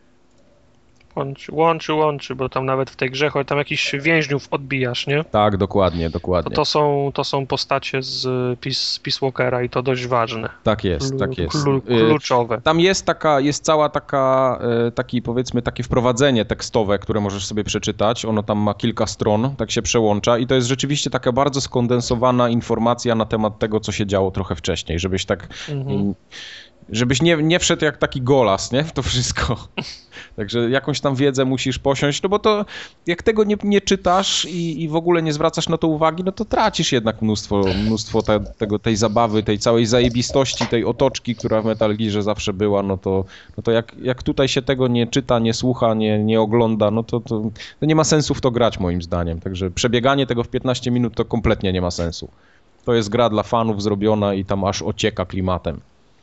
Speaker 3: Łączy, łączy, łączy, bo tam nawet w tej grze, choć tam jakichś więźniów odbijasz, nie?
Speaker 1: Tak, dokładnie, dokładnie.
Speaker 3: To, to, są, to są postacie z Peace, Peace Walkera i to dość ważne.
Speaker 1: Tak jest, tak jest.
Speaker 3: Klu, kluczowe.
Speaker 1: Tam jest taka, jest cała taka, taki powiedzmy takie wprowadzenie tekstowe, które możesz sobie przeczytać. Ono tam ma kilka stron, tak się przełącza i to jest rzeczywiście taka bardzo skondensowana informacja na temat tego, co się działo trochę wcześniej, żebyś tak... Mhm. Żebyś nie, nie wszedł jak taki golas, nie? W to wszystko. Także jakąś tam wiedzę musisz posiąść, no bo to jak tego nie, nie czytasz i, i w ogóle nie zwracasz na to uwagi, no to tracisz jednak mnóstwo, mnóstwo te, tego, tej zabawy, tej całej zajebistości, tej otoczki, która w Metal Gearze zawsze była, no to, no to jak, jak tutaj się tego nie czyta, nie słucha, nie, nie ogląda, no to, to, to nie ma sensu w to grać moim zdaniem. Także przebieganie tego w piętnaście minut to kompletnie nie ma sensu. To jest gra dla fanów zrobiona i tam aż ocieka klimatem.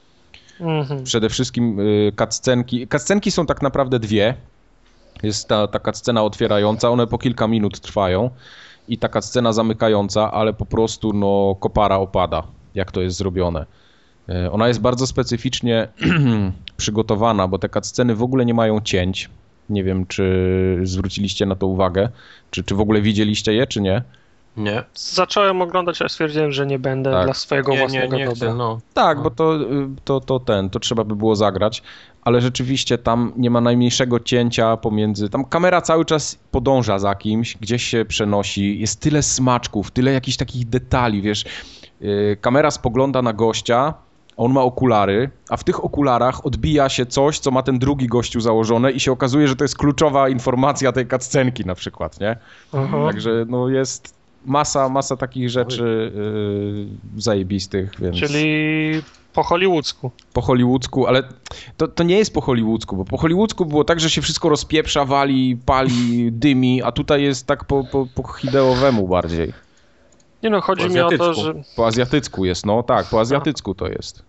Speaker 1: Mhm. Przede wszystkim y, cutscenki. Cutscenki są tak naprawdę dwie. Jest ta, ta cutscena otwierająca, one po kilka minut trwają i taka scena zamykająca, ale po prostu no kopara opada, jak to jest zrobione. Y, ona jest bardzo specyficznie przygotowana, bo te cutsceny w ogóle nie mają cięć. Nie wiem, czy zwróciliście na to uwagę, czy, czy w ogóle widzieliście je, czy nie?
Speaker 2: Nie.
Speaker 3: Zacząłem oglądać, ale stwierdziłem, że nie będę tak. dla swojego
Speaker 2: nie,
Speaker 3: własnego
Speaker 2: nie, nie
Speaker 3: dobra.
Speaker 2: chcę, no.
Speaker 1: Tak,
Speaker 2: no.
Speaker 1: bo to, to, to ten, to trzeba by było zagrać, ale rzeczywiście tam nie ma najmniejszego cięcia pomiędzy, tam kamera cały czas podąża za kimś, gdzieś się przenosi, jest tyle smaczków, tyle jakichś takich detali, wiesz, yy, kamera spogląda na gościa, on ma okulary, a w tych okularach odbija się coś, co ma ten drugi gościu założone i się okazuje, że to jest kluczowa informacja tej cutscenki na przykład, nie? Aha. Także no jest... Masa, masa takich rzeczy yy, zajebistych, więc...
Speaker 3: Czyli po hollywoodzku.
Speaker 1: Po hollywoodzku, ale to, to nie jest po hollywoodzku, bo po hollywoodzku było tak, że się wszystko rozpieprza, wali, pali, dymi, a tutaj jest tak po, po, po hideowemu bardziej.
Speaker 3: Nie no, chodzi mi o to, że...
Speaker 1: Po azjatycku jest, no tak, po azjatycku to jest.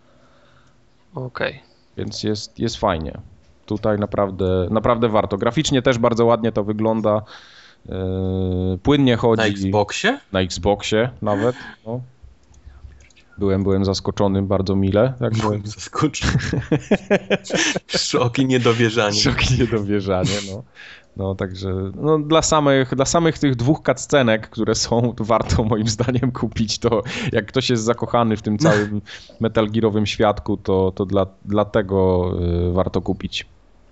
Speaker 3: Okej. Okay.
Speaker 1: Więc jest, jest fajnie. Tutaj naprawdę, naprawdę warto. Graficznie też bardzo ładnie to wygląda. Yy, płynnie chodzi.
Speaker 2: Na Xboxie?
Speaker 1: Na Xboxie nawet. No. Byłem, byłem zaskoczony bardzo mile. Tak byłem
Speaker 2: zaskoczony. Szok i niedowierzanie.
Speaker 1: Szok i niedowierzanie, no. No także no, dla, samych, dla samych tych dwóch cutscenek, które są, to warto moim zdaniem kupić to. Jak ktoś jest zakochany w tym całym Metal Gearowym świadku, to, to dla, dlatego yy, warto kupić.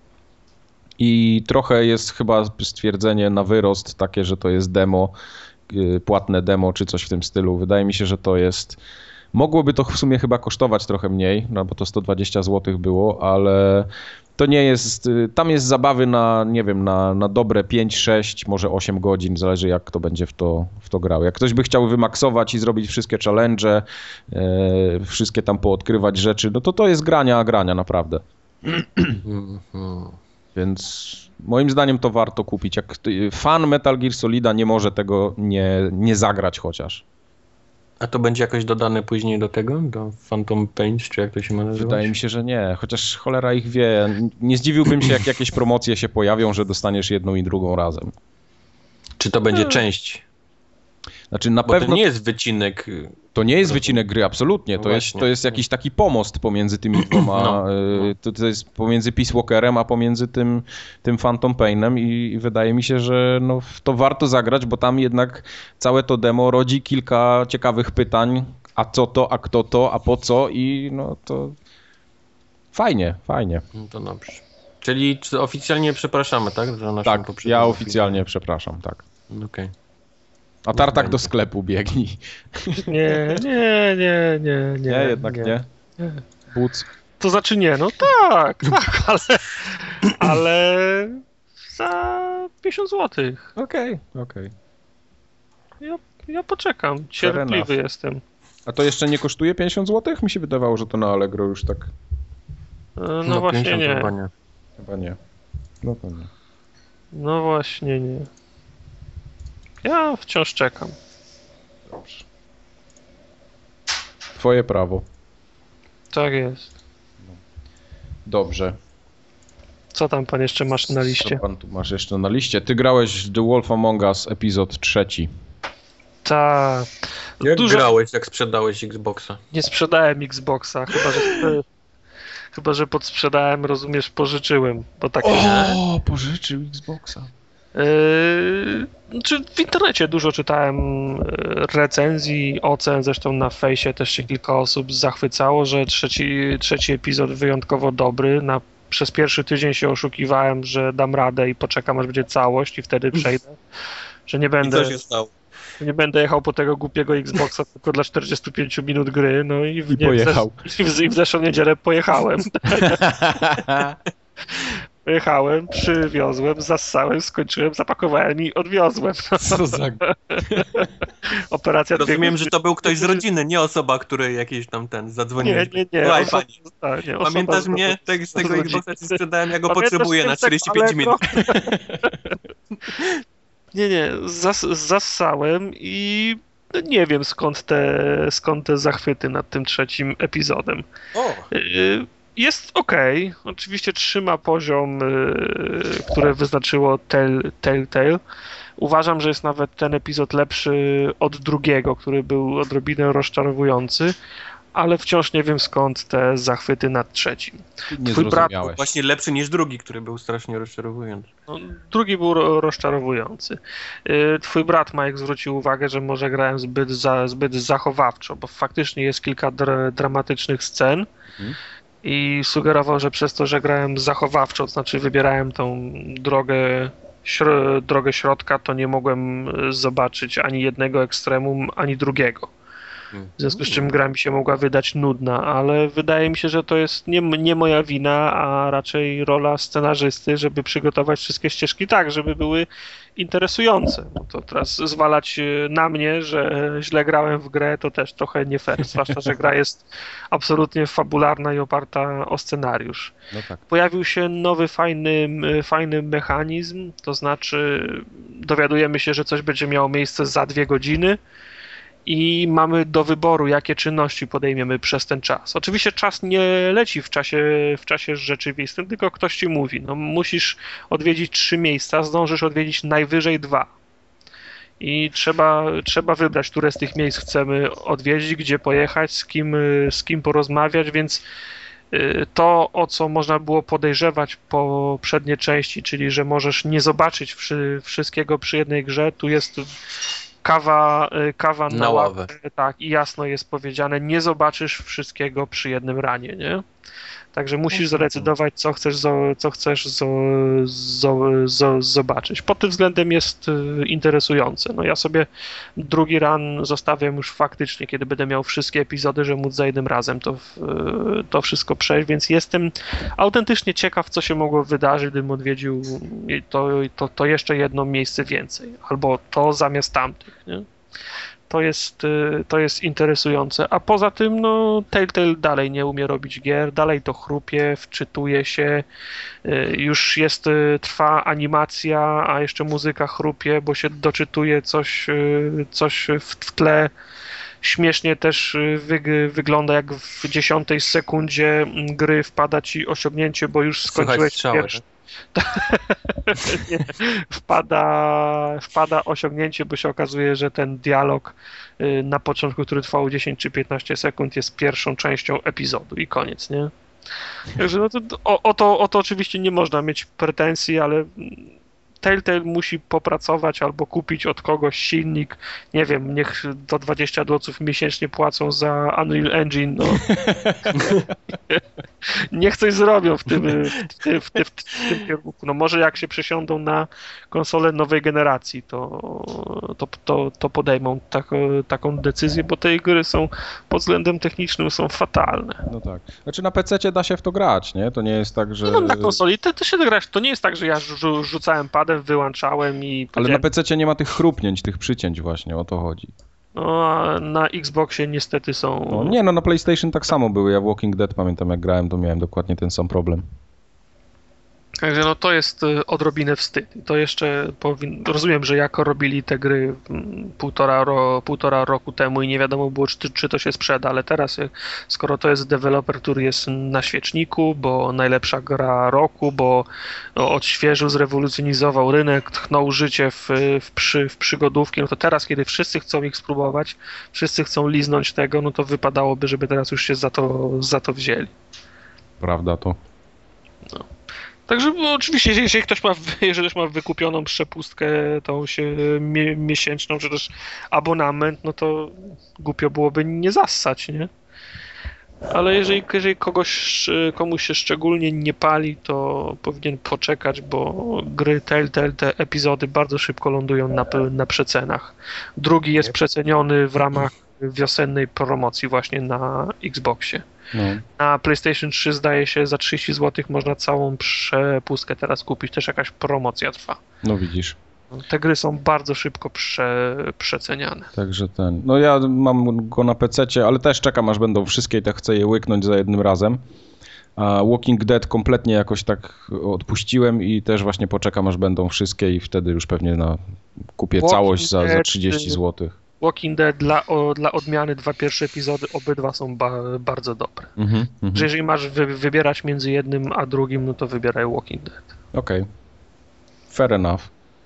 Speaker 1: I trochę jest chyba stwierdzenie na wyrost takie, że to jest demo, płatne demo czy coś w tym stylu. Wydaje mi się, że to jest... Mogłoby to w sumie chyba kosztować trochę mniej, no bo to sto dwadzieścia złotych było, ale to nie jest... Tam jest zabawy na, nie wiem, na, na dobre pięć, sześć, może osiem godzin, zależy jak kto będzie w to, w to grał. Jak ktoś by chciał wymaksować i zrobić wszystkie challenge, e, wszystkie tam poodkrywać rzeczy, no to to jest grania, a grania naprawdę. Więc moim zdaniem to warto kupić. Jak fan Metal Gear Solida nie może tego nie, nie zagrać chociaż.
Speaker 2: A to będzie jakoś dodane później do tego? Do Phantom Pain, czy jak to się ma nazywać?
Speaker 1: Wydaje mi się, że nie. Chociaż cholera ich wie. Nie zdziwiłbym się, jak jakieś promocje się pojawią, że dostaniesz jedną i drugą razem.
Speaker 2: Czy to będzie część?
Speaker 1: Znaczy na
Speaker 2: Bo
Speaker 1: pewno...
Speaker 2: to nie jest wycinek...
Speaker 1: To nie jest wycinek gry, absolutnie. To,
Speaker 2: no
Speaker 1: jest, to jest jakiś taki pomost pomiędzy tymi dwoma. No, no. To, to jest pomiędzy Peace Walkerem, a pomiędzy tym, tym Phantom Painem i, i wydaje mi się, że no, to warto zagrać, bo tam jednak całe to demo rodzi kilka ciekawych pytań. A co to, a kto to, a po co i no to fajnie, fajnie.
Speaker 2: No to dobrze. Czyli oficjalnie przepraszamy, tak? Za naszą
Speaker 1: tak, ja oficjalnie przepraszam, tak.
Speaker 2: Okej. Okay.
Speaker 1: A Tartak do sklepu biegnij.
Speaker 3: Nie, nie, nie, nie, nie.
Speaker 1: Nie, jednak nie. nie.
Speaker 3: nie.
Speaker 1: Buc.
Speaker 3: To znaczy nie, no tak, tak, ale, ale za pięćdziesiąt złotych.
Speaker 1: Okej, okay, okej.
Speaker 3: Okay. Ja, ja poczekam, cierpliwy jestem.
Speaker 1: A to jeszcze nie kosztuje pięćdziesiąt złotych? Mi się wydawało, że to na Allegro już tak...
Speaker 3: No, no właśnie nie.
Speaker 2: Chyba nie.
Speaker 1: Chyba nie. No to nie.
Speaker 3: No właśnie nie. Ja wciąż czekam.
Speaker 1: Dobrze. Twoje prawo.
Speaker 3: Tak jest.
Speaker 1: Dobrze.
Speaker 3: Co tam pan jeszcze masz na liście?
Speaker 1: Co pan tu masz jeszcze na liście? Ty grałeś The Wolf Among Us epizod trzeci.
Speaker 3: Tak.
Speaker 2: Jak
Speaker 3: Dużo...
Speaker 2: grałeś, jak sprzedałeś Xboxa?
Speaker 3: Nie sprzedałem Xboxa, chyba że, chyba, że podsprzedałem, rozumiesz, pożyczyłem. Bo tak
Speaker 1: o, pożyczył Xboxa.
Speaker 3: Yy, czy w internecie dużo czytałem recenzji, ocen, zresztą na fejsie też się kilka osób zachwycało, że trzeci, trzeci epizod wyjątkowo dobry. Na, przez pierwszy tydzień się oszukiwałem, że dam radę i poczekam, aż będzie całość i wtedy przejdę. Że nie będę...
Speaker 2: I co się stało?
Speaker 3: Nie będę jechał po tego głupiego Xboxa tylko dla czterdziestu pięciu minut gry, no i w,
Speaker 1: I
Speaker 3: nie,
Speaker 1: pojechał.
Speaker 3: W, zesz- i, w, i w zeszłą niedzielę pojechałem. Pojechałem, przywiozłem, zassałem, skończyłem, zapakowałem i odwiozłem.
Speaker 1: Co za...
Speaker 3: Operacja
Speaker 2: Rozumiem,
Speaker 3: dwie...
Speaker 2: że to był ktoś z rodziny, nie osoba, której jakiś tam ten zadzwonił.
Speaker 3: Nie, nie, nie.
Speaker 2: Słuchaj,
Speaker 3: Oso-
Speaker 2: pani,
Speaker 3: tak, nie osoba
Speaker 2: pamiętasz
Speaker 3: z-
Speaker 2: mnie? Tak, z tego
Speaker 3: z
Speaker 2: Xboxa ci sprzedałem, ja go
Speaker 3: Pamiętasz
Speaker 2: potrzebuję na
Speaker 3: ten
Speaker 2: czterdzieści
Speaker 3: tekst
Speaker 2: pięć minut.
Speaker 3: Nie, nie, zas, zassałem i no nie wiem skąd te, skąd te zachwyty nad tym trzecim epizodem.
Speaker 2: O.
Speaker 3: Y, Jest okej, okay. Oczywiście trzyma poziom, y, który wyznaczyło Tell, Telltale. Uważam, że jest nawet ten epizod lepszy od drugiego, który był odrobinę rozczarowujący, ale wciąż nie wiem skąd te zachwyty nad trzecim.
Speaker 1: Nie
Speaker 3: Twój brat
Speaker 2: Był właśnie lepszy niż drugi, który był strasznie rozczarowujący.
Speaker 3: No, drugi był ro- rozczarowujący. Y, Twój brat Mike zwrócił uwagę, że może grałem zbyt, za, zbyt zachowawczo, bo faktycznie jest kilka dra- dramatycznych scen. Mhm. I sugerował, że przez to, że grałem zachowawczo, to znaczy wybierałem tą drogę, śro- drogę środka, to nie mogłem zobaczyć ani jednego ekstremum, ani drugiego. W związku z czym gra mi się mogła wydać nudna, ale wydaje mi się, że to jest nie, nie moja wina, a raczej rola scenarzysty, żeby przygotować wszystkie ścieżki tak, żeby były interesujące. No to teraz zwalać na mnie, że źle grałem w grę, to też trochę nie fair, zwłaszcza, że gra jest absolutnie fabularna i oparta o scenariusz.
Speaker 1: No tak.
Speaker 3: Pojawił się nowy, fajny, fajny mechanizm, to znaczy dowiadujemy się, że coś będzie miało miejsce za dwie godziny, i mamy do wyboru, jakie czynności podejmiemy przez ten czas. Oczywiście czas nie leci w czasie, w czasie rzeczywistym, tylko ktoś ci mówi, no musisz odwiedzić trzy miejsca, zdążysz odwiedzić najwyżej dwa. I trzeba, trzeba wybrać, które z tych miejsc chcemy odwiedzić, gdzie pojechać, z kim, z kim porozmawiać, więc to, o co można było podejrzewać po poprzedniej części, czyli że możesz nie zobaczyć wszy, wszystkiego przy jednej grze, tu jest kawa, kawa na,
Speaker 2: na ławę.
Speaker 3: Tak, i jasno jest powiedziane, nie zobaczysz wszystkiego przy jednym ranie, nie? Także musisz zdecydować, co chcesz, co chcesz zo, zo, zo, zobaczyć. Pod tym względem jest interesujące. No ja sobie drugi run zostawiam już faktycznie, kiedy będę miał wszystkie epizody, że móc za jednym razem to, to wszystko przejść, więc jestem autentycznie ciekaw, co się mogło wydarzyć, gdybym odwiedził to, to, to jeszcze jedno miejsce więcej, albo to zamiast tamtych, nie? To jest, to jest interesujące, a poza tym no Telltale dalej nie umie robić gier, dalej to chrupie, wczytuje się, już jest, trwa animacja, a jeszcze muzyka chrupie, bo się doczytuje coś, coś w tle. Śmiesznie też wyg- wygląda, jak w dziesiątej sekundzie gry wpada ci osiągnięcie, bo już skończyłeś pierwszy. Nie, wpada, wpada osiągnięcie, bo się okazuje, że ten dialog na początku, który trwał dziesięć czy piętnaście sekund, jest pierwszą częścią epizodu i koniec, nie? Także no to, o, o, to, o to oczywiście nie można mieć pretensji, ale Telltale musi popracować albo kupić od kogoś silnik, nie wiem, niech do dwadzieścia dolców miesięcznie płacą za Unreal Engine, no. Niech coś zrobią w tym, w, tym, w, tym, w tym kierunku. No może jak się przesiądą na konsolę nowej generacji, to, to, to, to podejmą tak, taką decyzję, bo te gry są pod względem technicznym są fatalne.
Speaker 1: No tak. Znaczy na pececie da się w to grać, nie? To nie jest tak, że...
Speaker 3: No na konsoli to, to się da grać. To nie jest tak, że ja rzu rzucałem padem, wyłączałem i...
Speaker 1: Ale na pececie nie ma tych chrupnięć, tych przycięć właśnie, o to chodzi.
Speaker 3: No a na Xboxie niestety są...
Speaker 1: No, nie, no na PlayStation tak samo były. Ja w Walking Dead pamiętam jak grałem, to miałem dokładnie ten sam problem.
Speaker 3: Także no to jest odrobinę wstyd. To jeszcze powin... rozumiem, że jako robili te gry półtora, ro... półtora roku temu i nie wiadomo było, czy, czy to się sprzeda, ale teraz skoro to jest deweloper, który jest na świeczniku, bo najlepsza gra roku, bo odświeżył, zrewolucjonizował rynek, tchnął życie w, w, przy... w przygodówki, no to teraz, kiedy wszyscy chcą ich spróbować, wszyscy chcą liznąć tego, no to wypadałoby, żeby teraz już się za to, za to wzięli.
Speaker 1: Prawda to.
Speaker 3: No. Także no, oczywiście, jeżeli ktoś ma, jeżeli ktoś ma wykupioną przepustkę tą się mie miesięczną, czy też abonament, no to głupio byłoby nie zassać, nie? Ale jeżeli, jeżeli kogoś, komuś się szczególnie nie pali, to powinien poczekać, bo gry Telltale, te epizody bardzo szybko lądują na, na przecenach. Drugi jest przeceniony w ramach wiosennej promocji właśnie na Xboxie. No. Na PlayStation trzy zdaje się za trzydzieści złotych można całą przepustkę teraz kupić. Też jakaś promocja trwa.
Speaker 1: No widzisz.
Speaker 3: Te gry są bardzo szybko prze, przeceniane.
Speaker 1: Także ten. No ja mam go na pececie, ale też czekam aż będą wszystkie i tak chcę je łyknąć za jednym razem. A Walking Dead kompletnie jakoś tak odpuściłem i też właśnie poczekam aż będą wszystkie i wtedy już pewnie na, kupię Walking całość za, za trzydzieści złotych.
Speaker 3: Walking Dead dla, o, dla odmiany dwa pierwsze epizody, obydwa są ba, bardzo dobre. Mm-hmm, mm-hmm. Że jeżeli masz wy, wybierać między jednym a drugim, no to wybieraj Walking Dead.
Speaker 1: Okej. Okay. Fair enough.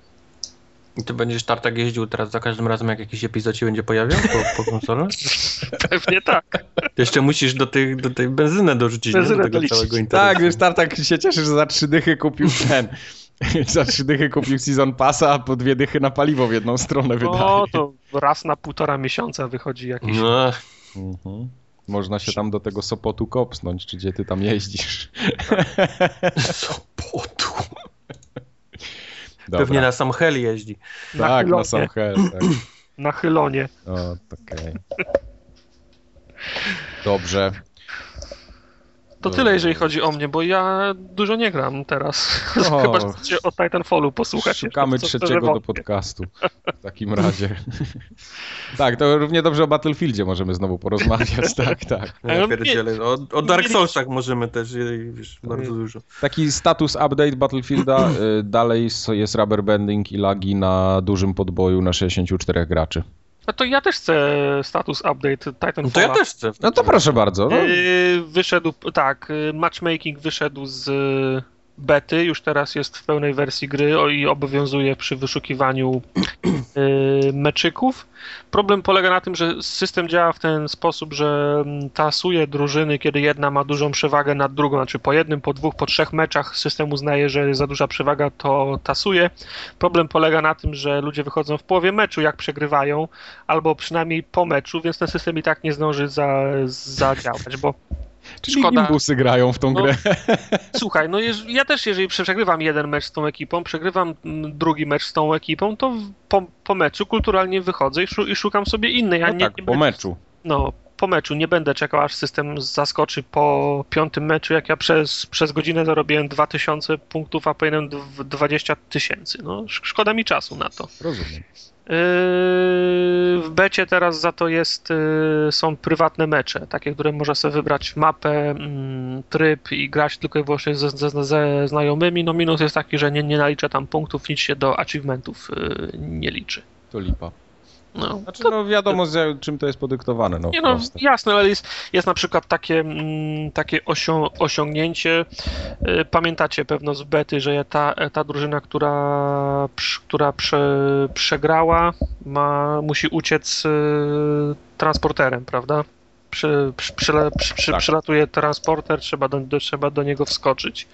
Speaker 2: I ty będziesz Tartak jeździł teraz za każdym razem, jak jakiś epizod się będzie pojawiał po, po konsolę?
Speaker 3: Pewnie tak.
Speaker 2: Ty jeszcze musisz do tej, do tej benzynę dorzucić, benzynę nie? Do tego całego interesu.
Speaker 1: Tak, wiesz, Tartak się cieszy, że za trzy dychy kupił ten... Za trzy dychy kupił Season Passa, a po dwie dychy na paliwo w jedną stronę wydaje.
Speaker 3: No to raz na półtora miesiąca wychodzi jakiś... No.
Speaker 1: Mhm. Można się tam do tego Sopotu kopsnąć, czy gdzie ty tam jeździsz.
Speaker 2: Sopotu. Dobra. Pewnie na sam Hel jeździ.
Speaker 1: Na tak, Hylonie. Na sam Hel. Tak.
Speaker 3: Na Hylonie.
Speaker 1: O, okej. Okay. Dobrze.
Speaker 3: To tyle, jeżeli chodzi o mnie, bo ja dużo nie gram teraz. O, chyba, że chcecie o Titanfallu posłuchać.
Speaker 1: Szukamy jeszcze, trzeciego do podcastu w takim razie. Tak, to równie dobrze o Battlefieldzie możemy znowu porozmawiać. Tak, tak.
Speaker 2: Ja pierdzielę. O, o Dark Soulsach możemy też, wiesz, bardzo dużo.
Speaker 1: Taki status update Battlefielda. Dalej jest rubber banding i lagi na dużym podboju na sześćdziesięciu czterech graczy.
Speaker 3: No to ja też chcę status update Titanfalla.
Speaker 2: No to ja też chcę.
Speaker 1: No to proszę bardzo. No.
Speaker 3: Wyszedł, tak, matchmaking wyszedł z bety, już teraz jest w pełnej wersji gry i obowiązuje przy wyszukiwaniu meczyków. Problem polega na tym, że system działa w ten sposób, że tasuje drużyny, kiedy jedna ma dużą przewagę nad drugą, znaczy po jednym, po dwóch, po trzech meczach system uznaje, że jest za duża przewaga, to tasuje. Problem polega na tym, że ludzie wychodzą w połowie meczu, jak przegrywają, albo przynajmniej po meczu, więc ten system i tak nie zdąży za, zadziałać, bo
Speaker 1: Czyli szkoda. Gimbusy grają w tą
Speaker 3: no,
Speaker 1: grę.
Speaker 3: Słuchaj, no jeż, ja też jeżeli przegrywam jeden mecz z tą ekipą, przegrywam drugi mecz z tą ekipą, to po, po meczu kulturalnie wychodzę i, szu, i szukam sobie innej. Ja
Speaker 1: no
Speaker 3: nie,
Speaker 1: tak,
Speaker 3: nie
Speaker 1: po
Speaker 3: będę,
Speaker 1: meczu.
Speaker 3: No, po meczu. Nie będę czekał, aż system zaskoczy po piątym meczu, jak ja przez, przez godzinę zarobiłem dwa tysiące punktów, a powinienem dwadzieścia tysięcy. No, szkoda mi czasu na to.
Speaker 1: Rozumiem.
Speaker 3: W becie teraz za to jest, są prywatne mecze, takie, które można sobie wybrać mapę, tryb i grać tylko i wyłącznie ze, ze, ze znajomymi. No minus jest taki, że nie, nie nalicza tam punktów, nic się do achievementów nie liczy.
Speaker 1: To lipa.
Speaker 3: No,
Speaker 1: znaczy,
Speaker 3: to,
Speaker 1: no wiadomo, z czym to jest podyktowane. No,
Speaker 3: nie no, jasne, ale jest, jest na przykład takie, takie osią, osiągnięcie. Pamiętacie pewno z bety, że ta, ta drużyna, która, która prze, przegrała, ma, musi uciec transporterem, prawda? przy, przy, przy, przy,
Speaker 1: Tak.
Speaker 3: przylatuje transporter, trzeba do, do, trzeba do niego wskoczyć.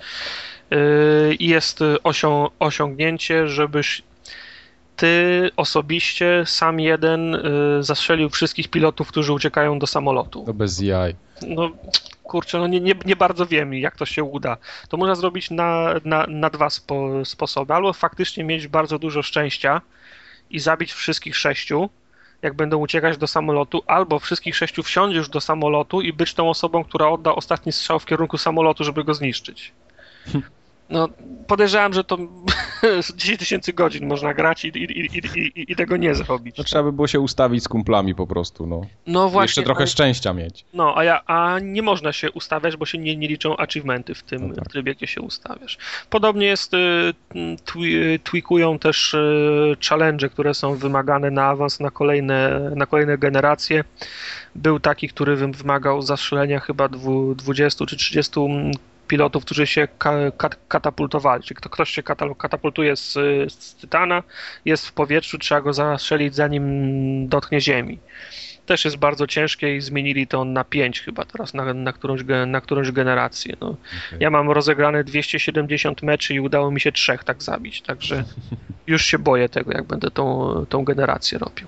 Speaker 3: I jest osią, osiągnięcie, żebyś ty osobiście, sam jeden, zastrzelił wszystkich pilotów, którzy uciekają do samolotu.
Speaker 1: To bez jaj.
Speaker 3: No kurczę, no nie, nie, nie bardzo wiem, jak to się uda. To można zrobić na, na, na dwa spo, sposoby. Albo faktycznie mieć bardzo dużo szczęścia i zabić wszystkich sześciu, jak będą uciekać do samolotu, albo wszystkich sześciu wsiądziesz do samolotu i być tą osobą, która odda ostatni strzał w kierunku samolotu, żeby go zniszczyć. No, podejrzewam, że to dziesięć tysięcy godzin można grać i, i, i, i, i tego nie zrobić.
Speaker 1: No, trzeba by było się ustawić z kumplami po prostu, no.
Speaker 3: No właśnie.
Speaker 1: Jeszcze trochę
Speaker 3: a,
Speaker 1: szczęścia mieć.
Speaker 3: No, a, ja, a nie można się ustawiać, bo się nie, nie liczą achievementy w tym
Speaker 1: no tak.
Speaker 3: trybie, gdzie się ustawiasz. Podobnie jest, twi, tweakują też challenge, które są wymagane na awans na kolejne, na kolejne generacje. Był taki, który wymagał zastrzelenia chyba dwudziestu czy trzydziestu pilotów, którzy się ka kat katapultowali. Czyli ktoś się katapultuje z, z Tytana, jest w powietrzu, trzeba go zastrzelić, zanim dotknie ziemi. Też jest bardzo ciężkie i zmienili to na pięć chyba teraz, na, na, którąś, na którąś generację. No. Okay. Ja mam rozegrane dwieście siedemdziesiąt meczy i udało mi się trzech tak zabić, także już się boję tego, jak będę tą, tą generację robił.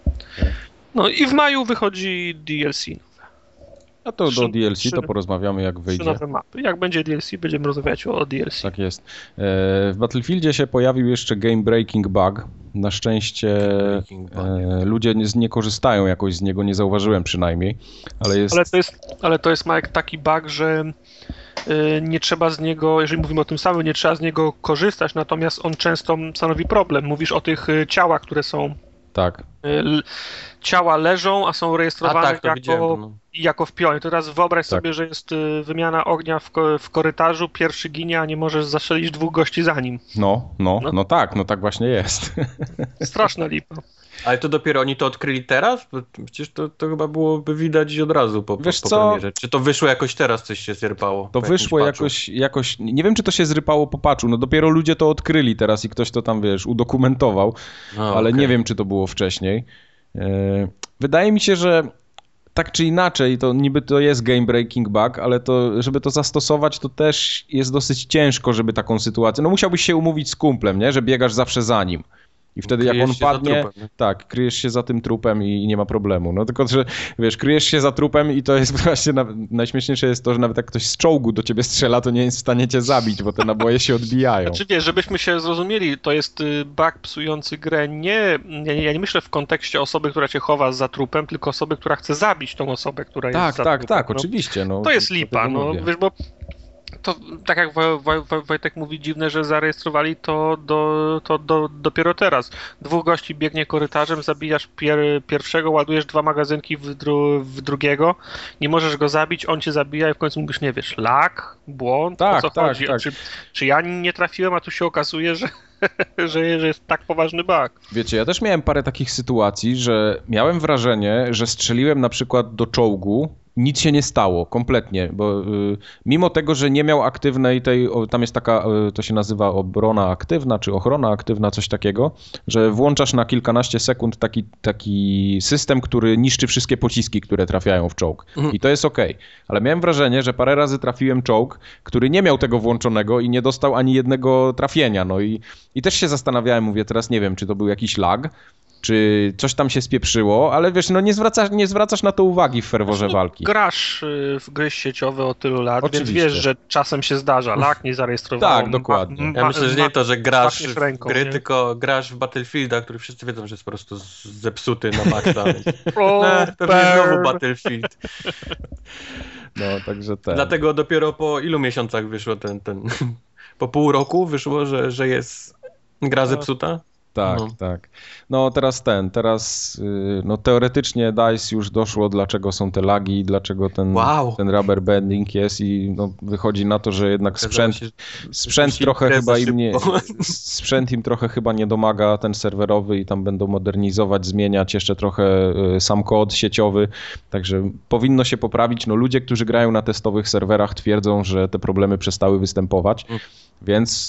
Speaker 3: No i w maju wychodzi D L C.
Speaker 1: A to do D L C to porozmawiamy, jak wyjdzie.
Speaker 3: Trzy nowe mapy. Jak będzie D L C, będziemy rozmawiać o D L C.
Speaker 1: Tak jest. W Battlefieldzie się pojawił jeszcze game breaking bug. Na szczęście e, ludzie nie, nie korzystają jakoś z niego, nie zauważyłem przynajmniej. Ale, jest...
Speaker 3: ale to jest, ale to jest Mike, taki bug, że y, nie trzeba z niego, jeżeli mówimy o tym samym, nie trzeba z niego korzystać, natomiast on często stanowi problem. Mówisz o tych y, ciałach, które są...
Speaker 1: Tak.
Speaker 3: Y, ciała leżą, a są rejestrowane
Speaker 2: a, tak,
Speaker 3: jako,
Speaker 2: no.
Speaker 3: jako w pionie. Teraz wyobraź
Speaker 1: tak.
Speaker 3: sobie, że jest y, wymiana ognia w, ko w korytarzu, pierwszy ginie, a nie możesz zastrzelić dwóch gości za nim.
Speaker 1: No, no, no, no tak, no tak właśnie jest.
Speaker 3: Straszna lipa.
Speaker 2: Ale to dopiero oni to odkryli teraz? Bo przecież to, to chyba byłoby widać od razu po,
Speaker 1: Wiesz
Speaker 2: po
Speaker 1: co?
Speaker 2: premierze. Czy to wyszło jakoś teraz, coś się zrypało?
Speaker 1: To wyszło jakoś, jakoś, nie wiem czy to się zrypało po patchu, no dopiero ludzie to odkryli teraz i ktoś to tam, wiesz, udokumentował,
Speaker 2: no,
Speaker 1: ale
Speaker 2: okay.
Speaker 1: nie wiem czy to było wcześniej. Wydaje mi się, że tak czy inaczej, to niby to jest game breaking bug, ale to, żeby to zastosować, to też jest dosyć ciężko, żeby taką sytuację, no musiałbyś się umówić z kumplem, nie, że biegasz zawsze za nim. I wtedy kryjesz jak on padnie, trupem, tak, kryjesz się za tym trupem i, i nie ma problemu. No tylko, że wiesz, kryjesz się za trupem i to jest właśnie, na, najśmieszniejsze jest to, że nawet jak ktoś z czołgu do ciebie strzela, to nie jest w stanie cię zabić, bo te naboje się odbijają.
Speaker 3: Znaczy wiesz, żebyśmy się zrozumieli, to jest bug psujący grę nie, ja nie, ja nie myślę w kontekście osoby, która cię chowa za trupem, tylko osoby, która chce zabić tą osobę, która
Speaker 1: tak,
Speaker 3: jest za
Speaker 1: tak,
Speaker 3: trupem.
Speaker 1: Tak, tak,
Speaker 3: no,
Speaker 1: oczywiście. No,
Speaker 3: to jest
Speaker 1: to,
Speaker 3: lipa, no wiesz, bo to tak jak Wojtek mówi, dziwne, że zarejestrowali to, do, to do, dopiero teraz. Dwóch gości biegnie korytarzem, zabijasz pier, pierwszego, ładujesz dwa magazynki w, dru, w drugiego, nie możesz go zabić, on cię zabija i w końcu mówisz, nie wiesz, lag, błąd,
Speaker 1: tak,
Speaker 3: o co
Speaker 1: tak,
Speaker 3: chodzi?
Speaker 1: Tak.
Speaker 3: Czy, czy ja nie trafiłem, a tu się okazuje, że, że, że jest tak poważny bug.
Speaker 1: Wiecie, ja też miałem parę takich sytuacji, że miałem wrażenie, że strzeliłem na przykład do czołgu, nic się nie stało, kompletnie, bo y, mimo tego, że nie miał aktywnej tej, o, tam jest taka, y, to się nazywa obrona aktywna, czy ochrona aktywna, coś takiego, że włączasz na kilkanaście sekund taki, taki system, który niszczy wszystkie pociski, które trafiają w czołg. Mhm. I to jest okej. Okay. Ale miałem wrażenie, że parę razy trafiłem czołg, który nie miał tego włączonego i nie dostał ani jednego trafienia. No i, i też się zastanawiałem, mówię, teraz nie wiem, czy to był jakiś lag, czy coś tam się spieprzyło, ale wiesz, no nie zwracasz, nie zwracasz na to uwagi w ferworze walki.
Speaker 3: Grasz w gry sieciowe od tylu lat,
Speaker 1: oczywiście.
Speaker 3: Więc wiesz, że czasem się zdarza, lag nie zarejestrowałem.
Speaker 1: Tak, dokładnie.
Speaker 2: Ma, ma, ja myślę, że nie to, że grasz w
Speaker 3: ręką,
Speaker 2: gry,
Speaker 3: nie?
Speaker 2: tylko grasz w Battlefielda, który wszyscy wiedzą, że jest po prostu zepsuty na maksa.
Speaker 3: O,
Speaker 2: pewnie znowu Battlefield.
Speaker 1: No, także ten.
Speaker 2: Dlatego dopiero po ilu miesiącach wyszło ten, ten... po pół roku wyszło, że, że jest gra zepsuta?
Speaker 1: Tak, no. tak. No teraz ten, teraz no teoretycznie DICE już doszło, dlaczego są te lagi, dlaczego ten,
Speaker 2: wow.
Speaker 1: ten rubber banding jest i no, wychodzi na to, że jednak sprzęt, się, sprzęt trochę chyba im nie, sprzęt im trochę chyba nie domaga, ten serwerowy i tam będą modernizować, zmieniać jeszcze trochę sam kod sieciowy, także powinno się poprawić. No ludzie, którzy grają na testowych serwerach twierdzą, że te problemy przestały występować, mm. więc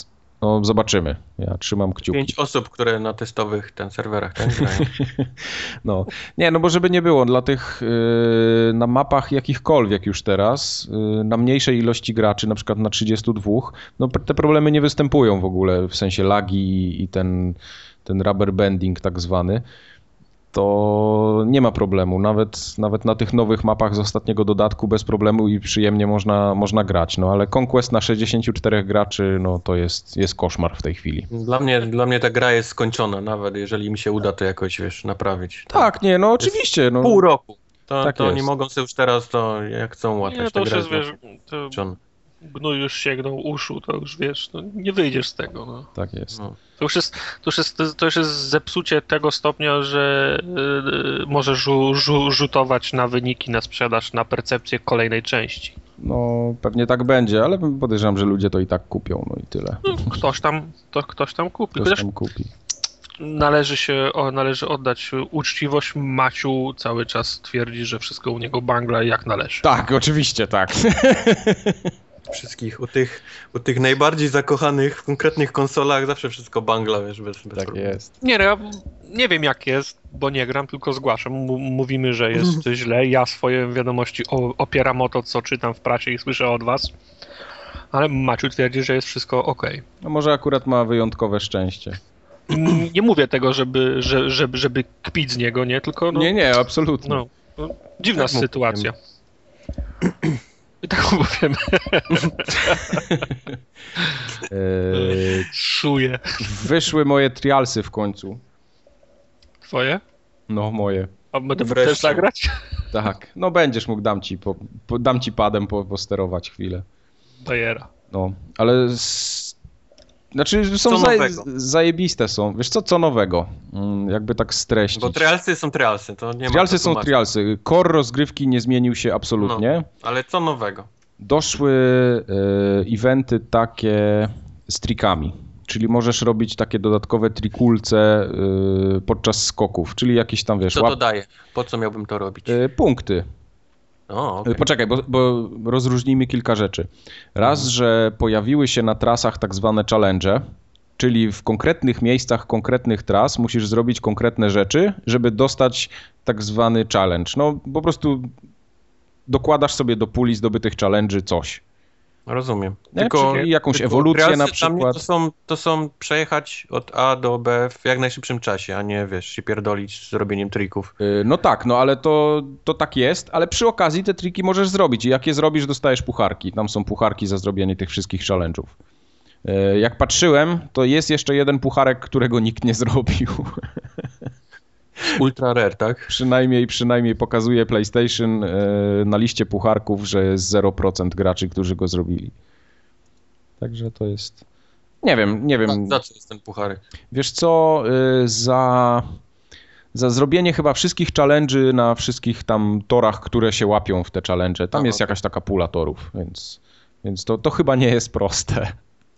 Speaker 1: No zobaczymy. Ja trzymam kciuki.
Speaker 2: Pięć osób, które na testowych ten serwerach tak grają.
Speaker 1: No. Nie, no bo żeby nie było, dla tych yy, na mapach jakichkolwiek już teraz, yy, na mniejszej ilości graczy, na przykład na trzydziestu dwóch, no te problemy nie występują w ogóle, w sensie lagi i ten, ten rubber banding tak zwany. To nie ma problemu. Nawet, nawet na tych nowych mapach z ostatniego dodatku bez problemu i przyjemnie można, można grać. No ale Conquest na sześćdziesięciu czterech graczy, no to jest, jest koszmar w tej chwili.
Speaker 2: Dla mnie, dla mnie ta gra jest skończona, nawet jeżeli mi się uda to jakoś, wiesz, naprawić.
Speaker 1: Tak, tak nie, no oczywiście. No.
Speaker 2: Pół roku. To,
Speaker 1: Tak
Speaker 2: to
Speaker 1: jest.
Speaker 2: nie mogą sobie już teraz, to jak chcą łatać
Speaker 3: Nie, to
Speaker 2: te
Speaker 3: już
Speaker 2: gry.
Speaker 3: jest, wiesz, to gnój już sięgnął uszu, to już wiesz, no, nie wyjdziesz z tego. No.
Speaker 1: Tak jest.
Speaker 2: No.
Speaker 3: To już jest, to już jest, to już jest zepsucie tego stopnia, że yy, możesz żu, żu, rzutować na wyniki, na sprzedaż, na percepcję kolejnej części.
Speaker 1: No pewnie tak będzie, ale podejrzewam, że ludzie to i tak kupią, no i tyle.
Speaker 3: No, ktoś tam, to ktoś tam kupi.
Speaker 1: Ktoś
Speaker 3: Chociaż
Speaker 1: tam kupi.
Speaker 3: należy się, o, należy oddać uczciwość. Maciu cały czas twierdzi, że wszystko u niego bangla jak należy.
Speaker 1: Tak, oczywiście tak.
Speaker 2: Wszystkich, u tych, u tych najbardziej zakochanych w konkretnych konsolach zawsze wszystko bangla, wiesz, bez, bez
Speaker 1: Tak
Speaker 2: problemu.
Speaker 1: jest.
Speaker 3: Nie, no ja nie wiem jak jest, bo nie gram, tylko zgłaszam. M- mówimy, że jest źle. Ja swoje wiadomości o- opieram o to, co czytam w prasie i słyszę od was. Ale Maciu twierdzi, że jest wszystko okej.
Speaker 1: No może akurat ma wyjątkowe szczęście.
Speaker 3: Okay. Nie mówię tego, żeby, że, żeby, żeby kpić z niego, nie? Tylko no,
Speaker 1: Nie, nie, absolutnie.
Speaker 3: no, no, dziwna
Speaker 2: Tak mu
Speaker 3: sytuacja. I tak mu powiem.
Speaker 1: Eee,
Speaker 3: Szuję.
Speaker 1: wyszły moje trialsy w końcu.
Speaker 3: Twoje?
Speaker 1: No, moje.
Speaker 3: A będę mógł
Speaker 2: Wreszcie.
Speaker 3: też zagrać?
Speaker 1: Tak. No będziesz mógł, dam ci, po, po, dam ci padem po, posterować chwilę.
Speaker 3: Bajera.
Speaker 1: No, ale... Z... Znaczy są
Speaker 2: Co
Speaker 1: zaje,
Speaker 2: nowego?
Speaker 1: zajebiste są. Wiesz co, co nowego? Mm, jakby tak streścić.
Speaker 2: Bo trialsy są trialsy, to nie ma
Speaker 1: Trialsy
Speaker 2: co
Speaker 1: są
Speaker 2: tłumaczyć.
Speaker 1: trialsy. Core rozgrywki nie zmienił się absolutnie.
Speaker 2: Ale co nowego?
Speaker 1: Doszły e, eventy takie z trikami. Czyli możesz robić takie dodatkowe trikulce e, podczas skoków. Czyli jakieś tam, wiesz,
Speaker 2: Co to
Speaker 1: łap,
Speaker 2: daje? Po co miałbym to robić?
Speaker 1: e, punkty.
Speaker 2: O, okej.
Speaker 1: Poczekaj, bo, bo rozróżnijmy kilka rzeczy. Raz,
Speaker 2: Mhm.
Speaker 1: że pojawiły się na trasach tak zwane challenge, czyli w konkretnych miejscach, konkretnych tras musisz zrobić konkretne rzeczy, żeby dostać tak zwany challenge. No po prostu dokładasz sobie do puli zdobytych challenge'y coś.
Speaker 2: Rozumiem.
Speaker 1: Nie? Czyli jakąś
Speaker 2: tylko
Speaker 1: ewolucję
Speaker 2: trialsy
Speaker 1: na
Speaker 2: dla mnie
Speaker 1: przykład.
Speaker 2: To są, to są przejechać od A do B w jak najszybszym czasie, a nie, wiesz, się pierdolić z robieniem trików.
Speaker 1: Yy, No tak, no ale to, to tak jest, ale przy okazji te triki możesz zrobić i jak je zrobisz, dostajesz pucharki. Tam są pucharki za zrobienie tych wszystkich challenge'ów. Yy, Jak patrzyłem, to jest jeszcze jeden pucharek, którego nikt nie zrobił.
Speaker 2: Ultra rare, tak?
Speaker 1: Przynajmniej, przynajmniej pokazuje PlayStation e, na liście pucharków, że jest zero procent graczy, którzy go zrobili. Także to jest... Nie wiem, nie wiem.
Speaker 2: Za, za co jest ten pucharek?
Speaker 1: Wiesz co, e, za, za zrobienie chyba wszystkich challenge'y na wszystkich tam torach, które się łapią w te challenge. Tam
Speaker 2: Aha.
Speaker 1: jest jakaś taka pula torów, więc, więc to, to chyba nie jest proste.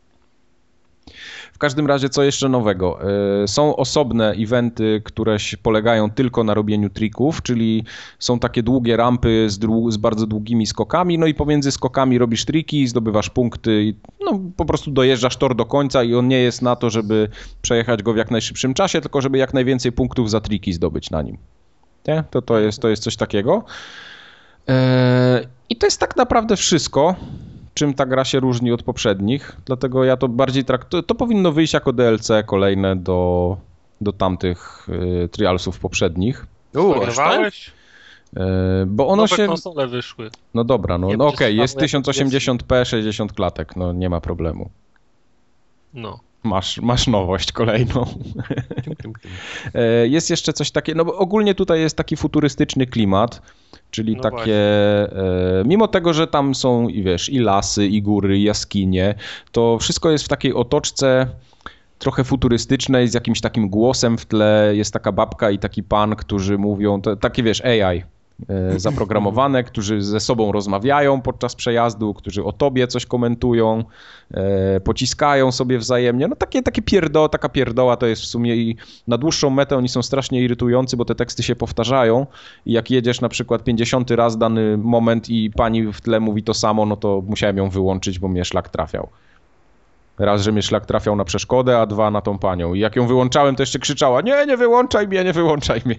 Speaker 1: W każdym razie, co jeszcze nowego? Yy, Są osobne eventy, które się polegają tylko na robieniu trików, czyli są takie długie rampy z, dłu- z bardzo długimi skokami, no i pomiędzy skokami robisz triki, zdobywasz punkty i no, po prostu dojeżdżasz tor do końca i on nie jest na to, żeby przejechać go w jak najszybszym czasie, tylko żeby jak najwięcej punktów za triki zdobyć na nim. Nie? To, to, jest, to jest coś takiego. Yy, I to jest tak naprawdę wszystko, czym ta gra się różni od poprzednich, dlatego ja to bardziej traktuję, to powinno wyjść jako D L C kolejne do, do tamtych y, trialsów poprzednich,
Speaker 2: U, aż tak?
Speaker 3: Nagrywałeś?
Speaker 1: y, bo ono
Speaker 3: Nowe
Speaker 1: się,
Speaker 3: konsole wyszły.
Speaker 1: no dobra, no,
Speaker 3: Nie
Speaker 1: no okej,
Speaker 3: przesłałem,
Speaker 1: jest
Speaker 3: jak
Speaker 1: tysiąc osiemdziesiąt p, sześćdziesiąt klatek, no nie ma problemu.
Speaker 3: No.
Speaker 1: Masz, masz nowość kolejną.
Speaker 2: Tym, tym, tym.
Speaker 1: E, Jest jeszcze coś takiego, no bo ogólnie tutaj jest taki futurystyczny klimat, czyli
Speaker 3: No
Speaker 1: takie, e, mimo tego, że tam są i wiesz, i lasy, i góry, i jaskinie, to wszystko jest w takiej otoczce trochę futurystycznej, z jakimś takim głosem w tle, jest taka babka i taki pan, którzy mówią, to, takie wiesz, A I e, zaprogramowane, którzy ze sobą rozmawiają podczas przejazdu, którzy o tobie coś komentują, e, pociskają sobie wzajemnie, no takie, takie pierdo, taka pierdoła to jest w sumie i na dłuższą metę oni są strasznie irytujący, bo te teksty się powtarzają i jak jedziesz na przykład pięćdziesiąty raz dany moment i pani w tle mówi to samo, no to musiałem ją wyłączyć, bo mnie szlak trafiał. Raz, że mnie szlak trafiał na przeszkodę, a dwa na tą panią. I jak ją wyłączałem, to jeszcze krzyczała: nie, nie wyłączaj mnie, nie wyłączaj mnie.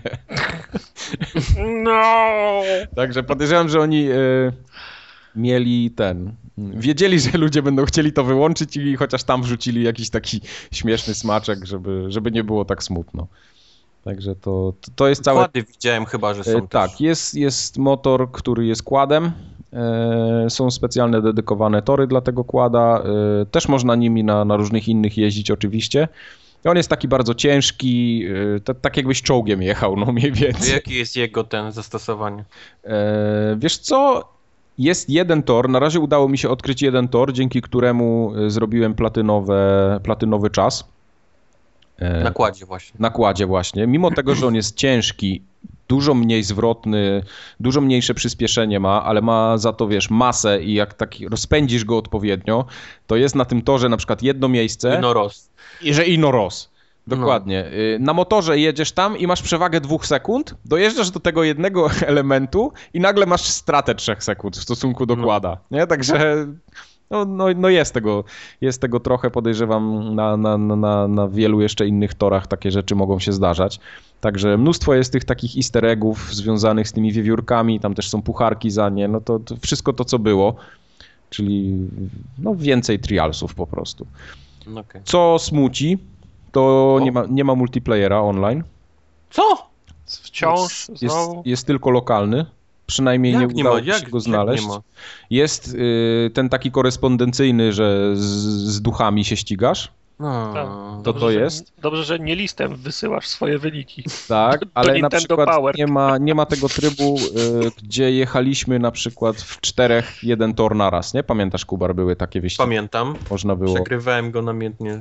Speaker 3: No!
Speaker 1: Także podejrzewam, że oni y, mieli ten... Wiedzieli, że ludzie będą chcieli to wyłączyć i chociaż tam wrzucili jakiś taki śmieszny smaczek, żeby, żeby nie było tak smutno. Także to, to, to jest całe...
Speaker 2: Kłady widziałem chyba, że są
Speaker 1: y, Tak,
Speaker 2: też.
Speaker 1: jest, jest motor, który jest kładem. Y, są specjalne dedykowane tory dla tego kłada. Y, też można nimi na, na różnych innych jeździć oczywiście. I on jest taki bardzo ciężki, to, tak jakbyś czołgiem jechał, no mniej więcej.
Speaker 2: Jaki jest jego ten zastosowanie?
Speaker 1: E, wiesz co, jest jeden tor, na razie udało mi się odkryć jeden tor, dzięki któremu zrobiłem platynowe, platynowy czas. E,
Speaker 2: Na kładzie właśnie.
Speaker 1: Na kładzie właśnie. Mimo tego, że on jest ciężki, dużo mniej zwrotny, dużo mniejsze przyspieszenie ma, ale ma za to, wiesz, masę i jak tak rozpędzisz go odpowiednio, to jest na tym torze na przykład jedno miejsce...
Speaker 2: No roz.
Speaker 1: I że ino roz. Dokładnie. No. Na motorze jedziesz tam i masz przewagę dwóch sekund, dojeżdżasz do tego jednego elementu i nagle masz stratę trzech sekund w stosunku do kłada. Nie? Także no, no, no jest, tego, jest tego trochę, podejrzewam, na, na, na, na wielu jeszcze innych torach takie rzeczy mogą się zdarzać. Także mnóstwo jest tych takich easter eggów związanych z tymi wiewiórkami, tam też są pucharki za nie, no to, to wszystko to, co było, czyli no więcej trialsów po prostu.
Speaker 2: Okay.
Speaker 1: Co smuci, to nie ma, nie ma multiplayera online.
Speaker 2: Co?
Speaker 3: Wciąż
Speaker 1: Jest, jest, jest tylko lokalny. Przynajmniej
Speaker 2: jak
Speaker 1: nie
Speaker 2: nie
Speaker 1: udało
Speaker 2: ma?
Speaker 1: mi
Speaker 2: Jak,
Speaker 1: się go znaleźć.
Speaker 2: Jak nie ma?
Speaker 1: Jest y, ten taki korespondencyjny, że z, z duchami się ścigasz.
Speaker 2: No.
Speaker 3: Tak.
Speaker 1: To
Speaker 3: Dobrze,
Speaker 1: to
Speaker 3: że-
Speaker 1: jest.
Speaker 3: Dobrze, że nie listem wysyłasz swoje wyniki.
Speaker 1: Tak,
Speaker 3: do
Speaker 1: ale na
Speaker 3: Nintendo
Speaker 1: przykład
Speaker 3: Power.
Speaker 1: nie ma, nie ma tego trybu, y, gdzie jechaliśmy na przykład w czterech jeden tor naraz, nie? Pamiętasz, Kubar, były takie wyścigi.
Speaker 2: Pamiętam.
Speaker 1: Można było.
Speaker 2: Przegrywałem go namiętnie.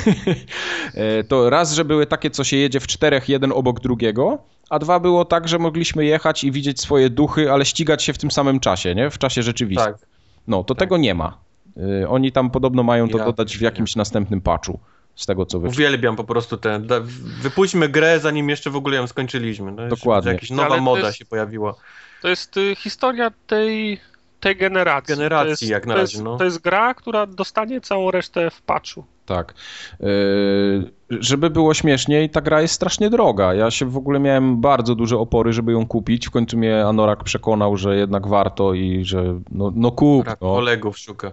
Speaker 1: E, To raz, że były takie, co się jedzie w czterech, jeden obok drugiego, a dwa było tak, że mogliśmy jechać i widzieć swoje duchy, ale ścigać się w tym samym czasie, nie? W czasie rzeczywistym.
Speaker 2: Tak.
Speaker 1: No, to tego nie ma. Y, Oni tam podobno mają to
Speaker 2: Ja
Speaker 1: dodać w jakimś następnym patchu, z tego co wyszło.
Speaker 2: Uwielbiam po prostu ten. Da, wypuśćmy grę, zanim jeszcze w ogóle ją skończyliśmy. No, jeszcze
Speaker 1: Dokładnie.
Speaker 2: Jakaś nowa
Speaker 3: Ale to
Speaker 2: moda
Speaker 3: jest-
Speaker 2: się pojawiła.
Speaker 3: To jest y, historia tej, tej generacji.
Speaker 2: Generacji,
Speaker 3: to jest,
Speaker 2: jak na
Speaker 3: to
Speaker 2: razie,
Speaker 3: jest,
Speaker 2: no.
Speaker 3: To jest gra, która dostanie całą resztę w patchu.
Speaker 1: Tak. Y, Żeby było śmieszniej, ta gra jest strasznie droga. Ja się w ogóle miałem bardzo duże opory, żeby ją kupić. W końcu mnie Anorak przekonał, że jednak warto i że no, no kup.
Speaker 2: Brak
Speaker 1: No.
Speaker 2: kolegów szuka.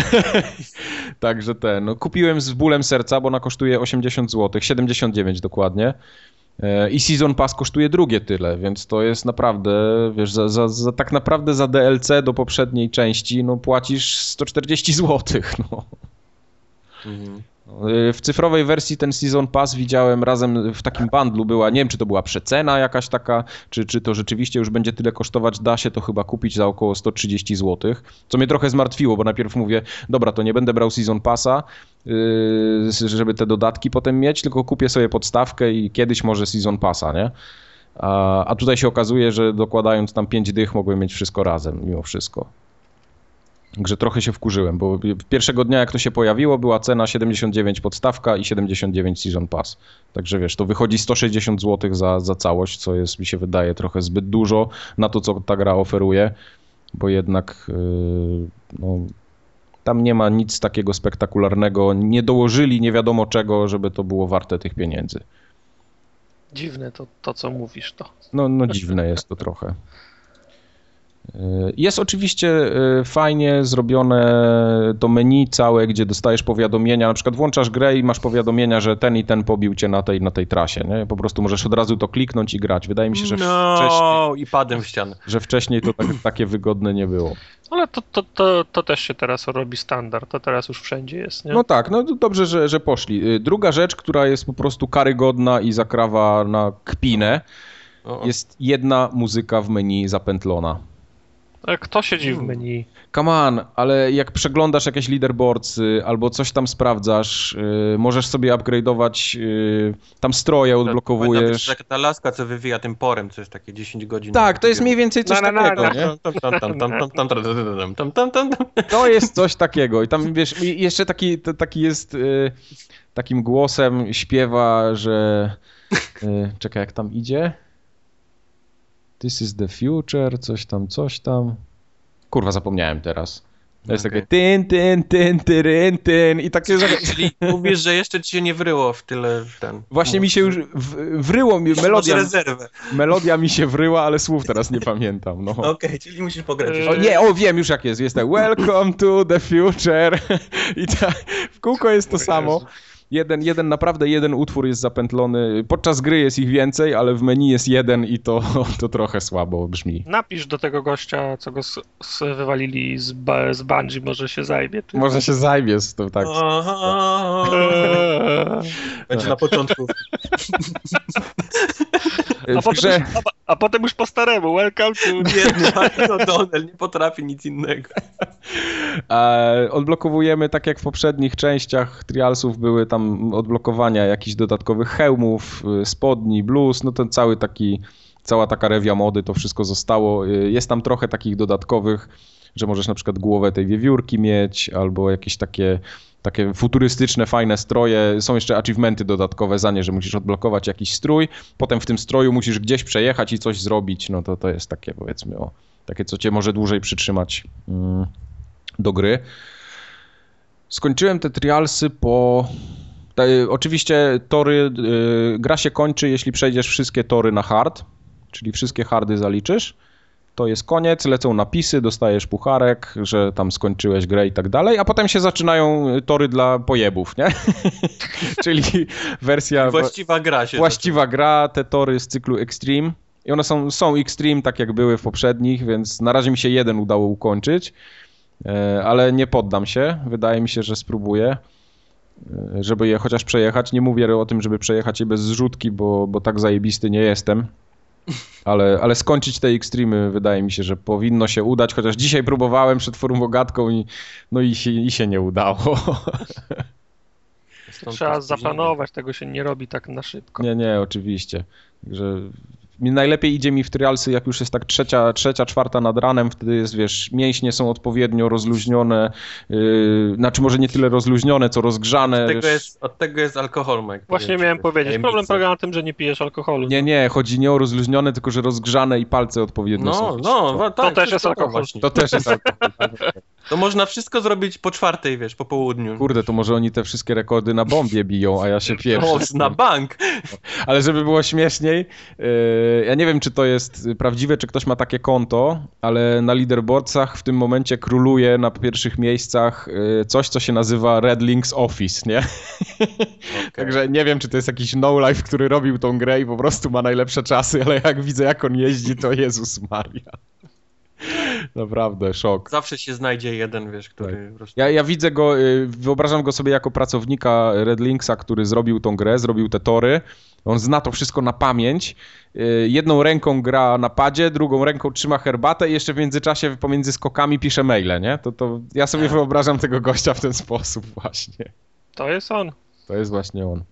Speaker 1: Także ten, no kupiłem z bólem serca, bo ona kosztuje osiemdziesiąt złotych, siedemdziesiąt dziewięć dokładnie. E, I Season Pass kosztuje drugie tyle, więc to jest naprawdę, wiesz, za, za, za, tak naprawdę za D L C do poprzedniej części, no płacisz sto czterdzieści złotych, no.
Speaker 2: Mhm.
Speaker 1: W cyfrowej wersji ten Season Pass widziałem razem w takim bundlu była, nie wiem czy to była przecena jakaś taka, czy, czy to rzeczywiście już będzie tyle kosztować, da się to chyba kupić za około sto trzydzieści złotych, co mnie trochę zmartwiło, bo najpierw mówię, dobra, to nie będę brał Season Passa, yy, żeby te dodatki potem mieć, tylko kupię sobie podstawkę i kiedyś może Season Passa, nie? A, a tutaj się okazuje, że dokładając tam pięć dych mogłem mieć wszystko razem, mimo wszystko. Także trochę się wkurzyłem, bo pierwszego dnia jak to się pojawiło, była cena siedemdziesiąt dziewięć podstawka i siedemdziesiąt dziewięć Season Pass. Także wiesz, to wychodzi sto sześćdziesiąt złotych za, za całość, co jest, mi się wydaje, trochę zbyt dużo na to, co ta gra oferuje, bo jednak yy, no, tam nie ma nic takiego spektakularnego, nie dołożyli nie wiadomo czego, żeby to było warte tych pieniędzy.
Speaker 3: Dziwne to, to co mówisz, to.
Speaker 1: No, no dziwne jest to trochę. Jest oczywiście fajnie zrobione to menu całe, gdzie dostajesz powiadomienia, na przykład włączasz grę i masz powiadomienia, że ten i ten pobił cię na tej, na tej trasie, nie? Po prostu możesz od razu to kliknąć i grać. Wydaje mi się, że
Speaker 2: No
Speaker 1: wcześniej,
Speaker 2: i padem w ścianę.
Speaker 1: że wcześniej to tak, takie wygodne nie było.
Speaker 3: Ale to, to, to, to też się teraz robi standard, to teraz już wszędzie jest, nie?
Speaker 1: No tak, no to dobrze, że, że poszli. Druga rzecz, która jest po prostu karygodna i zakrawa na kpinę,
Speaker 2: O,
Speaker 1: jest jedna muzyka w menu zapętlona.
Speaker 3: A kto siedzi w menu?
Speaker 1: Come on, ale jak przeglądasz jakieś leaderboards y, albo coś tam sprawdzasz, y, możesz sobie upgrade'ować, y, tam stroje
Speaker 2: Powinna być
Speaker 1: odblokowujesz.
Speaker 2: taka ta laska, co wywija tym porem, co jest takie dziesięć godzin.
Speaker 1: Tak, to jest mniej więcej coś
Speaker 3: Na, na, na,
Speaker 1: takiego,
Speaker 3: na.
Speaker 1: nie?
Speaker 2: Tam, tam, tam, tam, tam, tam, tam, tam, tam, tam, tam, tam.
Speaker 1: To jest coś takiego i tam, wiesz, i jeszcze taki, to, taki jest, y, takim głosem śpiewa, że, y, czekaj, jak tam idzie? This is the future, coś tam, coś tam. Kurwa, zapomniałem teraz. To jest okay. takie tyn, tyn, tyn, tyn, tyn i takie...
Speaker 2: Czyli mówisz, że jeszcze ci się nie wryło w tyle ten...
Speaker 1: Właśnie mi się już w, wryło, mi melodia...
Speaker 2: rezerwę.
Speaker 1: Melodia mi się wryła, ale słów teraz nie pamiętam. No.
Speaker 2: Okej, okay, czyli musisz pograć.
Speaker 1: O nie, o wiem już jak jest. Jest tak, welcome to the future. I tak, w kółko jest to samo. Jeden, jeden, naprawdę jeden utwór jest zapętlony. Podczas gry jest ich więcej, ale w menu jest jeden i to, to trochę słabo brzmi.
Speaker 3: Napisz do tego gościa, co go s- s- wywalili z, ba- z Bungie, może się zajmie. Ty.
Speaker 1: Może się zajmie z to, tak.
Speaker 2: Będzie na początku.
Speaker 3: A potem, już, a, a potem już po staremu. Welcome to...
Speaker 2: Biedny O'Donnell nie potrafi nic innego.
Speaker 1: E, odblokowujemy, tak jak w poprzednich częściach Trialsów były tam odblokowania jakichś dodatkowych hełmów, spodni, bluz, no ten cały taki, cała taka rewia mody, to wszystko zostało. Jest tam trochę takich dodatkowych, że możesz na przykład głowę tej wiewiórki mieć, albo jakieś takie takie futurystyczne, fajne stroje. Są jeszcze achievementy dodatkowe za nie, że musisz odblokować jakiś strój, potem w tym stroju musisz gdzieś przejechać i coś zrobić, no to to jest takie, powiedzmy, o, takie, co cię może dłużej przytrzymać mm, do gry. Skończyłem te trialsy po... Te, oczywiście tory, y, gra się kończy, jeśli przejdziesz wszystkie tory na hard, czyli wszystkie hardy zaliczysz. To jest koniec, lecą napisy, dostajesz pucharek, że tam skończyłeś grę i tak dalej, a potem się zaczynają tory dla pojebów, nie? Czyli wersja...
Speaker 2: Właściwa gra się.
Speaker 1: Właściwa gra, te tory z cyklu Extreme. I one są, są Extreme, tak jak były w poprzednich, więc na razie mi się jeden udało ukończyć, ale nie poddam się. Wydaje mi się, że spróbuję, żeby je chociaż przejechać. Nie mówię o tym, żeby przejechać je bez zrzutki, bo, bo tak zajebisty nie jestem. Ale, ale skończyć te Extremy wydaje mi się, że powinno się udać, chociaż dzisiaj próbowałem przed forumogatką i no i się, i się nie udało.
Speaker 3: Trzeba zaplanować, tego się nie robi tak na szybko.
Speaker 1: Nie, nie, oczywiście. Także najlepiej idzie mi w trialsy, jak już jest tak trzecia, trzecia, czwarta nad ranem, wtedy jest, wiesz, mięśnie są odpowiednio rozluźnione, yy, znaczy może nie tyle rozluźnione, co rozgrzane.
Speaker 2: Od tego,
Speaker 1: wiesz.
Speaker 2: jest, od tego jest alkohol, Mike.
Speaker 3: Właśnie miałem powiedzieć, problem polega na tym, że nie pijesz alkoholu.
Speaker 1: Nie, nie, chodzi nie o rozluźnione, tylko że rozgrzane i palce odpowiednio
Speaker 2: no,
Speaker 1: są.
Speaker 2: No, no, tak,
Speaker 3: to też jest alkohol.
Speaker 2: Właśnie.
Speaker 1: To też jest alkohol.
Speaker 2: To można wszystko zrobić po czwartej, wiesz, po południu.
Speaker 1: Kurde, to może oni te wszystkie rekordy na bombie biją, a ja się pierwszy.
Speaker 2: O, na bank!
Speaker 1: Ale żeby było śmieszniej, yy, ja nie wiem, czy to jest prawdziwe, czy ktoś ma takie konto, ale na leaderboardsach w tym momencie króluje na pierwszych miejscach yy, coś, co się nazywa Red Links Office, nie? Okay. Także nie wiem, czy to jest jakiś no-life, który robił tą grę i po prostu ma najlepsze czasy, ale jak widzę, jak on jeździ, to Jezus Maria. Naprawdę, szok.
Speaker 2: Zawsze się znajdzie jeden, wiesz, który... Tak. Po prostu...
Speaker 1: ja, ja widzę go, wyobrażam go sobie jako pracownika Red Linksa, który zrobił tą grę, zrobił te tory. On zna to wszystko na pamięć. Jedną ręką gra na padzie, drugą ręką trzyma herbatę i jeszcze w międzyczasie pomiędzy skokami pisze maile, nie? To, to ja sobie wyobrażam tego gościa w ten sposób właśnie.
Speaker 3: To jest on.
Speaker 1: To jest właśnie on.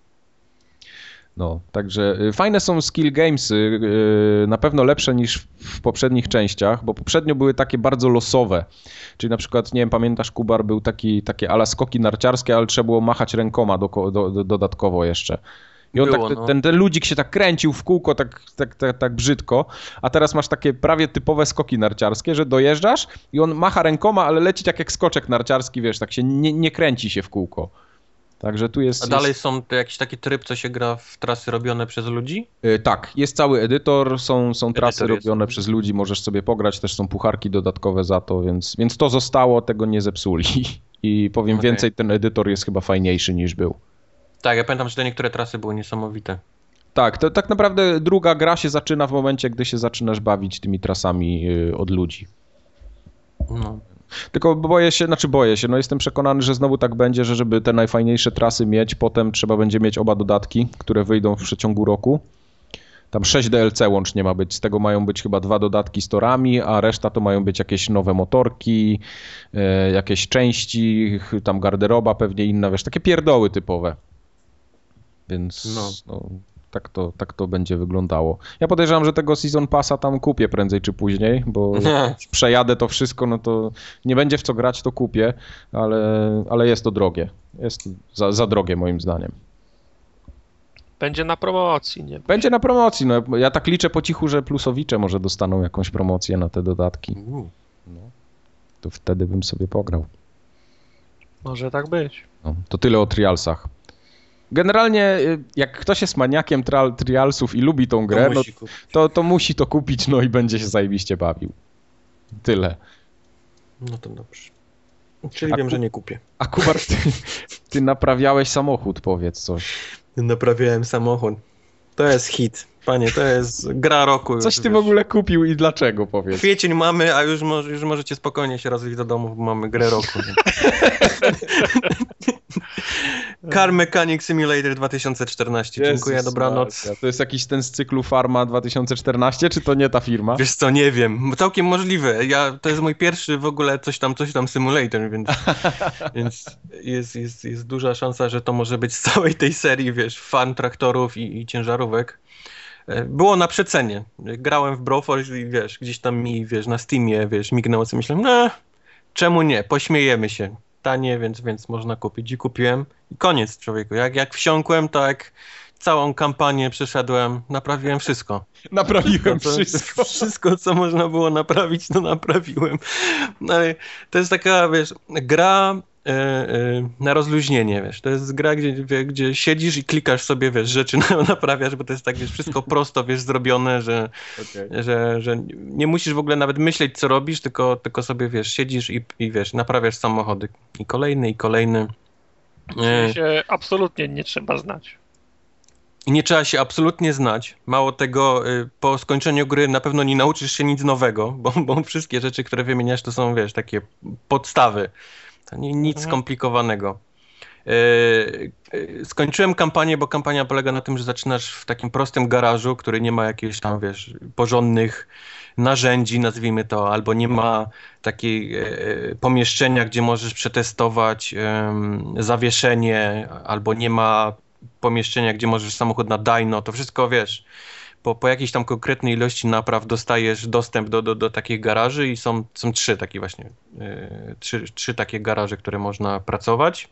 Speaker 1: No, także fajne są skill gamesy, na pewno lepsze niż w poprzednich częściach, bo poprzednio były takie bardzo losowe, czyli na przykład, nie wiem, pamiętasz, Kubar, był taki, takie ala skoki narciarskie, ale trzeba było machać rękoma do, do, do, dodatkowo jeszcze. I on
Speaker 2: było,
Speaker 1: tak,
Speaker 2: no.
Speaker 1: ten, ten ludzik się tak kręcił w kółko, tak, tak, tak, tak brzydko, a teraz masz takie prawie typowe skoki narciarskie, że dojeżdżasz i on macha rękoma, ale leci tak jak skoczek narciarski, wiesz, tak się nie, nie kręci się w kółko. Także tu jest...
Speaker 2: A dalej
Speaker 1: jest...
Speaker 2: są to jakiś taki tryb, co się gra w trasy robione przez ludzi?
Speaker 1: Yy, tak, jest cały edytor, są, są trasy
Speaker 2: Edytor
Speaker 1: robione
Speaker 2: jest.
Speaker 1: przez ludzi, możesz sobie pograć, też są pucharki dodatkowe za to, więc, więc to zostało, tego nie zepsuli. I powiem
Speaker 2: Okay.
Speaker 1: więcej, ten edytor jest chyba fajniejszy niż był.
Speaker 2: Tak, ja pamiętam, że te niektóre trasy były niesamowite.
Speaker 1: Tak, to tak naprawdę druga gra się zaczyna w momencie, gdy się zaczynasz bawić tymi trasami yy, od ludzi.
Speaker 2: No.
Speaker 1: Tylko boję się, znaczy boję się, no jestem przekonany, że znowu tak będzie, że żeby te najfajniejsze trasy mieć, potem trzeba będzie mieć oba dodatki, które wyjdą w przeciągu roku. Tam sześć D L C łącznie ma być, z tego mają być chyba dwa dodatki z torami, a reszta to mają być jakieś nowe motorki, e, jakieś części, tam garderoba pewnie inna, wiesz, takie pierdoły typowe. Więc no. No, tak, to, tak to będzie wyglądało. Ja podejrzewam, że tego Season Passa tam kupię prędzej czy później, bo jak przejadę to wszystko, no to nie będzie w co grać, to kupię, ale, ale jest to drogie. Jest za, za drogie moim zdaniem.
Speaker 3: Będzie na promocji, nie?
Speaker 1: Będzie na promocji, no ja tak liczę po cichu, że plusowicze może dostaną jakąś promocję na te dodatki. No. To wtedy bym sobie pograł.
Speaker 3: Może tak być.
Speaker 1: No, to tyle o Trialsach. Generalnie, jak ktoś jest maniakiem trial, Trialsów i lubi tą grę, to musi, no, to, to musi to kupić, no i będzie się zajebiście bawił. Tyle.
Speaker 2: No to dobrze. Czyli a wiem, ku... że nie kupię.
Speaker 1: A Kubar, ty, ty naprawiałeś samochód, powiedz coś.
Speaker 2: Naprawiałem samochód. To jest hit. Panie, to jest gra roku.
Speaker 1: Coś ty wiesz. W ogóle kupił i dlaczego, powiedz?
Speaker 2: Kwiecień mamy, a już, mo- już możecie spokojnie się rozwijać do domu, bo mamy grę roku. Car Mechanic Simulator dwa tysiące czternaście. Jezus, dziękuję, dobranoc.
Speaker 1: To jest jakiś ten z cyklu Farma dwa tysiące czternaście, czy to nie ta firma?
Speaker 2: Wiesz co, nie wiem. Całkiem możliwe. Ja, to jest mój pierwszy w ogóle coś tam, coś tam simulator, więc, więc jest, jest, jest duża szansa, że to może być z całej tej serii, wiesz, fan traktorów i, i ciężarówek. Było na przecenie. Grałem w Broforce i wiesz, gdzieś tam mi, wiesz, na Steamie, wiesz, mignęło, co myślałem, no, czemu nie, pośmiejemy się. Tanie, więc, więc można kupić. I kupiłem. I koniec, człowieku. Jak, jak wsiąkłem, tak całą kampanię przeszedłem, naprawiłem wszystko.
Speaker 1: Naprawiłem
Speaker 2: wszystko.
Speaker 1: Wszystko,
Speaker 2: co, wszystko, co można było naprawić, to naprawiłem. No, ale to jest taka, wiesz, gra e, e, na rozluźnienie, wiesz. To jest gra, gdzie, wie, gdzie siedzisz i klikasz sobie, wiesz, rzeczy naprawiasz, bo to jest tak, wiesz, wszystko prosto, wiesz, zrobione, że, okay. że, że nie musisz w ogóle nawet myśleć, co robisz, tylko, tylko sobie, wiesz, siedzisz i, i wiesz, naprawiasz samochody. I kolejny, i kolejny.
Speaker 3: Czyli się absolutnie nie trzeba znać.
Speaker 2: I nie trzeba się absolutnie znać. Mało tego, po skończeniu gry na pewno nie nauczysz się nic nowego, bo, bo wszystkie rzeczy, które wymieniasz, to są, wiesz, takie podstawy. To nie, nic mhm. skomplikowanego. Skończyłem kampanię, bo kampania polega na tym, że zaczynasz w takim prostym garażu, który nie ma jakichś tam, wiesz, porządnych narzędzi, nazwijmy to, albo nie ma takiej e, pomieszczenia, gdzie możesz przetestować e, zawieszenie, albo nie ma pomieszczenia, gdzie możesz samochód na dyno, to wszystko, wiesz, po, po jakiejś tam konkretnej ilości napraw dostajesz dostęp do, do, do takich garaży i są, są trzy takie właśnie, e, trzy, trzy takie garaże, które można pracować.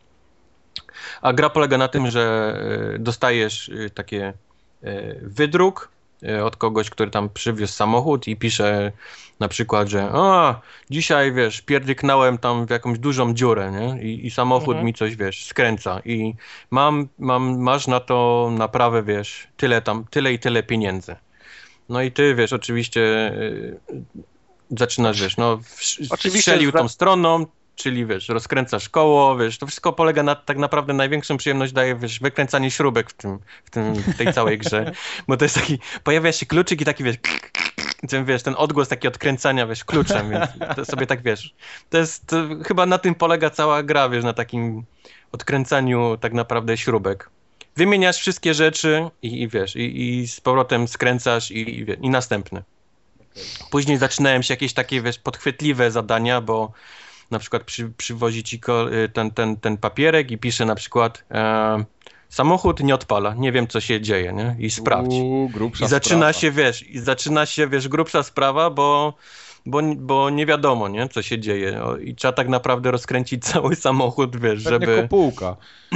Speaker 2: A gra polega na tym, że dostajesz takie wydruk od kogoś, który tam przywiózł samochód i pisze na przykład, że a, dzisiaj, wiesz, pierdyknąłem tam w jakąś dużą dziurę, nie? I, i samochód mhm. mi coś, wiesz, skręca i mam, mam, masz na to naprawę, wiesz, tyle tam, tyle i tyle pieniędzy. No i ty, wiesz, oczywiście yy, zaczynasz, wiesz, no, strzelił tą stroną, czyli, wiesz, rozkręcasz koło, wiesz, to wszystko polega na, tak naprawdę największą przyjemność daje, wiesz, wykręcanie śrubek w tym, w tym, w tej całej grze, bo to jest taki, pojawia się kluczyk i taki, wiesz, ten, wiesz, ten odgłos taki odkręcania, wiesz, kluczem, więc to sobie tak, wiesz, to jest, to chyba na tym polega cała gra, wiesz, na takim odkręcaniu tak naprawdę śrubek. Wymieniasz wszystkie rzeczy i, i wiesz, i, i z powrotem skręcasz i, i, i następny. Później zaczynają się jakieś takie, wiesz, podchwytliwe zadania, bo na przykład przy, przywozi ci ten, ten, ten papierek i pisze na przykład e, samochód nie odpala, nie wiem co się dzieje, nie? I sprawdź.
Speaker 1: Uuu,
Speaker 2: I zaczyna sprawa. się, wiesz, i zaczyna się, wiesz, grubsza sprawa, bo, bo, bo nie wiadomo, nie, co się dzieje. O, i trzeba tak naprawdę rozkręcić cały samochód, wiesz,
Speaker 1: pewnie
Speaker 2: żeby...
Speaker 1: kopułka.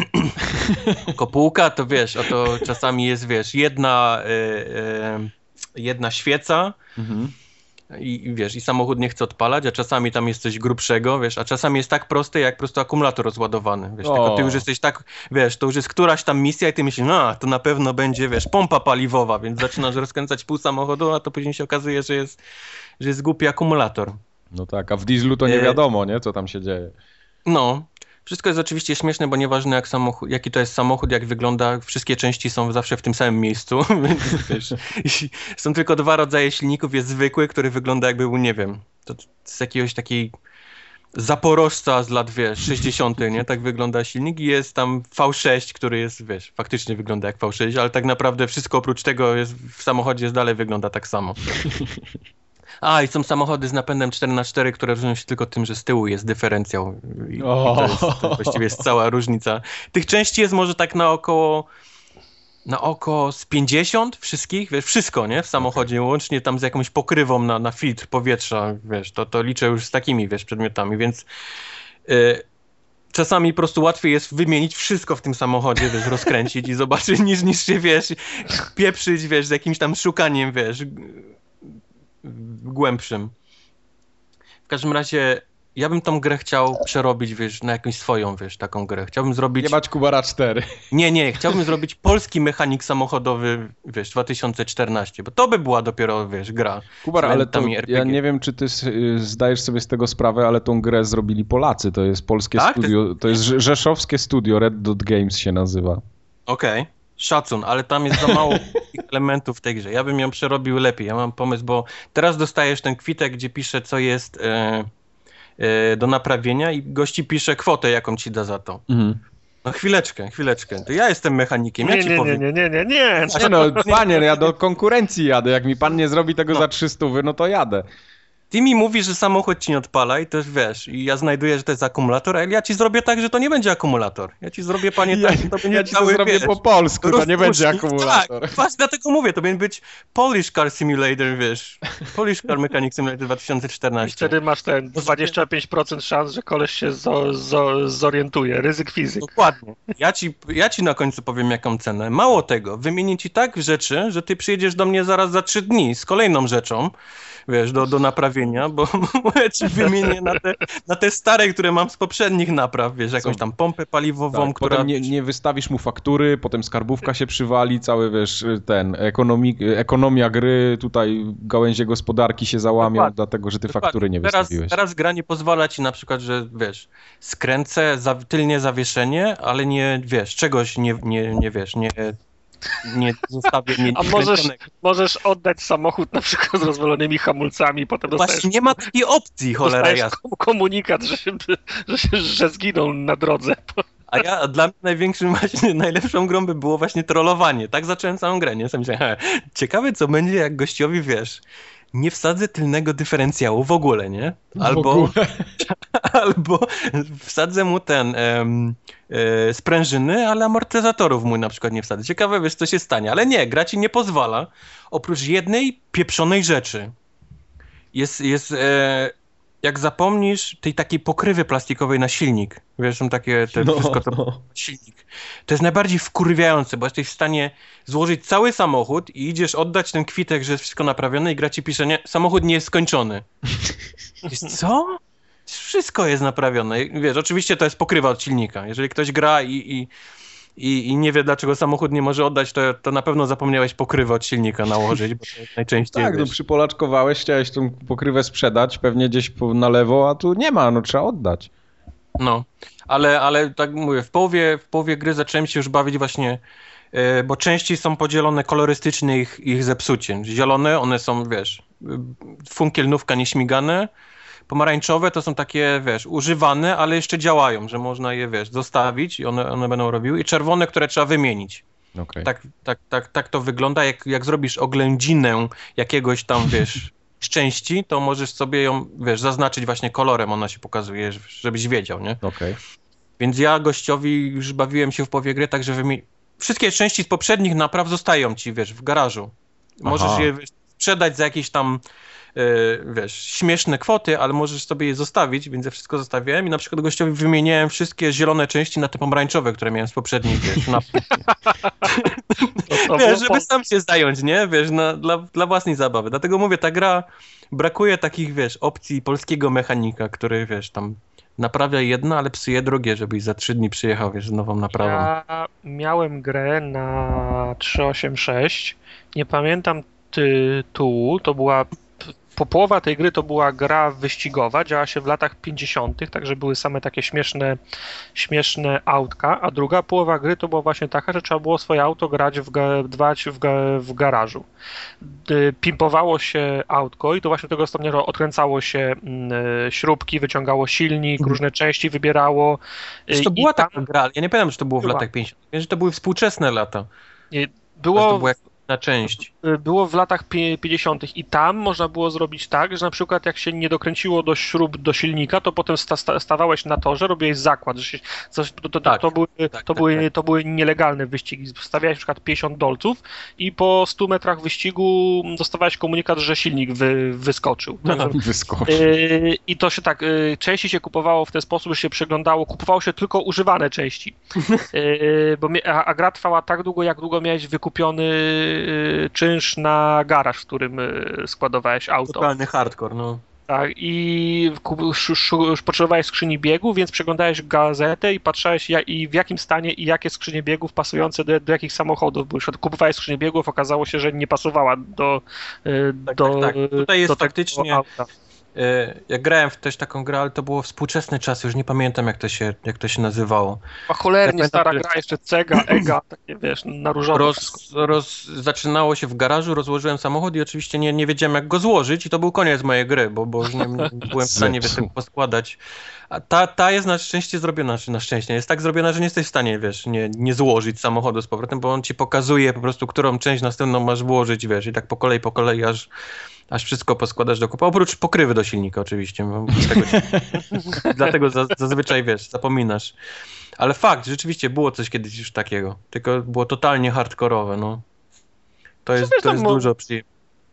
Speaker 2: Kopułka, to wiesz, oto czasami jest, wiesz, jedna, y, y, jedna świeca, mhm. I, I wiesz, i samochód nie chce odpalać, a czasami tam jest coś grubszego, wiesz, a czasami jest tak proste, jak po prostu akumulator rozładowany, wiesz, o. tylko ty już jesteś tak, wiesz, to już jest któraś tam misja i ty myślisz, no, to na pewno będzie, wiesz, pompa paliwowa, więc zaczynasz rozkręcać pół samochodu, a to później się okazuje, że jest, że jest głupi akumulator.
Speaker 1: No tak, a w dieslu to nie wiadomo, nie, co tam się dzieje.
Speaker 2: No. Wszystko jest oczywiście śmieszne, bo nieważne jak samochód, jaki to jest samochód, jak wygląda, wszystkie części są zawsze w tym samym miejscu, więc wiesz, są tylko dwa rodzaje silników, jest zwykły, który wygląda jakby był, nie wiem, to z jakiegoś takiej Zaporożca z lat, wiesz, sześćdziesiątych, nie, tak wygląda silnik i jest tam V sześć, który jest, wiesz, faktycznie wygląda jak V sześć, ale tak naprawdę wszystko oprócz tego jest, w samochodzie jest dalej wygląda tak samo. A, i są samochody z napędem cztery na cztery, które różnią się tylko tym, że z tyłu jest dyferencjał. I, i to, jest, to właściwie jest cała różnica. Tych części jest może tak na około, na oko z pięćdziesiąt wszystkich, wiesz, wszystko, nie? W samochodzie, okay. Łącznie tam z jakąś pokrywą na, na filtr powietrza, wiesz, to, to liczę już z takimi, wiesz, przedmiotami, więc yy, czasami po prostu łatwiej jest wymienić wszystko w tym samochodzie, wiesz, rozkręcić i zobaczyć, niż, niż się, wiesz, pieprzyć, wiesz, z jakimś tam szukaniem, wiesz, głębszym. W każdym razie ja bym tą grę chciał przerobić, wiesz, na jakąś swoją, wiesz, taką grę. Chciałbym zrobić...
Speaker 1: Jebać Kubara cztery.
Speaker 2: Nie, nie, chciałbym zrobić polski mechanik samochodowy, wiesz, dwa tysiące czternaście, bo to by była dopiero, wiesz, gra.
Speaker 1: Kubar, ale to ja nie wiem, czy ty zdajesz sobie z tego sprawę, ale tą grę zrobili Polacy, to jest polskie tak? studio, to jest rzeszowskie studio, Red Dot Games się nazywa.
Speaker 2: Okej. Okay. Szacun, ale tam jest za mało elementów w tej grze. Ja bym ją przerobił lepiej. Ja mam pomysł, bo teraz dostajesz ten kwitek, gdzie pisze, co jest e, e, do naprawienia i gości pisze kwotę, jaką ci da za to. Mhm. No chwileczkę, chwileczkę. To ja jestem mechanikiem, ja
Speaker 3: nie,
Speaker 2: ci
Speaker 3: nie,
Speaker 2: powiem.
Speaker 3: Nie, nie, nie, nie,
Speaker 1: nie. No, panie, ja do konkurencji jadę. Jak mi pan nie zrobi tego no. za trzysta, no to jadę.
Speaker 2: Ty mi mówisz, że samochód ci nie odpala i też wiesz, i ja znajduję, że to jest akumulator, ale ja ci zrobię tak, że to nie będzie akumulator. Ja ci zrobię, panie, tak, że to będzie
Speaker 1: ja ci cały, to zrobię wiesz, po polsku, to nie będzie akumulator.
Speaker 2: Tak, właśnie dlatego mówię, to będzie być Polish Car Simulator, wiesz, Polish Car Mechanic Simulator dwa tysiące czternaście.
Speaker 3: I wtedy masz ten dwadzieścia pięć procent szans, że koleś się zo, zo, zorientuje, ryzyk fizyk.
Speaker 2: Dokładnie. Ja ci, ja ci na końcu powiem, jaką cenę. Mało tego, wymienię ci tak rzeczy, że ty przyjedziesz do mnie zaraz za trzy dni z kolejną rzeczą, wiesz, do, do naprawienia, bo ja ci wymienię na te, na te stare, które mam z poprzednich napraw, wiesz, jakąś tam pompę paliwową,
Speaker 1: tak,
Speaker 2: która...
Speaker 1: Potem nie, nie wystawisz mu faktury, potem skarbówka się przywali, cały, wiesz, ten, ekonomi, ekonomia gry, tutaj gałęzie gospodarki się załamią, Dokładnie. dlatego, że ty Dokładnie. faktury nie
Speaker 2: teraz,
Speaker 1: wystawiłeś.
Speaker 2: Teraz gra nie pozwala ci na przykład, że, wiesz, skręcę za, tylnie zawieszenie, ale nie, wiesz, czegoś nie, nie, nie wiesz, nie... nie zostawię mnie.
Speaker 3: A możesz, możesz oddać samochód na przykład z rozwalonymi hamulcami, potem
Speaker 2: no
Speaker 3: dostajesz...
Speaker 2: Właśnie nie ma takiej opcji, cholera jasna.
Speaker 3: Komunikat, że, się, że, się, że zginął na drodze.
Speaker 2: A ja, dla mnie największym właśnie, najlepszą grą by było właśnie trollowanie. Tak zacząłem całą grę, nie? Sam myślałem, ciekawe co będzie, jak gościowi, wiesz, nie wsadzę tylnego dyferencjału w ogóle, nie? Albo, ogóle. albo wsadzę mu ten um, e, sprężyny, ale amortyzatorów mu na przykład nie wsadzę. Ciekawe, wiesz, co się stanie. Ale nie, gra ci nie pozwala. Oprócz jednej pieprzonej rzeczy. Jest, jest e, jak zapomnisz tej takiej pokrywy plastikowej na silnik. Wiesz, są takie, te
Speaker 1: no,
Speaker 2: wszystko to
Speaker 1: no.
Speaker 2: silnik. To jest najbardziej wkurwiające, bo jesteś w stanie złożyć cały samochód i idziesz oddać ten kwitek, że jest wszystko naprawione i gra ci pisze, nie, samochód nie jest skończony. Jest, co? Wszystko jest naprawione. Wiesz, oczywiście to jest pokrywa od silnika. Jeżeli ktoś gra i, i, i, i nie wie, dlaczego samochód nie może oddać, to, to na pewno zapomniałeś pokrywę od silnika nałożyć, bo to jest najczęściej...
Speaker 1: Tak,
Speaker 2: wiesz,
Speaker 1: no przypolaczkowałeś, chciałeś tą pokrywę sprzedać, pewnie gdzieś na lewo, a tu nie ma, no trzeba oddać.
Speaker 2: No, ale, ale tak mówię, w połowie, w połowie gry zacząłem się już bawić właśnie, yy, bo części są podzielone kolorystycznie ich, ich zepsucie. Zielone, one są, wiesz, funkielnówka nieśmigane, pomarańczowe to są takie, wiesz, używane, ale jeszcze działają, że można je, wiesz, zostawić i one, one będą robiły. I czerwone, które trzeba wymienić.
Speaker 1: Okay.
Speaker 2: Tak, tak, tak, tak to wygląda. Jak, jak zrobisz oględzinę jakiegoś tam, wiesz, z części, to możesz sobie ją, wiesz, zaznaczyć właśnie kolorem, ona się pokazuje, żebyś wiedział, nie?
Speaker 1: Okay.
Speaker 2: Więc ja gościowi już bawiłem się w połowie gry, tak że wymi... wszystkie części z poprzednich napraw zostają ci, wiesz, w garażu. Możesz Aha. je wiesz, sprzedać za jakieś tam Yy, wiesz, śmieszne kwoty, ale możesz sobie je zostawić, więc ja wszystko zostawiałem i na przykład gościowi wymieniałem wszystkie zielone części na te pomarańczowe, które miałem z poprzednich, wiesz, na... wiesz, żeby sam się zająć, nie? Wiesz, na, dla, dla własnej zabawy. Dlatego mówię, ta gra, brakuje takich, wiesz, opcji polskiego mechanika, który, wiesz, tam naprawia jedno, ale psuje drugie, żebyś za trzy dni przyjechał, wiesz, z nową naprawą.
Speaker 3: Ja miałem grę na trzysta osiemdziesiąt sześć, nie pamiętam tytułu, to była Po połowa tej gry to była gra wyścigowa, działa się w latach pięćdziesiątych, także były same takie śmieszne, śmieszne autka, a druga połowa gry to była właśnie taka, że trzeba było swoje auto grać w, ga, dbać w, ga, w garażu. Pimpowało się autko i to właśnie tego stopnia, że odkręcało się śrubki, wyciągało silnik, mhm. różne części wybierało.
Speaker 2: Czy to była tam... taka gra? Ja nie pamiętam, czy to było w była. latach pięćdziesiątych. Wiem, że to były współczesne lata.
Speaker 3: Było...
Speaker 2: To było jak... na część.
Speaker 3: Było w latach pięćdziesiątych i tam można było zrobić tak, że na przykład jak się nie dokręciło do śrub do silnika, to potem sta stawałeś na torze, robiłeś zakład, że się, coś, to, to, tak, to, były, tak, to, tak, były, tak. to były nielegalne wyścigi. Stawiałeś na przykład pięćdziesiąt dolców i po stu metrach wyścigu dostawałeś komunikat, że silnik wy, wyskoczył.
Speaker 1: No, wyskoczył.
Speaker 3: Yy, I to się tak, yy, części się kupowało w ten sposób, że się przeglądało, kupowało się tylko używane części. Yy, bo a, a gra trwała tak długo, jak długo miałeś wykupiony czynsz na garaż, w którym składowałeś auto.
Speaker 2: Totalny hardcore, no.
Speaker 3: Tak, i kup- szu- szu- potrzebowałeś skrzyni biegów, więc przeglądałeś gazetę i patrzałeś jak, i w jakim stanie i jakie skrzynie biegów pasujące do, do jakich samochodów. Bo już kupowałeś skrzynię biegów, okazało się, że nie pasowała do, y,
Speaker 2: Tak,
Speaker 3: do,
Speaker 2: tak, tak. Tutaj jest
Speaker 3: do tego
Speaker 2: faktycznie-
Speaker 3: auta.
Speaker 2: E, Ja grałem w też taką grę, ale to było współczesne czasy, już nie pamiętam jak to się, jak to się nazywało.
Speaker 3: A cholernie
Speaker 2: Ja
Speaker 3: stara
Speaker 2: pamiętam,
Speaker 3: gra, jeszcze Cega, Ega, takie wiesz, na różowo wszystko.
Speaker 2: Roz, roz, zaczynało się w garażu, rozłożyłem samochód i oczywiście nie, nie wiedziałem jak go złożyć i to był koniec mojej gry, bo, bo już nie, nie byłem w stanie wiesz, tego poskładać. A ta, ta jest na szczęście zrobiona, czy na szczęście, jest tak zrobiona, że nie jesteś w stanie, wiesz, nie, nie złożyć samochodu z powrotem, bo on ci pokazuje po prostu, którą część następną masz włożyć, wiesz, i tak po kolei, po kolei, aż, aż wszystko poskładasz do kupa, oprócz pokrywy do silnika oczywiście, bo tego, dlatego za, zazwyczaj, wiesz, zapominasz. Ale fakt, rzeczywiście było coś kiedyś już takiego, tylko było totalnie hardkorowe, no. To jest,
Speaker 3: wiesz,
Speaker 2: to
Speaker 3: tam
Speaker 2: jest
Speaker 3: mo-
Speaker 2: dużo przyjemne.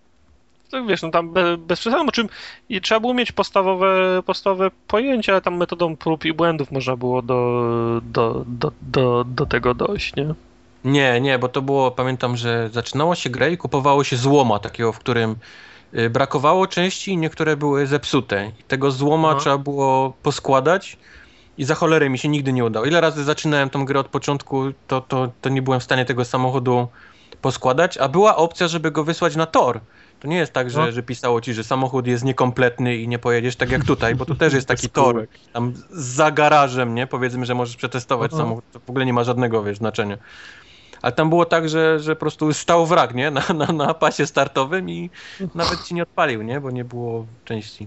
Speaker 3: To wiesz, no tam be, bez przesady, o czym i trzeba było mieć podstawowe, podstawowe pojęcie, ale tam metodą prób i błędów można było do, do, do, do, do tego dojść, nie?
Speaker 2: Nie, nie, bo to było, pamiętam, że zaczynało się grę i kupowało się złoma takiego, w którym y, brakowało części i niektóre były zepsute. I tego złoma
Speaker 3: Aha.
Speaker 2: trzeba było poskładać i za cholerę mi się nigdy nie udało. Ile razy zaczynałem tą grę od początku, to, to, to nie byłem w stanie tego samochodu poskładać, a była opcja, żeby go wysłać na tor. To nie jest tak, że,
Speaker 3: No.
Speaker 2: że pisało ci, że samochód jest niekompletny i nie pojedziesz tak jak tutaj, bo tu też jest taki tor tam za garażem, nie? Powiedzmy, że możesz przetestować
Speaker 3: Aha.
Speaker 2: samochód, to w ogóle nie ma żadnego, wiesz, znaczenia. Ale tam było tak, że, że po prostu stał wrak, nie? Na, na, na pasie startowym i nawet ci nie odpalił, nie? Bo nie było części.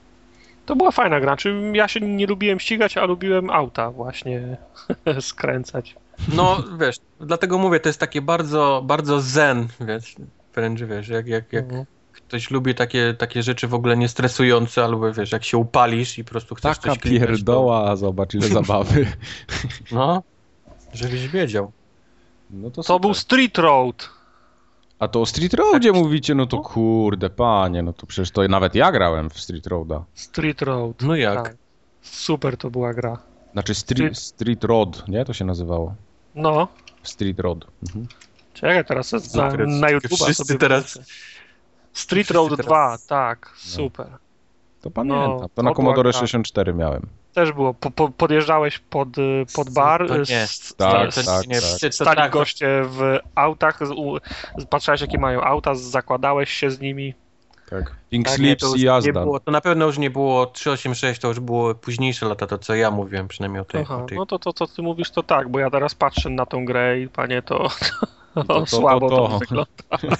Speaker 3: To była fajna gra. Czy ja się nie lubiłem ścigać, a lubiłem auta właśnie skręcać.
Speaker 2: No, wiesz, dlatego mówię, to jest takie bardzo, bardzo zen, wiesz, wręcz, wiesz, jak, jak, jak
Speaker 3: Mhm.
Speaker 2: ktoś lubi takie, takie rzeczy w ogóle niestresujące, albo wiesz, jak się upalisz i po prostu chcesz
Speaker 1: Taka
Speaker 2: coś kliknąć,
Speaker 1: pierdoła, zobacz ile zabawy.
Speaker 2: To, no, żebyś wiedział.
Speaker 1: No to,
Speaker 3: To
Speaker 1: super.
Speaker 3: był Street Road.
Speaker 1: A to o Street Roadzie mówicie, no to kurde, panie, no to przecież to nawet ja grałem w Street Roada.
Speaker 3: Street Road.
Speaker 2: No jak?
Speaker 3: Tak. Super to była gra.
Speaker 1: Znaczy Street, street Road, nie? To się nazywało.
Speaker 3: No.
Speaker 1: Street Road. Mhm.
Speaker 3: Czekaj, teraz za,
Speaker 2: Teraz
Speaker 3: na YouTube'a
Speaker 2: wszyscy
Speaker 3: sobie
Speaker 2: teraz-
Speaker 3: wrócę. Street
Speaker 2: wszyscy
Speaker 3: Road
Speaker 2: teraz-
Speaker 3: dwa, tak, super.
Speaker 1: To pamiętam.
Speaker 3: No,
Speaker 1: to na
Speaker 3: to
Speaker 1: Commodore
Speaker 3: była gra.
Speaker 1: sześćdziesiąt cztery miałem.
Speaker 3: Też było, po, po, podjeżdżałeś pod, y, pod bar,
Speaker 2: To nie.
Speaker 3: s-
Speaker 1: Tak,
Speaker 3: sta-
Speaker 1: tak,
Speaker 2: nie,
Speaker 1: tak.
Speaker 2: wiecie, co
Speaker 3: stali
Speaker 2: tak,
Speaker 3: goście w autach, z, u, z- patrzałeś jakie mają auta, zakładałeś się z nimi.
Speaker 1: Tak. Pink
Speaker 2: Tak, nie,
Speaker 1: Slips
Speaker 2: to już
Speaker 1: i
Speaker 2: nie
Speaker 1: jazda.
Speaker 2: było, to na pewno już nie było trzysta osiemdziesiąt sześć, to już było późniejsze lata, to co ja mówiłem przynajmniej o tej.
Speaker 3: Aha,
Speaker 2: o tej.
Speaker 3: no to to, co ty mówisz, to tak, bo ja teraz patrzę na tą grę i panie, to, to,
Speaker 1: to- to-
Speaker 3: słabo to,
Speaker 1: to.
Speaker 3: wygląda.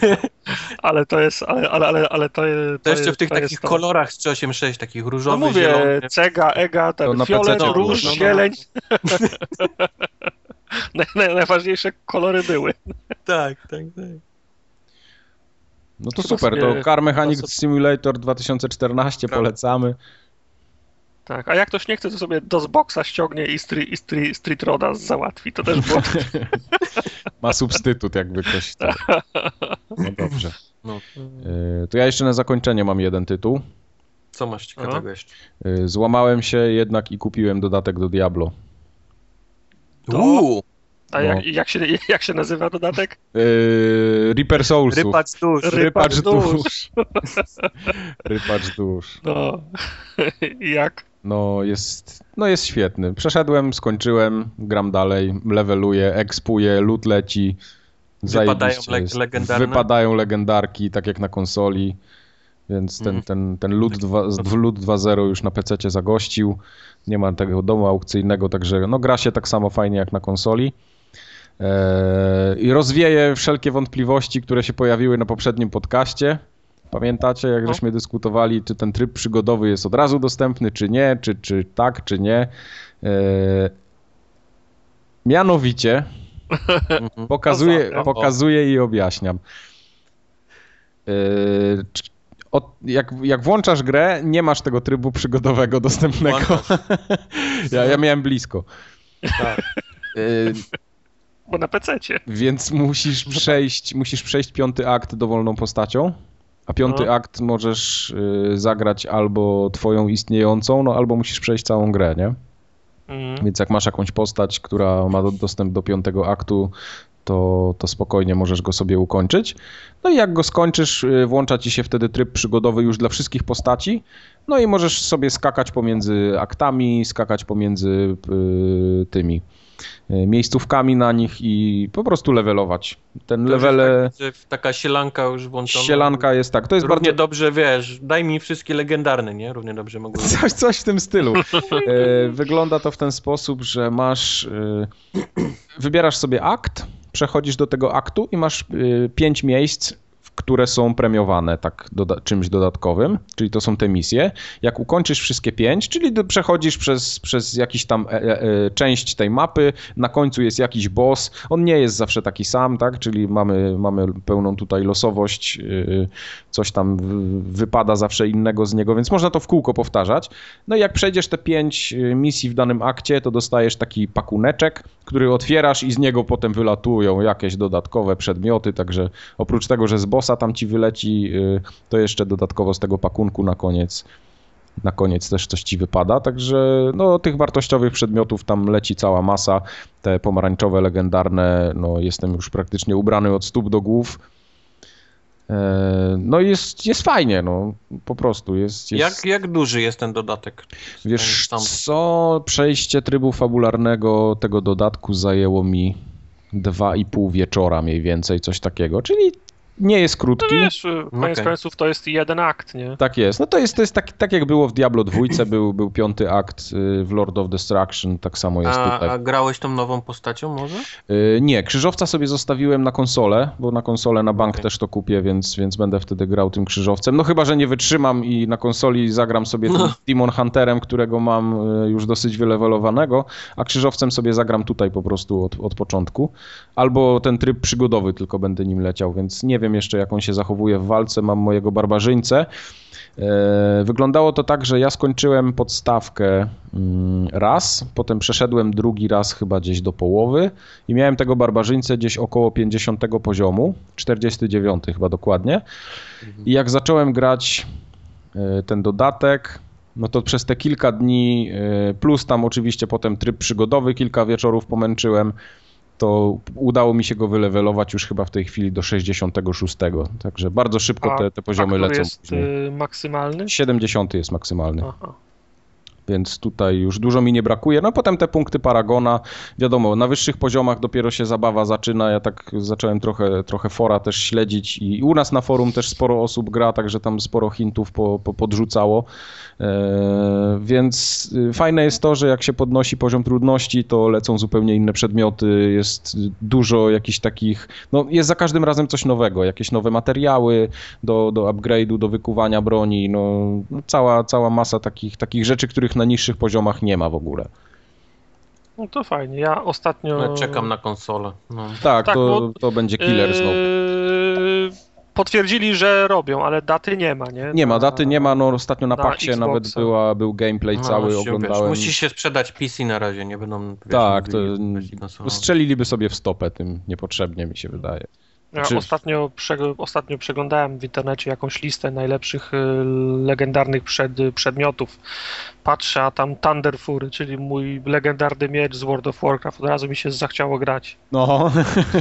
Speaker 3: Ale to jest, ale, ale, ale, ale to, jest-
Speaker 2: To jeszcze w tych
Speaker 3: to
Speaker 2: takich
Speaker 3: jest to.
Speaker 2: kolorach z trzysta osiemdziesiąt sześć, takich
Speaker 3: No
Speaker 2: różowy,
Speaker 3: mówię,
Speaker 2: zielony.
Speaker 3: cega, ega,
Speaker 1: To
Speaker 3: ten
Speaker 1: na
Speaker 3: fiolet,
Speaker 1: pececie było.
Speaker 3: róż,
Speaker 2: No, no, no.
Speaker 3: zieleń. Naj, naj, najważniejsze kolory były.
Speaker 2: Tak, tak, tak.
Speaker 1: No to
Speaker 3: Chyba
Speaker 1: super,
Speaker 3: sobie-
Speaker 1: to Car Mechanics
Speaker 3: chyba sobie-
Speaker 1: Simulator dwa tysiące czternaście
Speaker 2: Prawda.
Speaker 1: polecamy.
Speaker 3: Tak, a jak ktoś nie chce, to sobie DOSBoxa ściągnie i, stri, i stri, Street Roada załatwi. To też było.
Speaker 1: Ma substytut jakby ktoś chce. No dobrze.
Speaker 2: No.
Speaker 1: Y, To ja jeszcze na zakończenie mam jeden tytuł.
Speaker 2: Co masz ciekawego
Speaker 3: No.
Speaker 2: jeszcze?
Speaker 1: Y, Złamałem się jednak i kupiłem dodatek do Diablo.
Speaker 3: To-
Speaker 2: Uuu,
Speaker 3: A
Speaker 1: No.
Speaker 3: jak, jak, się, jak się nazywa dodatek?
Speaker 1: Yy, Reaper Soulsów.
Speaker 2: rypacz dusz.
Speaker 3: Ry-
Speaker 1: Rypacz
Speaker 3: Rypacz
Speaker 1: dusz. Rypacz dusz.
Speaker 3: No. I jak?
Speaker 1: No jest, no jest świetny. Przeszedłem, skończyłem, gram dalej, leveluję, expuję, loot leci.
Speaker 2: Wypadają
Speaker 1: Zajebiście
Speaker 2: le-
Speaker 1: jest.
Speaker 2: legendarne?
Speaker 1: Wypadają legendarki, tak jak na konsoli. Więc ten,
Speaker 2: Mhm.
Speaker 1: ten, ten loot, dwa, loot dwa zero już na pececie zagościł. Nie ma tego domu aukcyjnego, także no gra się tak samo fajnie jak na konsoli. Eee, I rozwieje wszelkie wątpliwości, które się pojawiły na poprzednim podcaście. Pamiętacie, jak
Speaker 3: No.
Speaker 1: żeśmy dyskutowali, czy ten tryb przygodowy jest od razu dostępny, czy nie, czy, czy tak, czy nie. Eee, mianowicie
Speaker 2: Mhm.
Speaker 1: pokazuję,
Speaker 3: Poza tym.
Speaker 1: pokazuję i objaśniam. Eee, c- od, jak, jak włączasz grę, nie masz tego trybu przygodowego dostępnego.
Speaker 2: Włączasz.
Speaker 1: ja, ja miałem blisko.
Speaker 2: Tak.
Speaker 1: Eee,
Speaker 3: Bo na pececie.
Speaker 1: Więc musisz przejść, musisz przejść piąty akt dowolną postacią, a piąty
Speaker 3: No.
Speaker 1: akt możesz y, zagrać albo twoją istniejącą, no albo musisz przejść całą grę, nie?
Speaker 3: Mhm.
Speaker 1: Więc jak masz jakąś postać, która ma do, dostęp do piątego aktu, to, to spokojnie możesz go sobie ukończyć. No i jak go skończysz, włącza ci się wtedy tryb przygodowy już dla wszystkich postaci. No i możesz sobie skakać pomiędzy aktami, skakać pomiędzy y, tymi y, miejscówkami na nich i po prostu levelować. Ten
Speaker 2: To
Speaker 1: levele...
Speaker 2: Tak, taka sielanka już włączona.
Speaker 1: Sielanka jest tak. To jest
Speaker 2: Równie
Speaker 1: bardzo...
Speaker 2: dobrze, wiesz, daj mi wszystkie legendarne, nie? Równie dobrze mogą...
Speaker 1: Coś, coś w tym stylu. Y, wygląda to w ten sposób, że masz... Y, wybierasz sobie akt, przechodzisz do tego aktu i masz y, pięć miejsc, które są premiowane tak doda- czymś dodatkowym, czyli to są te misje. Jak ukończysz wszystkie pięć, czyli do, przechodzisz przez, przez jakiś tam e, e, część tej mapy, na końcu jest jakiś boss, on nie jest zawsze taki sam, tak, czyli mamy, mamy pełną tutaj losowość, yy, coś tam w, wypada zawsze innego z niego, więc można to w kółko powtarzać. No i jak przejdziesz te pięć misji w danym akcie, to dostajesz taki pakuneczek, który otwierasz i z niego potem wylatują jakieś dodatkowe przedmioty, także oprócz tego, że z bossa tam ci wyleci, to jeszcze dodatkowo z tego pakunku na koniec na koniec też coś ci wypada, także no tych wartościowych przedmiotów tam leci cała masa, te pomarańczowe, legendarne, no jestem już praktycznie ubrany od stóp do głów. No jest, jest fajnie, no po prostu jest... jest...
Speaker 2: Jak, jak duży jest ten dodatek?
Speaker 1: Wiesz
Speaker 2: tam...
Speaker 1: co, przejście trybu fabularnego tego dodatku zajęło mi dwa i pół wieczora mniej więcej, coś takiego, czyli nie jest krótki.
Speaker 3: No wiesz, koniec
Speaker 2: okay.
Speaker 3: końców to jest jeden akt, nie?
Speaker 1: Tak jest. No to jest, to jest tak, tak jak było w Diablo dwa, był, był piąty akt w Lord of Destruction, tak samo jest
Speaker 2: a,
Speaker 1: tutaj.
Speaker 2: A grałeś tą nową postacią może?
Speaker 1: Yy, nie, krzyżowca sobie zostawiłem na konsolę, bo na konsolę na bank okay. też to kupię, więc, więc będę wtedy grał tym krzyżowcem. No chyba, że nie wytrzymam i na konsoli zagram sobie no. tym Demon Hunterem, którego mam już dosyć wylewelowanego, a krzyżowcem sobie zagram tutaj po prostu od, od początku. Albo ten tryb przygodowy tylko będę nim leciał, więc nie wiem jeszcze, jak on się zachowuje w walce. Mam mojego barbarzyńcę. Wyglądało to tak, że ja skończyłem podstawkę raz, potem przeszedłem drugi raz chyba gdzieś do połowy i miałem tego barbarzyńcę gdzieś około pięćdziesiątego poziomu, czterdziesty dziewiąty chyba dokładnie. I jak zacząłem grać ten dodatek, no to przez te kilka dni, plus tam oczywiście potem tryb przygodowy, kilka wieczorów pomęczyłem, to udało mi się go wylewelować już chyba w tej chwili do sześćdziesiątego szóstego. Także bardzo szybko te, te poziomy
Speaker 3: a
Speaker 1: lecą.
Speaker 3: Jest później. Maksymalny?
Speaker 1: siedemdziesiąty jest maksymalny. Aha. Więc tutaj już dużo mi nie brakuje. No potem te punkty Paragona, wiadomo, na wyższych poziomach dopiero się zabawa zaczyna. Ja tak zacząłem trochę, trochę fora też śledzić i u nas na forum też sporo osób gra, także tam sporo hintów po, po, podrzucało. Eee, więc fajne jest to, że jak się podnosi poziom trudności, to lecą zupełnie inne przedmioty, jest dużo jakichś takich, no jest za każdym razem coś nowego, jakieś nowe materiały do, do upgrade'u, do wykuwania broni, no cała, cała masa takich, takich rzeczy, których na niższych poziomach nie ma w ogóle.
Speaker 3: No to fajnie. Ja ostatnio...
Speaker 2: No, czekam na konsolę. No.
Speaker 1: Tak, tak, to, bo, to będzie killer znowu.
Speaker 3: Yy, potwierdzili, że robią, ale daty nie ma, nie?
Speaker 1: Nie ma, daty nie ma. No ostatnio na, na Paxie
Speaker 3: Xboxa.
Speaker 1: Nawet była, był gameplay no, cały, się, oglądałem.
Speaker 2: Wiesz, musi się sprzedać P C na razie, nie będą... Wiesz,
Speaker 1: tak, to strzeliliby sobie w stopę tym niepotrzebnie, mi się wydaje.
Speaker 3: Ja Czy... ostatnio, prze, ostatnio przeglądałem w internecie jakąś listę najlepszych y, legendarnych przed, przedmiotów. Patrzę, a tam Thunderfury, czyli mój legendarny miecz z World of Warcraft. Od razu mi się zachciało grać.
Speaker 1: No,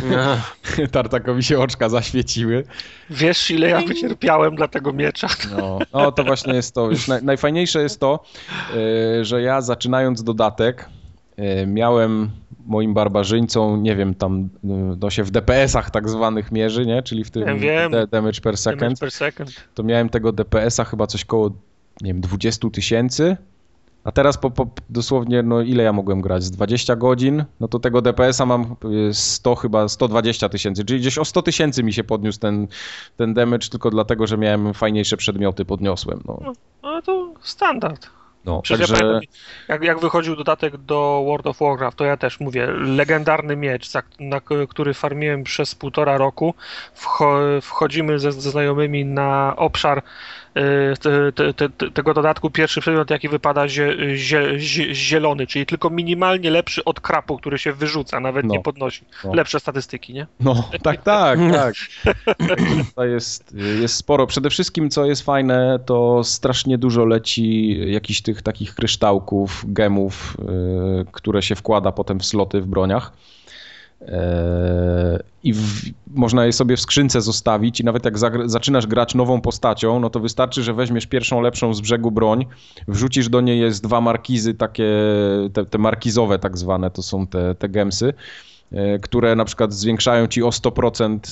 Speaker 1: Tartakowi się oczka zaświeciły.
Speaker 3: Wiesz, ile ja wycierpiałem dla tego miecza.
Speaker 1: No, no to właśnie jest to. Już naj, najfajniejsze jest to, y, że ja zaczynając dodatek y, miałem... moim barbarzyńcą, nie wiem, tam no się w D P S-ach tak zwanych mierzy, nie? Czyli w tym
Speaker 3: ja wiem.
Speaker 1: damage per second.
Speaker 3: Damage per second.
Speaker 1: To miałem tego D P S-a chyba coś koło, nie wiem, dwadzieścia tysięcy, a teraz po, po dosłownie, no ile ja mogłem grać? Z dwadzieścia godzin, no to tego D P S-a mam sto chyba, sto dwadzieścia tysięcy, czyli gdzieś o sto tysięcy mi się podniósł ten, ten damage tylko dlatego, że miałem fajniejsze przedmioty, podniosłem. No,
Speaker 3: no, no to standard.
Speaker 1: No,
Speaker 3: także... ja pamiętam, jak, jak wychodził dodatek do World of Warcraft, to ja też mówię, legendarny miecz, za, na który farmiłem przez półtora roku. Wcho, wchodzimy ze, ze znajomymi na obszar te, te, te, tego dodatku. Pierwszy przedmiot, jaki wypada, zie, zie, zie, zielony, czyli tylko minimalnie lepszy od krapu, który się wyrzuca, nawet no. nie podnosi. No. Lepsze statystyki, nie?
Speaker 1: No, tak, tak, tak. To jest, jest sporo. Przede wszystkim, co jest fajne, to strasznie dużo leci jakichś tych takich kryształków, gemów, yy, które się wkłada potem w sloty w broniach. i w, można je sobie w skrzynce zostawić i nawet jak zagra, zaczynasz grać nową postacią, no to wystarczy, że weźmiesz pierwszą lepszą z brzegu broń, wrzucisz do niej jest dwa markizy takie, te, te markizowe tak zwane, to są te, te gemsy, które na przykład zwiększają ci o sto procent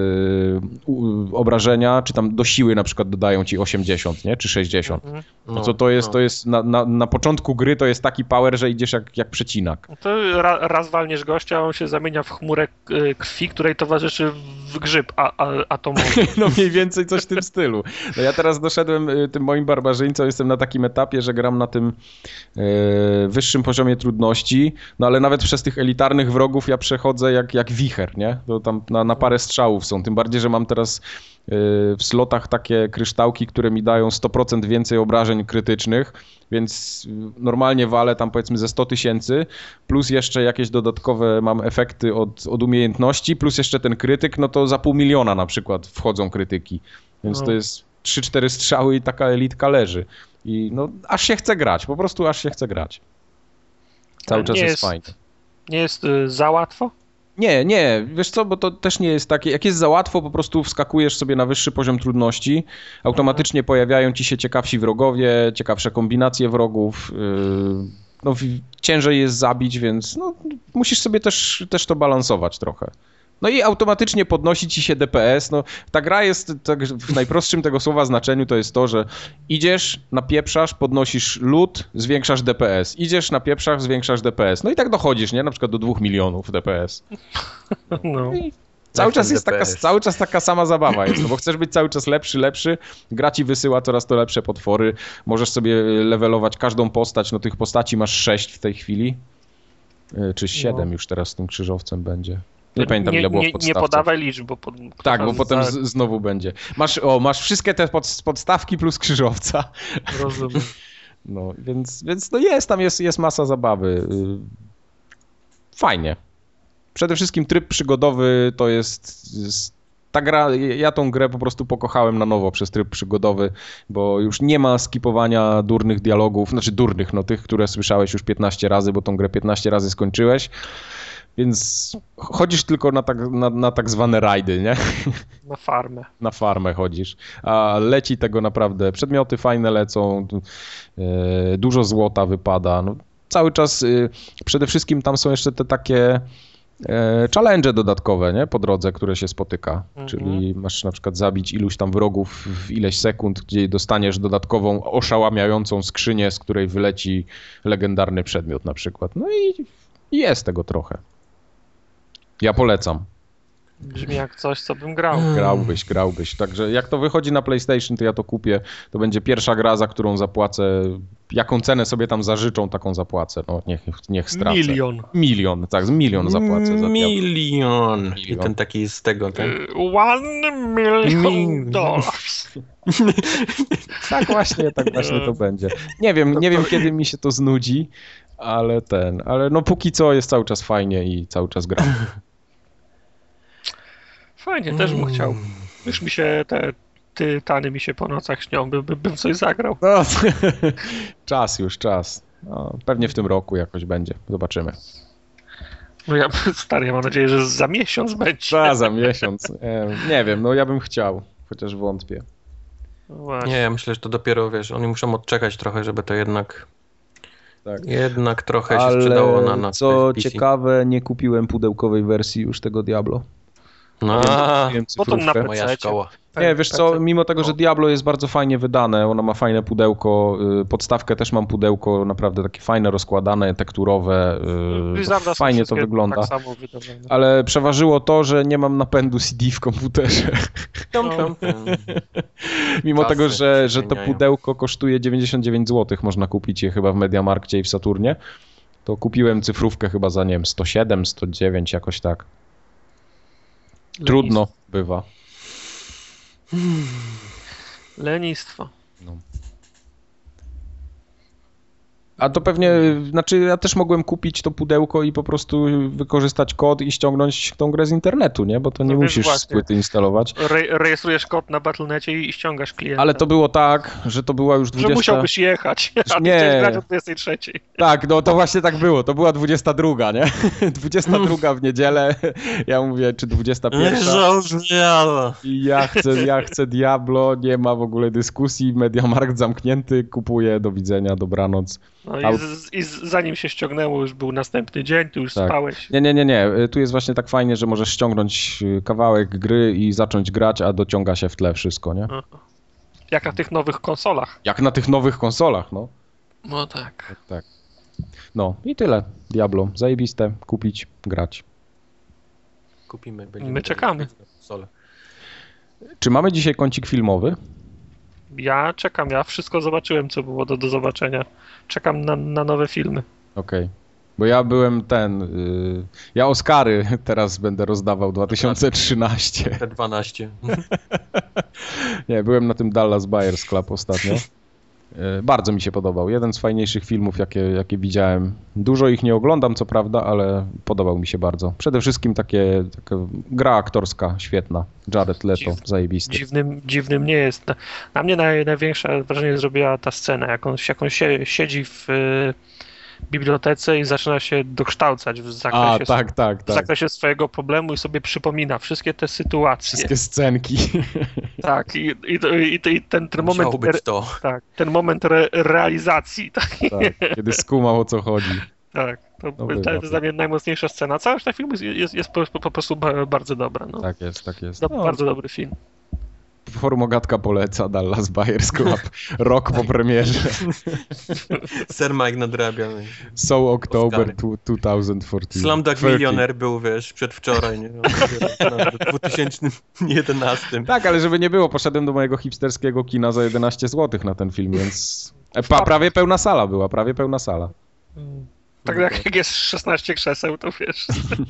Speaker 1: obrażenia, czy tam do siły na przykład dodają ci osiemdziesiąt, nie? Czy sześćdziesiąt. No co to jest, no. to jest na, na, na początku gry to jest taki power, że idziesz jak, jak przecinak.
Speaker 3: To ra, raz walniesz gościa, on się zamienia w chmurę krwi, której towarzyszy w grzyb a, a, atomowy.
Speaker 1: No mniej więcej coś w tym stylu. No ja teraz doszedłem tym moim barbarzyńcą, jestem na takim etapie, że gram na tym yy, wyższym poziomie trudności, no ale nawet przez tych elitarnych wrogów ja przechodzę jak, jak wicher, nie? To tam na, na parę strzałów są, tym bardziej, że mam teraz yy, w slotach takie kryształki, które mi dają sto procent więcej obrażeń krytycznych, więc normalnie walę tam powiedzmy ze sto tysięcy, plus jeszcze jakieś dodatkowe mam efekty od, od umiejętności, plus jeszcze ten krytyk, no to za pół miliona na przykład wchodzą krytyki, więc no. To jest trzy cztery strzały i taka elitka leży. I no aż się chce grać, po prostu aż się chce grać. Cały czas jest, jest fajnie.
Speaker 3: Nie jest y, za łatwo?
Speaker 1: Nie, nie, wiesz co, bo to też nie jest takie, jak jest za łatwo, po prostu wskakujesz sobie na wyższy poziom trudności, automatycznie pojawiają ci się ciekawsi wrogowie, ciekawsze kombinacje wrogów, yy, no ciężej jest zabić, więc no, musisz sobie też, też to balansować trochę. No i automatycznie podnosi ci się D P S. No, ta gra jest, tak, w najprostszym tego słowa znaczeniu to jest to, że idziesz, napieprzasz, podnosisz lód, zwiększasz D P S. Idziesz, napieprzasz, zwiększasz D P S. No i tak dochodzisz, nie? Na przykład do dwóch milionów D P S. No. I cały czas jest taka, cały czas taka sama zabawa jest, no bo chcesz być cały czas lepszy, lepszy, gra ci wysyła coraz to lepsze potwory, możesz sobie levelować każdą postać, no tych postaci masz sześć w tej chwili, czy siedem no. Już teraz z tym krzyżowcem będzie. Nie pamiętam,
Speaker 3: nie,
Speaker 1: ile było w
Speaker 3: nie,
Speaker 1: podstawce.
Speaker 3: Nie podawaj liczb, bo... Pod,
Speaker 1: tak, bo potem z, znowu będzie. Masz, o, masz wszystkie te pod, podstawki plus krzyżowca.
Speaker 3: Rozumiem.
Speaker 1: No, więc, więc no jest, tam jest, jest masa zabawy. Fajnie. Przede wszystkim tryb przygodowy to jest... jest ta gra, ja tą grę po prostu pokochałem na nowo przez tryb przygodowy, bo już nie ma skipowania durnych dialogów, znaczy durnych, no tych, które słyszałeś już piętnaście razy, bo tą grę piętnaście razy skończyłeś. Więc chodzisz tylko na tak, na, na tak zwane rajdy, nie?
Speaker 3: Na farmę.
Speaker 1: Na farmę chodzisz, a leci tego naprawdę, przedmioty fajne lecą, yy, dużo złota wypada, no, cały czas, yy, przede wszystkim tam są jeszcze te takie yy, challenge dodatkowe, nie? Po drodze, które się spotyka, mhm. Czyli masz na przykład zabić iluś tam wrogów w ileś sekund, gdzie dostaniesz dodatkową, oszałamiającą skrzynię, z której wyleci legendarny przedmiot na przykład, no i jest tego trochę. Ja polecam.
Speaker 3: Brzmi jak coś, co bym grał.
Speaker 1: Grałbyś, grałbyś. Także jak to wychodzi na PlayStation, to ja to kupię. To będzie pierwsza gra, za którą zapłacę. Jaką cenę sobie tam zażyczą, taką zapłacę. No niech, niech stracę.
Speaker 3: Milion.
Speaker 1: Milion, tak, milion zapłacę. Za
Speaker 2: milion. I ten taki z tego, ten...
Speaker 3: One million dollars.
Speaker 1: Tak właśnie, tak właśnie to będzie. Nie wiem, nie wiem kiedy mi się to znudzi, ale ten, ale no póki co jest cały czas fajnie i cały czas gram.
Speaker 3: Fajnie, też bym chciał. Już mi się te tytany mi się po nocach śnią, by, by, bym coś zagrał. No,
Speaker 1: czas już, czas. No, pewnie w tym roku jakoś będzie. Zobaczymy.
Speaker 3: No ja, stary, ja mam nadzieję, że za miesiąc będzie.
Speaker 1: A, za miesiąc. Nie, nie wiem, no ja bym chciał, chociaż wątpię.
Speaker 2: No nie, ja myślę, że to dopiero, wiesz, oni muszą odczekać trochę, żeby to jednak tak. jednak trochę się
Speaker 1: ale
Speaker 2: sprzedało na nas.
Speaker 1: Co ciekawe, nie kupiłem pudełkowej wersji już tego Diablo.
Speaker 2: No,
Speaker 3: potem na
Speaker 2: moja szkoła.
Speaker 1: Nie, wiesz co, mimo tego, że Diablo jest bardzo fajnie wydane, ono ma fajne pudełko, podstawkę też mam pudełko, naprawdę takie fajne, rozkładane, tekturowe, to fajnie to wygląda, tak samo ale przeważyło to, że nie mam napędu C D w komputerze.
Speaker 2: No.
Speaker 1: Mimo Czasy tego, że, że to pudełko kosztuje dziewięćdziesiąt dziewięć złotych, można kupić je chyba w Mediamarkcie i w Saturnie, to kupiłem cyfrówkę chyba za, nie wiem, sto siedem, sto dziewięć, jakoś tak. Trudno bywa.
Speaker 3: Lenistwo.
Speaker 1: No. A to pewnie, znaczy ja też mogłem kupić to pudełko i po prostu wykorzystać kod i ściągnąć tą grę z internetu, nie? Bo to nie
Speaker 3: No
Speaker 1: musisz
Speaker 3: właśnie.
Speaker 1: z płyty instalować.
Speaker 3: Re rejestrujesz kod na Battle Necie i ściągasz klienta.
Speaker 1: Ale to było tak, że to była już dwudziesta...
Speaker 3: Że musiałbyś jechać, a ty
Speaker 1: Nie.
Speaker 3: chciałeś grać o dwudziestej trzeciej.
Speaker 1: Tak, no to właśnie tak było. To była dwudziesta druga, nie? dwudziesta druga w niedzielę. Ja mówię, czy dwudziesta pierwsza. I ja chcę, ja chcę Diablo, nie ma w ogóle dyskusji. Mediamarkt zamknięty, kupuję, do widzenia, dobranoc.
Speaker 3: No i, z, i z, zanim się ściągnęło, już był następny dzień, ty już
Speaker 1: Tak.
Speaker 3: spałeś.
Speaker 1: Nie, nie, nie, nie. Tu jest właśnie tak fajnie, że możesz ściągnąć kawałek gry i zacząć grać, a dociąga się w tle wszystko, nie?
Speaker 3: Aha. Jak na tych nowych konsolach.
Speaker 1: Jak na tych nowych konsolach, no.
Speaker 3: No tak.
Speaker 1: Tak. No i tyle. Diablo. Zajebiste. Kupić, grać.
Speaker 2: Kupimy. Będziemy
Speaker 3: My czekamy.
Speaker 2: konsolę.
Speaker 1: Czy mamy dzisiaj kącik filmowy?
Speaker 3: Ja czekam, ja wszystko zobaczyłem, co było do, do zobaczenia. Czekam na, na nowe filmy.
Speaker 1: Okej. Okay. Bo ja byłem ten... Yy, ja Oscary teraz będę rozdawał dwa tysiące trzynaście.
Speaker 2: Te dwanaście.
Speaker 1: Nie, byłem na tym Dallas Buyers Club ostatnio. Yy, bardzo mi się podobał. Jeden z fajniejszych filmów, jakie, jakie widziałem. Dużo ich nie oglądam, co prawda, ale podobał mi się bardzo. Przede wszystkim takie, taka gra aktorska świetna. Jared Leto,
Speaker 3: Dziw,
Speaker 1: zajebisty.
Speaker 3: Dziwnym, dziwnym nie jest. Na, na mnie naj, największe wrażenie zrobiła ta scena, jak on, jak on sie, siedzi w y, bibliotece i zaczyna się dokształcać w zakresie,
Speaker 1: A, tak, tak,
Speaker 3: w
Speaker 1: tak.
Speaker 3: zakresie swojego problemu i sobie przypomina wszystkie te sytuacje.
Speaker 1: Wszystkie scenki.
Speaker 3: Tak, i, i, i, i ten, ten moment,
Speaker 2: Musiało być to.
Speaker 3: tak, ten moment re, realizacji. Tak,
Speaker 1: Tak, kiedy skumał, o co chodzi.
Speaker 3: tak to,
Speaker 1: Dobry
Speaker 3: to jest
Speaker 1: wątek.
Speaker 3: dla mnie najmocniejsza scena. Cały ten film jest, jest, jest po, po, po prostu ba, bardzo dobra. No.
Speaker 1: Tak jest, tak jest.
Speaker 3: Do,
Speaker 1: No,
Speaker 3: Bardzo dobry film.
Speaker 1: Forum Ogatka poleca Dallas Buyers Club. Rok po premierze.
Speaker 2: Sir Mike nadrabia.
Speaker 1: So October
Speaker 2: Oscary.
Speaker 1: dwa tysiące czternaście.
Speaker 2: Slumdog Millionaire był, wiesz, przedwczoraj, nie? W dwa tysiące jedenastym.
Speaker 1: Tak, ale żeby nie było, poszedłem do mojego hipsterskiego kina za jedenaście złotych na ten film, więc... E, pa, prawie pełna sala była, prawie pełna sala.
Speaker 3: Tak jak, jak jest szesnaście krzeseł, to wiesz.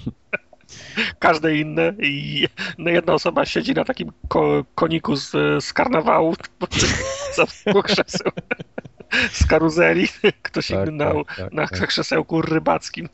Speaker 3: Każde inne i no jedna osoba siedzi na takim ko koniku z, z karnawału za dwóch krzeseł. Z karuzeli, ktoś
Speaker 1: Tak,
Speaker 3: inny na,
Speaker 1: tak, tak,
Speaker 3: na
Speaker 1: tak.
Speaker 3: krzesełku rybackim.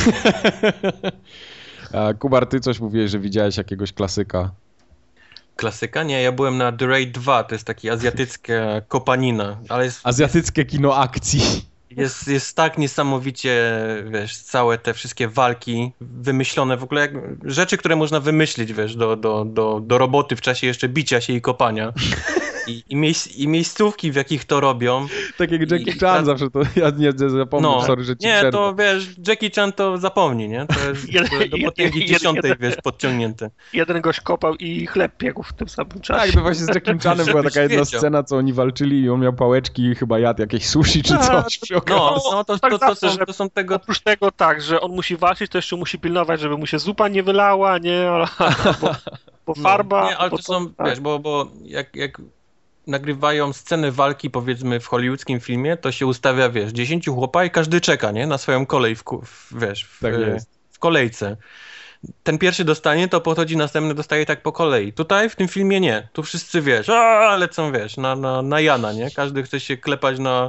Speaker 1: A Kubar, ty coś mówiłeś, że widziałeś jakiegoś klasyka.
Speaker 2: Klasyka? Nie, ja byłem na The Raid dwa, to jest taki azjatycka kopanina, ale jest,
Speaker 1: Azjatyckie kino akcji.
Speaker 2: jest, jest tak niesamowicie, wiesz, całe te wszystkie walki wymyślone, w ogóle jak, rzeczy, które można wymyślić, wiesz, do, do, do, do roboty w czasie jeszcze bicia się i kopania. I, i, miejsc, I miejscówki, w jakich to robią.
Speaker 1: Tak jak Jackie
Speaker 2: I-
Speaker 1: Chan zawsze to... Ja nie zapomnę,
Speaker 2: No,
Speaker 1: sorry, że ci
Speaker 2: nie,
Speaker 1: przerwę.
Speaker 2: to wiesz, Jackie Chan to zapomni, nie? To jest
Speaker 3: Jeden-
Speaker 2: do potęgi
Speaker 3: jeden-
Speaker 2: dziesiątej,
Speaker 3: jeden-
Speaker 2: wiesz, podciągnięte.
Speaker 3: Jeden gość kopał i chleb piekł w tym samym czasie.
Speaker 1: Tak, to właśnie z Jackie Chanem była taka jedna
Speaker 2: Żebyś wiedział.
Speaker 1: scena, co oni walczyli i on miał pałeczki i chyba jadł jakieś sushi czy
Speaker 3: A,
Speaker 1: coś przy okazji.
Speaker 2: No, no to,
Speaker 3: tak
Speaker 2: to, to,
Speaker 3: zawsze,
Speaker 2: są,
Speaker 3: że-
Speaker 2: to są tego...
Speaker 3: Oprócz tego tak, że on musi walczyć, to jeszcze musi pilnować, żeby mu się zupa nie wylała, nie? Bo, bo farba...
Speaker 2: No, nie, ale
Speaker 3: bo
Speaker 2: to są,
Speaker 3: tak.
Speaker 2: wiesz, bo, bo jak, jak nagrywają sceny walki, powiedzmy, w hollywoodzkim filmie, to się ustawia, wiesz, dziesięciu chłopa i każdy czeka, nie? Na swoją kolej, w, ku- w, wiesz, w,
Speaker 1: Tak
Speaker 2: e,
Speaker 1: jest.
Speaker 2: w kolejce. Ten pierwszy dostanie, to podchodzi następny, dostaje tak po kolei. Tutaj w tym filmie nie. Tu wszyscy, wiesz, a lecą, wiesz, na, na, na Jana, nie? Każdy chce się klepać na...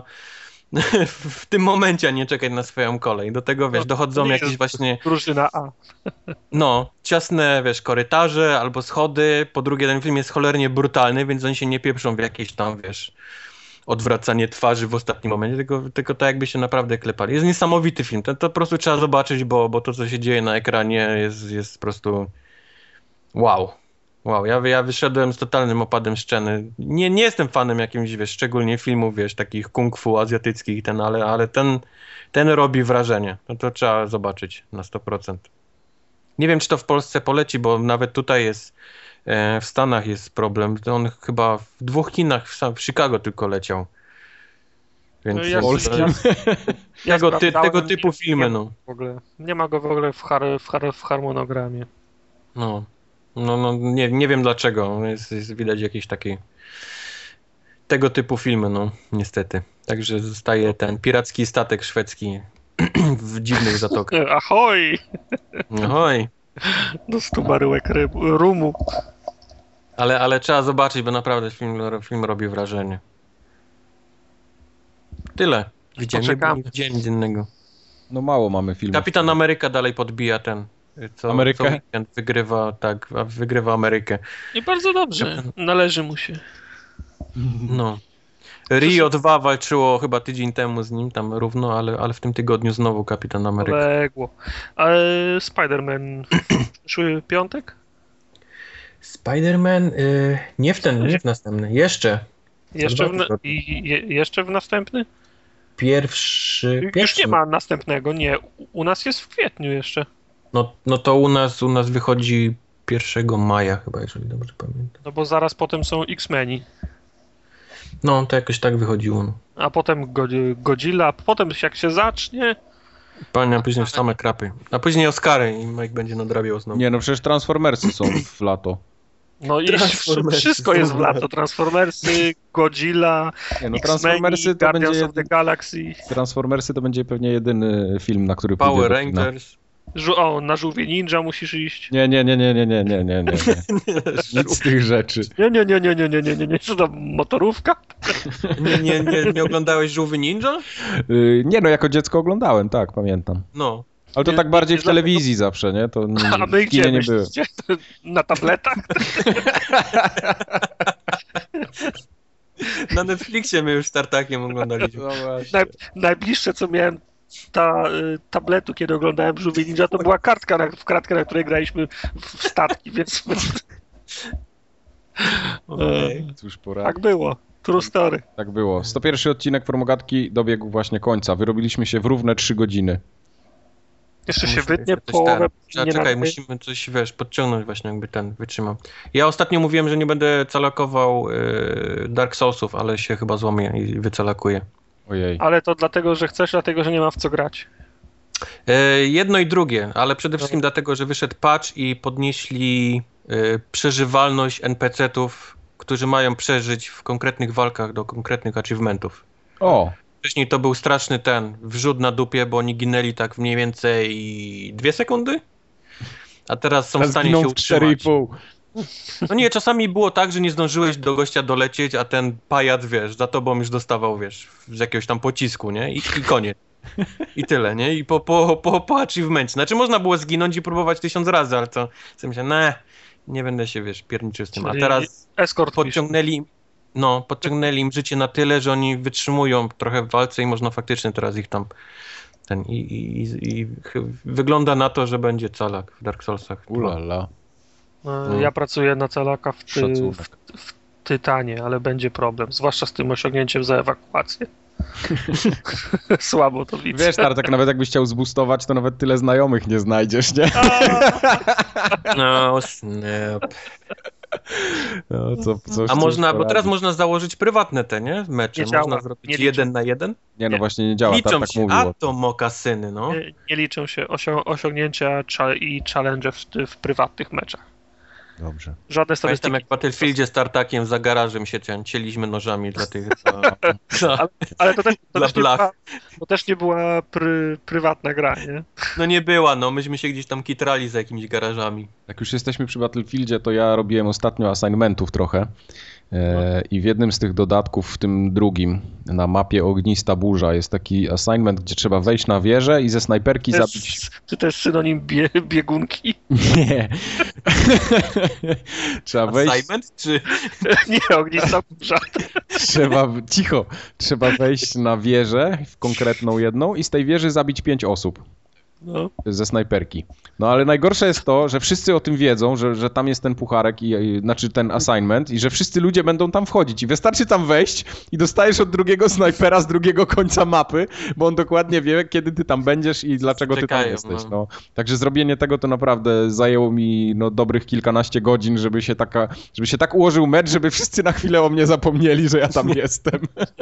Speaker 2: w tym momencie, a nie czekać na swoją kolej. Do tego, wiesz,
Speaker 3: No,
Speaker 2: dochodzą
Speaker 3: to nie
Speaker 2: jakieś
Speaker 3: jest
Speaker 2: właśnie...
Speaker 3: Drużyna A.
Speaker 2: No, ciasne, wiesz, korytarze albo schody. Po drugie, ten film jest cholernie brutalny, więc oni się nie pieprzą w jakieś tam, wiesz, odwracanie twarzy w ostatnim momencie, tylko, tylko tak jakby się naprawdę klepali. Jest niesamowity film. To, to po prostu trzeba zobaczyć, bo, bo to, co się dzieje na ekranie jest, jest po prostu wow. Wow, ja, ja wyszedłem z totalnym opadem szczeny. Nie, nie jestem fanem jakimś, wiesz, szczególnie filmów, wiesz, takich kung fu azjatyckich, ten, ale, ale ten, ten robi wrażenie. No to trzeba zobaczyć na sto procent. Nie wiem, czy to w Polsce poleci, bo nawet tutaj jest, e, w Stanach jest problem. On chyba w dwóch kinach w, Sa- w Chicago tylko leciał. Więc
Speaker 3: No ja-
Speaker 1: Polskim.
Speaker 3: ja- Ja
Speaker 2: tego, ty,
Speaker 3: sprawdzałem,
Speaker 2: tego typu
Speaker 3: nie-
Speaker 2: filmy,
Speaker 3: nie,
Speaker 2: no.
Speaker 3: w ogóle. Nie ma go w ogóle w, har, w, har, w harmonogramie.
Speaker 2: No, no, no nie, nie wiem dlaczego. Jest, jest widać jakieś takie tego typu filmy, no, niestety. Także zostaje ten piracki statek szwedzki w dziwnych zatokach.
Speaker 3: Ahoj!
Speaker 2: Oj,
Speaker 3: Do stu baryłek ryb, rumu.
Speaker 2: ale, ale trzeba zobaczyć, bo naprawdę film, film robi wrażenie. Tyle. Widziałem, nie, nie widziałem nic innego.
Speaker 1: No mało mamy filmów.
Speaker 2: Kapitan Ameryka dalej podbija ten... Co,
Speaker 1: Amerykę?
Speaker 2: Co weekend wygrywa, tak, wygrywa Amerykę.
Speaker 3: I bardzo dobrze, należy mu się.
Speaker 2: No. Rio dwa walczyło chyba tydzień temu z nim, tam równo, ale, ale w tym tygodniu znowu Kapitan Ameryka.
Speaker 3: Poległo. Ale Spider-Man przyszły piątek?
Speaker 2: Spider-Man, y, nie w ten, nie w następny, jeszcze.
Speaker 3: Jeszcze w, na, i, je, jeszcze w następny?
Speaker 2: Pierwszy,
Speaker 3: Już
Speaker 2: pierwszy.
Speaker 3: nie ma następnego, nie. U nas jest w kwietniu jeszcze.
Speaker 2: No, no to u nas, u nas wychodzi pierwszego maja chyba, jeżeli dobrze pamiętam.
Speaker 3: No bo zaraz potem są X-Meni.
Speaker 2: No, to jakoś tak wychodziło. No.
Speaker 3: A potem Godzilla, a potem jak się zacznie...
Speaker 2: Panie, a później same krapy. A później Oscary i Mike będzie nadrabiał znowu.
Speaker 1: Nie, no przecież Transformersy są w lato.
Speaker 3: No i wszystko jest w lato. Transformersy, Godzilla,
Speaker 1: Nie, no Transformersy to
Speaker 3: Guardians
Speaker 1: będzie...
Speaker 3: of the Galaxy.
Speaker 1: Transformersy to będzie pewnie jedyny film, na który
Speaker 2: Power
Speaker 1: pójdę do kina.
Speaker 2: Rangers.
Speaker 3: Żu o, na Żółwie Ninja musisz iść.
Speaker 1: Nie, nie, nie, nie, nie, nie, nie, nie, nie. Nic z tych rzeczy.
Speaker 3: Nie, nie, nie, nie, nie, nie, nie, nie, nie. Co to, motorówka?
Speaker 2: Nie, nie, nie, nie oglądałeś Żółwy Ninja?
Speaker 1: Yy, nie, no jako dziecko oglądałem, tak, pamiętam.
Speaker 2: No.
Speaker 1: Ale to
Speaker 3: Nie,
Speaker 1: tak bardziej
Speaker 3: nie,
Speaker 1: w telewizji zawsze, nie? To nie,
Speaker 3: A my
Speaker 1: w kinie
Speaker 3: gdzie
Speaker 1: nie były.
Speaker 3: myślicie? Na tabletach?
Speaker 2: Na Netflixie my już Startakiem oglądaliśmy.
Speaker 1: No właśnie.
Speaker 3: Naj, najbliższe co miałem ta, y, tabletu, kiedy oglądałem Żółwie Ninja, to była kartka, na, w kratkę, na której graliśmy w, w statki, więc
Speaker 2: Okay.
Speaker 1: Cóż, pora.
Speaker 3: tak było. True story.
Speaker 1: Tak było. sto pierwszy odcinek Formogatki dobiegł właśnie końca. Wyrobiliśmy się w równe trzy godziny.
Speaker 3: Jeszcze się
Speaker 2: Musimy
Speaker 3: wytnie
Speaker 2: coś
Speaker 3: połowę.
Speaker 2: ten-
Speaker 3: nie
Speaker 2: Czekaj,
Speaker 3: na-
Speaker 2: musimy coś, wiesz, podciągnąć właśnie, jakby ten wytrzymał. Ja ostatnio mówiłem, że nie będę calakował y, Dark Soulsów, ale się chyba złamię i wycalakuję.
Speaker 1: Ojej.
Speaker 3: Ale to dlatego, że chcesz, dlatego, że nie ma w co grać.
Speaker 2: Y, jedno i drugie, ale przede wszystkim dlatego, że wyszedł patch i podnieśli y, przeżywalność en pe ce ów, którzy mają przeżyć w konkretnych walkach do konkretnych achievementów.
Speaker 1: O!
Speaker 2: Wcześniej to był straszny ten wrzut na dupie, bo oni ginęli tak mniej więcej dwie sekundy, a teraz są w stanie się
Speaker 1: w cztery i
Speaker 2: utrzymać.
Speaker 1: pół.
Speaker 2: No nie, czasami było tak, że nie zdążyłeś do gościa dolecieć, a ten pajac, wiesz, za tobą już dostawał, wiesz, z jakiegoś tam pocisku, nie? I, i koniec. I tyle, nie? I po, po, po, po achievemencie. Znaczy można było zginąć i próbować tysiąc razy, ale to sobie myślę, ne, nie będę się, wiesz, pierniczył z tym. A
Speaker 3: Czyli
Speaker 2: teraz
Speaker 3: Escort
Speaker 2: podciągnęli, no, podciągnęli im życie na tyle, że oni wytrzymują trochę w walce i można faktycznie teraz ich tam ten i, i, i, i ch- wygląda na to, że będzie calak w Dark Soulsach.
Speaker 1: Ulala.
Speaker 3: No. Ja pracuję na calaka w, ty,
Speaker 1: Szacunek.
Speaker 3: w, w Tytanie, ale będzie problem. Zwłaszcza z tym osiągnięciem za ewakuację. Słabo to widzę.
Speaker 1: Wiesz, Tartak, nawet jakbyś chciał zboostować, to nawet tyle znajomych nie znajdziesz, nie?
Speaker 2: No, snap.
Speaker 1: No, co, coś,
Speaker 2: A
Speaker 1: coś
Speaker 2: można, bo
Speaker 1: poradzić.
Speaker 2: teraz można założyć prywatne te, nie? Mecze.
Speaker 3: Nie działa,
Speaker 2: Można
Speaker 3: nie
Speaker 2: zrobić
Speaker 3: liczy.
Speaker 2: jeden na jeden.
Speaker 1: Nie, no właśnie nie działa,
Speaker 2: Liczą
Speaker 1: Tartak
Speaker 2: się,
Speaker 1: mówił.
Speaker 2: a
Speaker 1: o-
Speaker 2: to mokasyny, no.
Speaker 3: Nie, nie liczą się osią- osiągnięcia cza- i challenge w, w prywatnych meczach.
Speaker 1: Dobrze.
Speaker 3: Żadne
Speaker 2: Pamiętam
Speaker 3: statystyki.
Speaker 2: jak w Battlefieldzie z Tartakiem za garażem się cię- cieliśmy nożami dla tych... Za,
Speaker 3: Ale, ale to też, to
Speaker 2: Dla
Speaker 3: też, nie,
Speaker 2: blach.
Speaker 3: była, to też nie była pry, prywatna gra, nie?
Speaker 2: no nie była, no. Myśmy się gdzieś tam kitrali za jakimiś garażami.
Speaker 1: Jak już jesteśmy przy Battlefieldzie, to ja robiłem ostatnio assignmentów trochę. E, I w jednym z tych dodatków, w tym drugim, na mapie Ognista Burza, jest taki assignment, gdzie trzeba wejść na wieżę i ze snajperki
Speaker 3: To
Speaker 1: zabić...
Speaker 3: jest, czy to jest synonim bie, biegunki?
Speaker 1: Nie. Trzeba wejść...
Speaker 2: Assignment, czy...
Speaker 3: Nie, ognista burza.
Speaker 1: Trzeba, cicho, trzeba wejść na wieżę, w konkretną jedną i z tej wieży zabić pięć osób
Speaker 3: No.
Speaker 1: ze snajperki. No ale najgorsze jest to, że wszyscy o tym wiedzą, że, że tam jest ten pucharek, i, i, znaczy ten assignment i że wszyscy ludzie będą tam wchodzić i wystarczy tam wejść i dostajesz od drugiego snajpera z drugiego końca mapy, bo on dokładnie wie, kiedy ty tam będziesz i dlaczego ty tam
Speaker 2: Czekają,
Speaker 1: jesteś.
Speaker 2: no.
Speaker 1: No. Także zrobienie tego to naprawdę zajęło mi no, dobrych kilkanaście godzin, żeby się, taka, żeby się tak ułożył mecz, żeby wszyscy na chwilę o mnie zapomnieli, że ja tam jestem.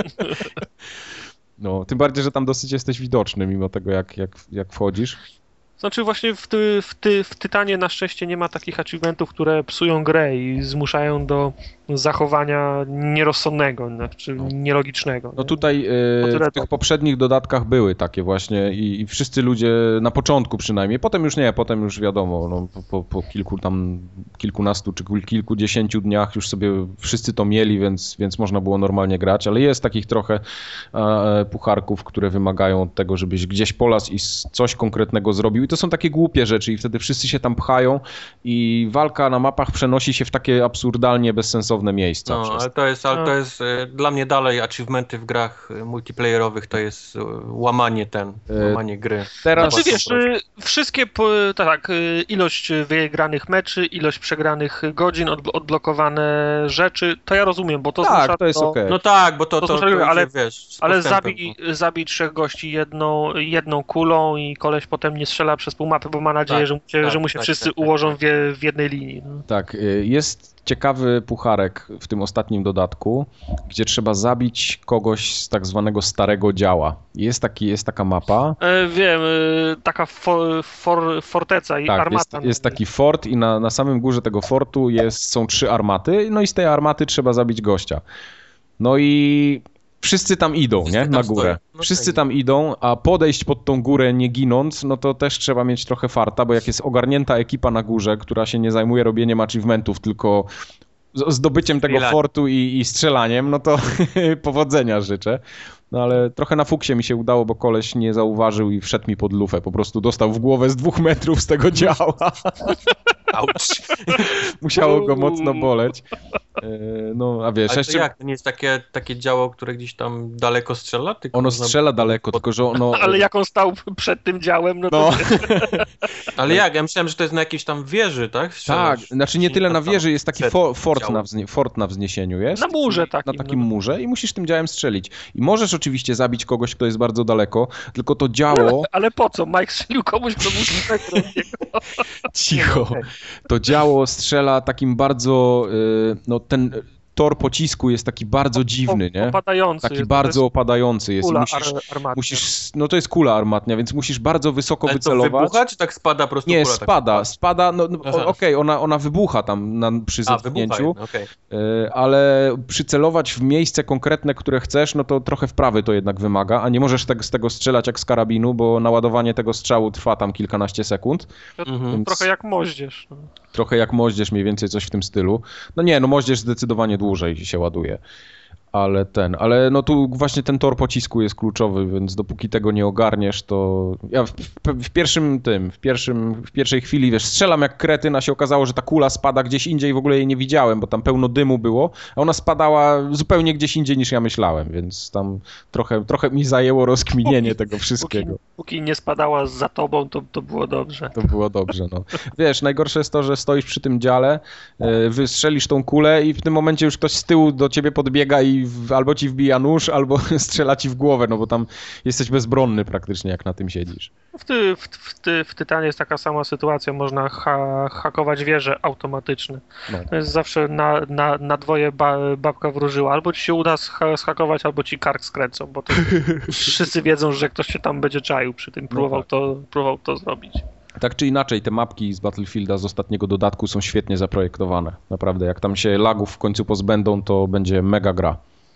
Speaker 1: No, tym bardziej, że tam dosyć jesteś widoczny, mimo tego, jak, jak, jak wchodzisz.
Speaker 3: Znaczy właśnie w, ty, w, ty, w Tytanie na szczęście nie ma takich achievementów, które psują grę i zmuszają do zachowania nierozsądnego, znaczy nielogicznego.
Speaker 1: No tutaj yy, w tych poprzednich dodatkach były takie właśnie i, i wszyscy ludzie, na początku przynajmniej, potem już nie, potem już wiadomo, no, po, po, po kilku tam, kilkunastu czy kilkudziesięciu dniach już sobie wszyscy to mieli, więc, więc można było normalnie grać, ale jest takich trochę e, pucharków, które wymagają tego, żebyś gdzieś polazł i coś konkretnego zrobił i to są takie głupie rzeczy i wtedy wszyscy się tam pchają i walka na mapach przenosi się w takie absurdalnie bezsensowne miejsca.
Speaker 2: No, ale to jest, ale to jest e, dla mnie dalej achievementy w grach multiplayerowych to jest e, łamanie ten, łamanie gry.
Speaker 3: Teraz znaczy, wiesz, e, wszystkie, po, tak, ilość wygranych meczy, ilość przegranych godzin, odbl- odblokowane rzeczy, to ja rozumiem, bo to
Speaker 1: tak,
Speaker 3: zmusza,
Speaker 1: to jest
Speaker 3: to,
Speaker 1: okej.
Speaker 2: No tak, bo to, to, to, to idzie,
Speaker 3: ale,
Speaker 2: wiesz,
Speaker 3: ale zabij, zabij trzech gości jedną, jedną kulą i koleś potem nie strzela przez pół mapy, bo ma nadzieję,
Speaker 2: tak,
Speaker 3: że mu się,
Speaker 2: tak,
Speaker 3: że mu się
Speaker 2: tak,
Speaker 3: wszyscy
Speaker 2: tak, tak,
Speaker 3: ułożą
Speaker 2: tak.
Speaker 3: W, w jednej linii. No.
Speaker 1: Tak, jest ciekawy pucharek w tym ostatnim dodatku, gdzie trzeba zabić kogoś z tak zwanego starego działa. Jest, taki, jest taka mapa.
Speaker 3: E, wiem, e, taka for, for, forteca i
Speaker 1: tak,
Speaker 3: armata.
Speaker 1: Jest, jest taki fort i na, na samym górze tego fortu jest, są trzy armaty, no i z tej armaty trzeba zabić gościa. No i wszyscy tam idą,
Speaker 2: Wszyscy
Speaker 1: nie?
Speaker 2: tam
Speaker 1: Na górę.
Speaker 2: No
Speaker 1: Wszyscy
Speaker 2: tak.
Speaker 1: tam idą, a podejść pod tą górę nie ginąc, no to też trzeba mieć trochę farta, bo jak jest ogarnięta ekipa na górze, która się nie zajmuje robieniem achievementów, tylko z- zdobyciem tego
Speaker 2: Strzelanie.
Speaker 1: fortu i, i strzelaniem, no to powodzenia życzę. No ale trochę na fuksie mi się udało, bo koleś nie zauważył i wszedł mi pod lufę. Po prostu dostał w głowę z dwóch metrów z tego działa.
Speaker 2: Auć.
Speaker 1: Musiało go mocno boleć. E, No, a wiesz,
Speaker 2: Ale to
Speaker 1: jeszcze...
Speaker 2: jak? To nie jest takie, takie działo, które gdzieś tam daleko strzela? Tylko
Speaker 1: Ono
Speaker 2: można-
Speaker 1: strzela daleko, tylko że ono...
Speaker 3: Ale jak on stał przed tym działem, no to...
Speaker 1: No.
Speaker 2: Ale jak? Ja myślałem, że to jest na jakiejś tam wieży, tak?
Speaker 1: Tak,
Speaker 2: Strzelasz.
Speaker 1: znaczy nie tyle na
Speaker 2: Tam
Speaker 1: wieży, jest taki
Speaker 2: przed
Speaker 1: fo- fort,
Speaker 2: działem.
Speaker 1: na wznie- fort na wzniesieniu jest.
Speaker 3: Na murze takim.
Speaker 1: Na takim
Speaker 3: no.
Speaker 1: murze i musisz tym działem strzelić. I możesz oczywiście zabić kogoś, kto jest bardzo daleko, tylko to działo...
Speaker 3: Ale po co? Mike strzelił komuś, kto był daleko od niego.
Speaker 1: Cicho. To działo strzela takim bardzo... y, No ten tor pocisku jest taki bardzo dziwny, nie?
Speaker 3: Opadający.
Speaker 1: Taki
Speaker 3: jest,
Speaker 1: bardzo
Speaker 3: to
Speaker 1: opadający
Speaker 3: jest
Speaker 1: jest. I
Speaker 3: kula
Speaker 1: musisz,
Speaker 3: ar- armatnia.
Speaker 1: musisz, no to jest kula armatnia, więc musisz bardzo wysoko
Speaker 2: Ale to
Speaker 1: wycelować.
Speaker 2: wybucha, czy tak spada po prostu
Speaker 1: Nie,
Speaker 2: kula?
Speaker 1: spada,
Speaker 2: Tak
Speaker 1: spada, no, no
Speaker 2: Aha.
Speaker 1: okej, okay, ona, ona wybucha tam na, przy
Speaker 2: A, wybucha,
Speaker 1: zetknięciu,
Speaker 2: okej.
Speaker 1: y, ale przycelować w miejsce konkretne, które chcesz, no to trochę wprawy to jednak wymaga, a nie możesz tak, z tego strzelać jak z karabinu, bo naładowanie tego strzału trwa tam kilkanaście sekund.
Speaker 3: To
Speaker 2: Mhm.
Speaker 1: Więc
Speaker 3: Trochę jak moździerz. No.
Speaker 1: trochę jak moździerz, mniej więcej coś w tym stylu. No nie, no moździerz zdecydowanie dłużej się ładuje. Ale ten, ale no tu właśnie ten tor pocisku jest kluczowy, więc dopóki tego nie ogarniesz, to ja w, w, w pierwszym tym, w pierwszym, w pierwszej chwili, wiesz, strzelam jak kretyn, a się okazało, że ta kula spada gdzieś indziej, w ogóle jej nie widziałem, bo tam pełno dymu było, a ona spadała zupełnie gdzieś indziej niż ja myślałem, więc tam trochę, trochę mi zajęło rozkminienie tego
Speaker 3: Póki,
Speaker 1: wszystkiego.
Speaker 3: póki nie spadała za tobą, to, to było dobrze.
Speaker 1: To było dobrze, no. Wiesz, najgorsze jest to, że stoisz przy tym dziale, e, wystrzelisz tą kulę i w tym momencie już ktoś z tyłu do ciebie podbiega i w, albo ci wbija nóż, albo strzela ci w głowę, no bo tam jesteś bezbronny praktycznie, jak na tym siedzisz.
Speaker 3: W, ty, w, w, ty, w Tytanie jest taka sama sytuacja, można ha, hakować wieże automatyczne.
Speaker 1: No.
Speaker 3: To jest zawsze na, na, na dwoje ba, babka wróżyła. Albo ci się uda zha, zhakować, albo ci kark skręcą, bo to wszyscy wiedzą, że ktoś się tam będzie czaił przy tym, próbował,
Speaker 1: tak.
Speaker 3: to, próbował to zrobić.
Speaker 1: Tak czy inaczej, te mapki z Battlefielda z ostatniego dodatku są świetnie zaprojektowane. Naprawdę, jak tam się lagów w końcu pozbędą, to będzie mega gra.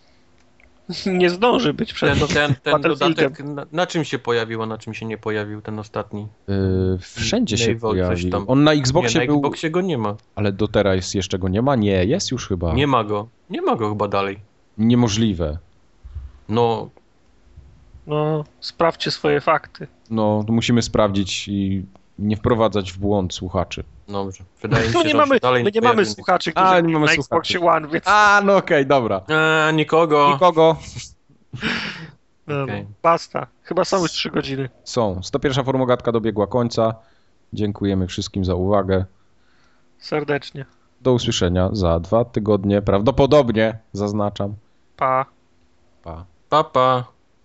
Speaker 3: Nie zdąży być przed
Speaker 2: Ten, ten, ten
Speaker 3: Battlefieldem.
Speaker 2: dodatek, na, na czym się pojawił, a na czym się nie pojawił ten ostatni?
Speaker 1: Yy, wszędzie się
Speaker 2: Naval, coś
Speaker 1: pojawił.
Speaker 2: tam.
Speaker 1: On na
Speaker 2: Nie,
Speaker 1: Xboxie
Speaker 2: na
Speaker 1: był,
Speaker 2: Xboxie go nie ma.
Speaker 1: ale do teraz jeszcze go nie ma? Nie, jest już chyba.
Speaker 2: Nie ma go. Nie ma go chyba dalej.
Speaker 1: Niemożliwe.
Speaker 2: No,
Speaker 3: No, sprawdźcie swoje fakty.
Speaker 1: No, to musimy sprawdzić i nie wprowadzać w błąd słuchaczy.
Speaker 2: dobrze. Wydaje mi się,
Speaker 3: My nie
Speaker 2: że on
Speaker 3: mamy,
Speaker 2: się dalej
Speaker 3: my nie
Speaker 2: pojawi.
Speaker 3: mamy słuchaczy, którzy
Speaker 1: A, nie
Speaker 3: nie
Speaker 1: mamy
Speaker 3: na
Speaker 1: słuchaczy.
Speaker 3: Xboxie One, więc
Speaker 1: A, no okej, dobra.
Speaker 2: A, nikogo.
Speaker 1: Nikogo.
Speaker 3: no,
Speaker 2: Okej.
Speaker 3: basta. Chyba są już trzy godziny.
Speaker 1: Są. sto pierwsza formogatka dobiegła końca. Dziękujemy wszystkim za uwagę.
Speaker 3: Serdecznie.
Speaker 1: Do usłyszenia za dwa tygodnie. Prawdopodobnie, zaznaczam.
Speaker 3: Pa.
Speaker 1: Pa.
Speaker 2: Pa, pa.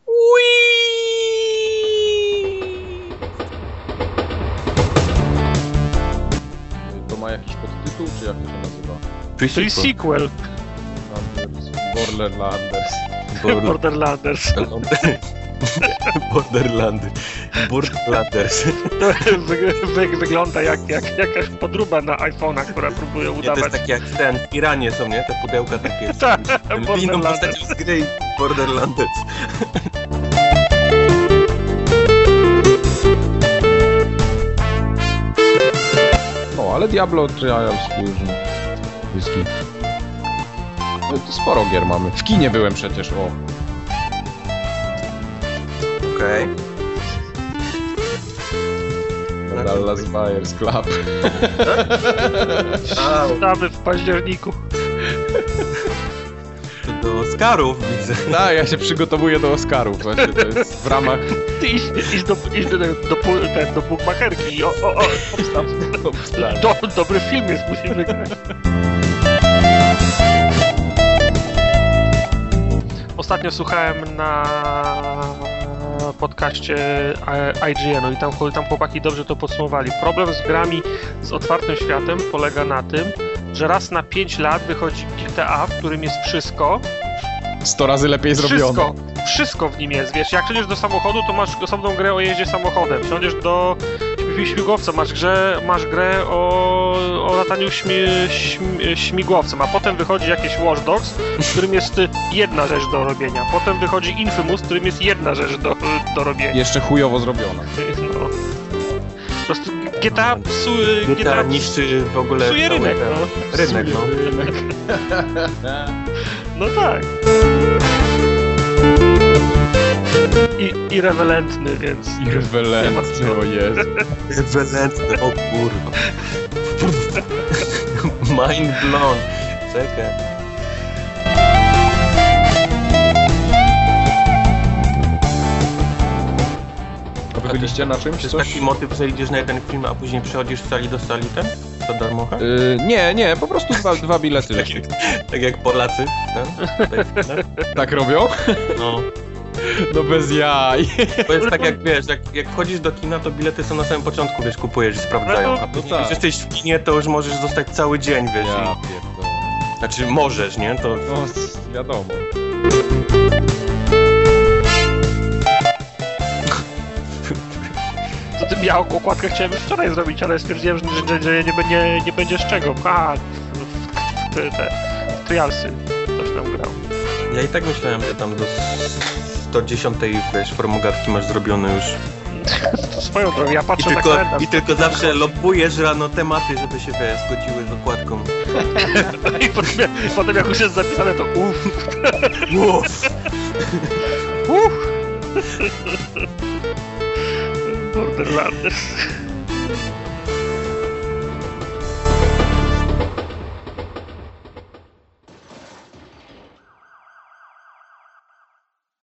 Speaker 1: To ma jakiś podtytuł, czy jak to się nazywa?
Speaker 3: Czyli sequel.
Speaker 1: Borderlanders.
Speaker 2: Borderlanders.
Speaker 3: Borderlanders.
Speaker 2: Borderlandy. Borderlanders.
Speaker 3: To wy, wy, wygląda jak, jak jakaś podróba na iPhone'a, która próbuje
Speaker 2: Nie, to
Speaker 3: udawać.
Speaker 2: jest takie jak ten, w Iranie są, nie? Te pudełka takie.
Speaker 3: Tak,
Speaker 2: Inną
Speaker 3: Borderlanders.
Speaker 2: postacią z gry Borderlanders.
Speaker 1: O, ale Diablo Trials Fusion. Whisky. No, to sporo gier mamy. W kinie byłem przecież, o.
Speaker 2: Okej.
Speaker 1: Okay. Dallas Buyers Club.
Speaker 2: A,
Speaker 3: Witamy w październiku.
Speaker 2: to do Oscarów widzę.
Speaker 1: Tak, ja się przygotowuję do Oscarów właśnie, to jest w ramach...
Speaker 3: Ty idź, idź do, idź do, do, do, ten, do bookmacherki i o, o, o, obstaw. Do, dobry film jest, musi wygrać. Ostatnio słuchałem na podcaście I G N-u i tam, tam chłopaki dobrze to podsumowali. Problem z grami z otwartym światem polega na tym, że raz na pięć lat wychodzi G T A, w którym jest wszystko.
Speaker 1: sto razy lepiej zrobione.
Speaker 3: Wszystko, wszystko w nim jest, wiesz, jak przejdziesz do samochodu, to masz osobną grę o jeździe samochodem, wsiądziesz do śmigłowca, masz, grze, masz grę o, o lataniu śmi, śmi, śmigłowcem, a potem wychodzi jakieś Watch Dogs, w którym jest jedna rzecz do robienia, potem wychodzi Infamous, w którym jest jedna rzecz do, do robienia.
Speaker 1: Jeszcze chujowo zrobiona.
Speaker 3: No. Po prostu G T A psuje...
Speaker 2: G T A niszczy w ogóle
Speaker 3: psuje
Speaker 2: cały
Speaker 3: rynek,
Speaker 2: ten-
Speaker 3: no.
Speaker 2: Rynek, no.
Speaker 3: No tak. I, irrelevantny, więc...
Speaker 1: Irrelevantny, o Jezu.
Speaker 2: Rewelentny, o kurwa. Mind blown. Czekaj.
Speaker 1: A wy byliście na
Speaker 2: To
Speaker 1: czymś?
Speaker 2: jest
Speaker 1: Coś?
Speaker 2: taki motyw, że idziesz na jeden film, a później przechodzisz z sali do sali ten? Za darmocha?
Speaker 1: Yy, nie, nie, po prostu dwa, dwa bilety.
Speaker 2: Tak jak, tak jak Polacy, ten? Tutaj,
Speaker 1: Tak robią?
Speaker 2: no.
Speaker 1: No bez jaj.
Speaker 2: To jest tak jak, wiesz, jak, jak wchodzisz do kina, to bilety są na samym początku, wiesz, kupujesz i sprawdzają, a później
Speaker 1: tak.
Speaker 2: jak jesteś w kinie, to już możesz zostać cały dzień, wiesz,
Speaker 1: Ja
Speaker 2: i,
Speaker 1: pierdolę.
Speaker 2: znaczy możesz, nie? To
Speaker 1: No, wiadomo.
Speaker 3: To ty miał okładkę chciałem już wczoraj zrobić, ale stwierdziłem, że, że, że nie, nie, nie będzie z czego. A, w, w, te, te w Trialsy coś tam grał.
Speaker 2: ja i tak myślałem, że tam do sto dziesiątej, wiesz, formogatki masz zrobione już.
Speaker 3: Swoją drogą, ja
Speaker 2: I
Speaker 3: patrzę na
Speaker 2: tylko,
Speaker 3: kalendarz.
Speaker 2: I tylko zawsze lobbujesz rano tematy, żeby się, wiesz, zgodziły z okładką.
Speaker 3: I potem, jak- potem jak już jest zapisane, to uff.
Speaker 2: Uff!
Speaker 3: Uff. Borderlanders.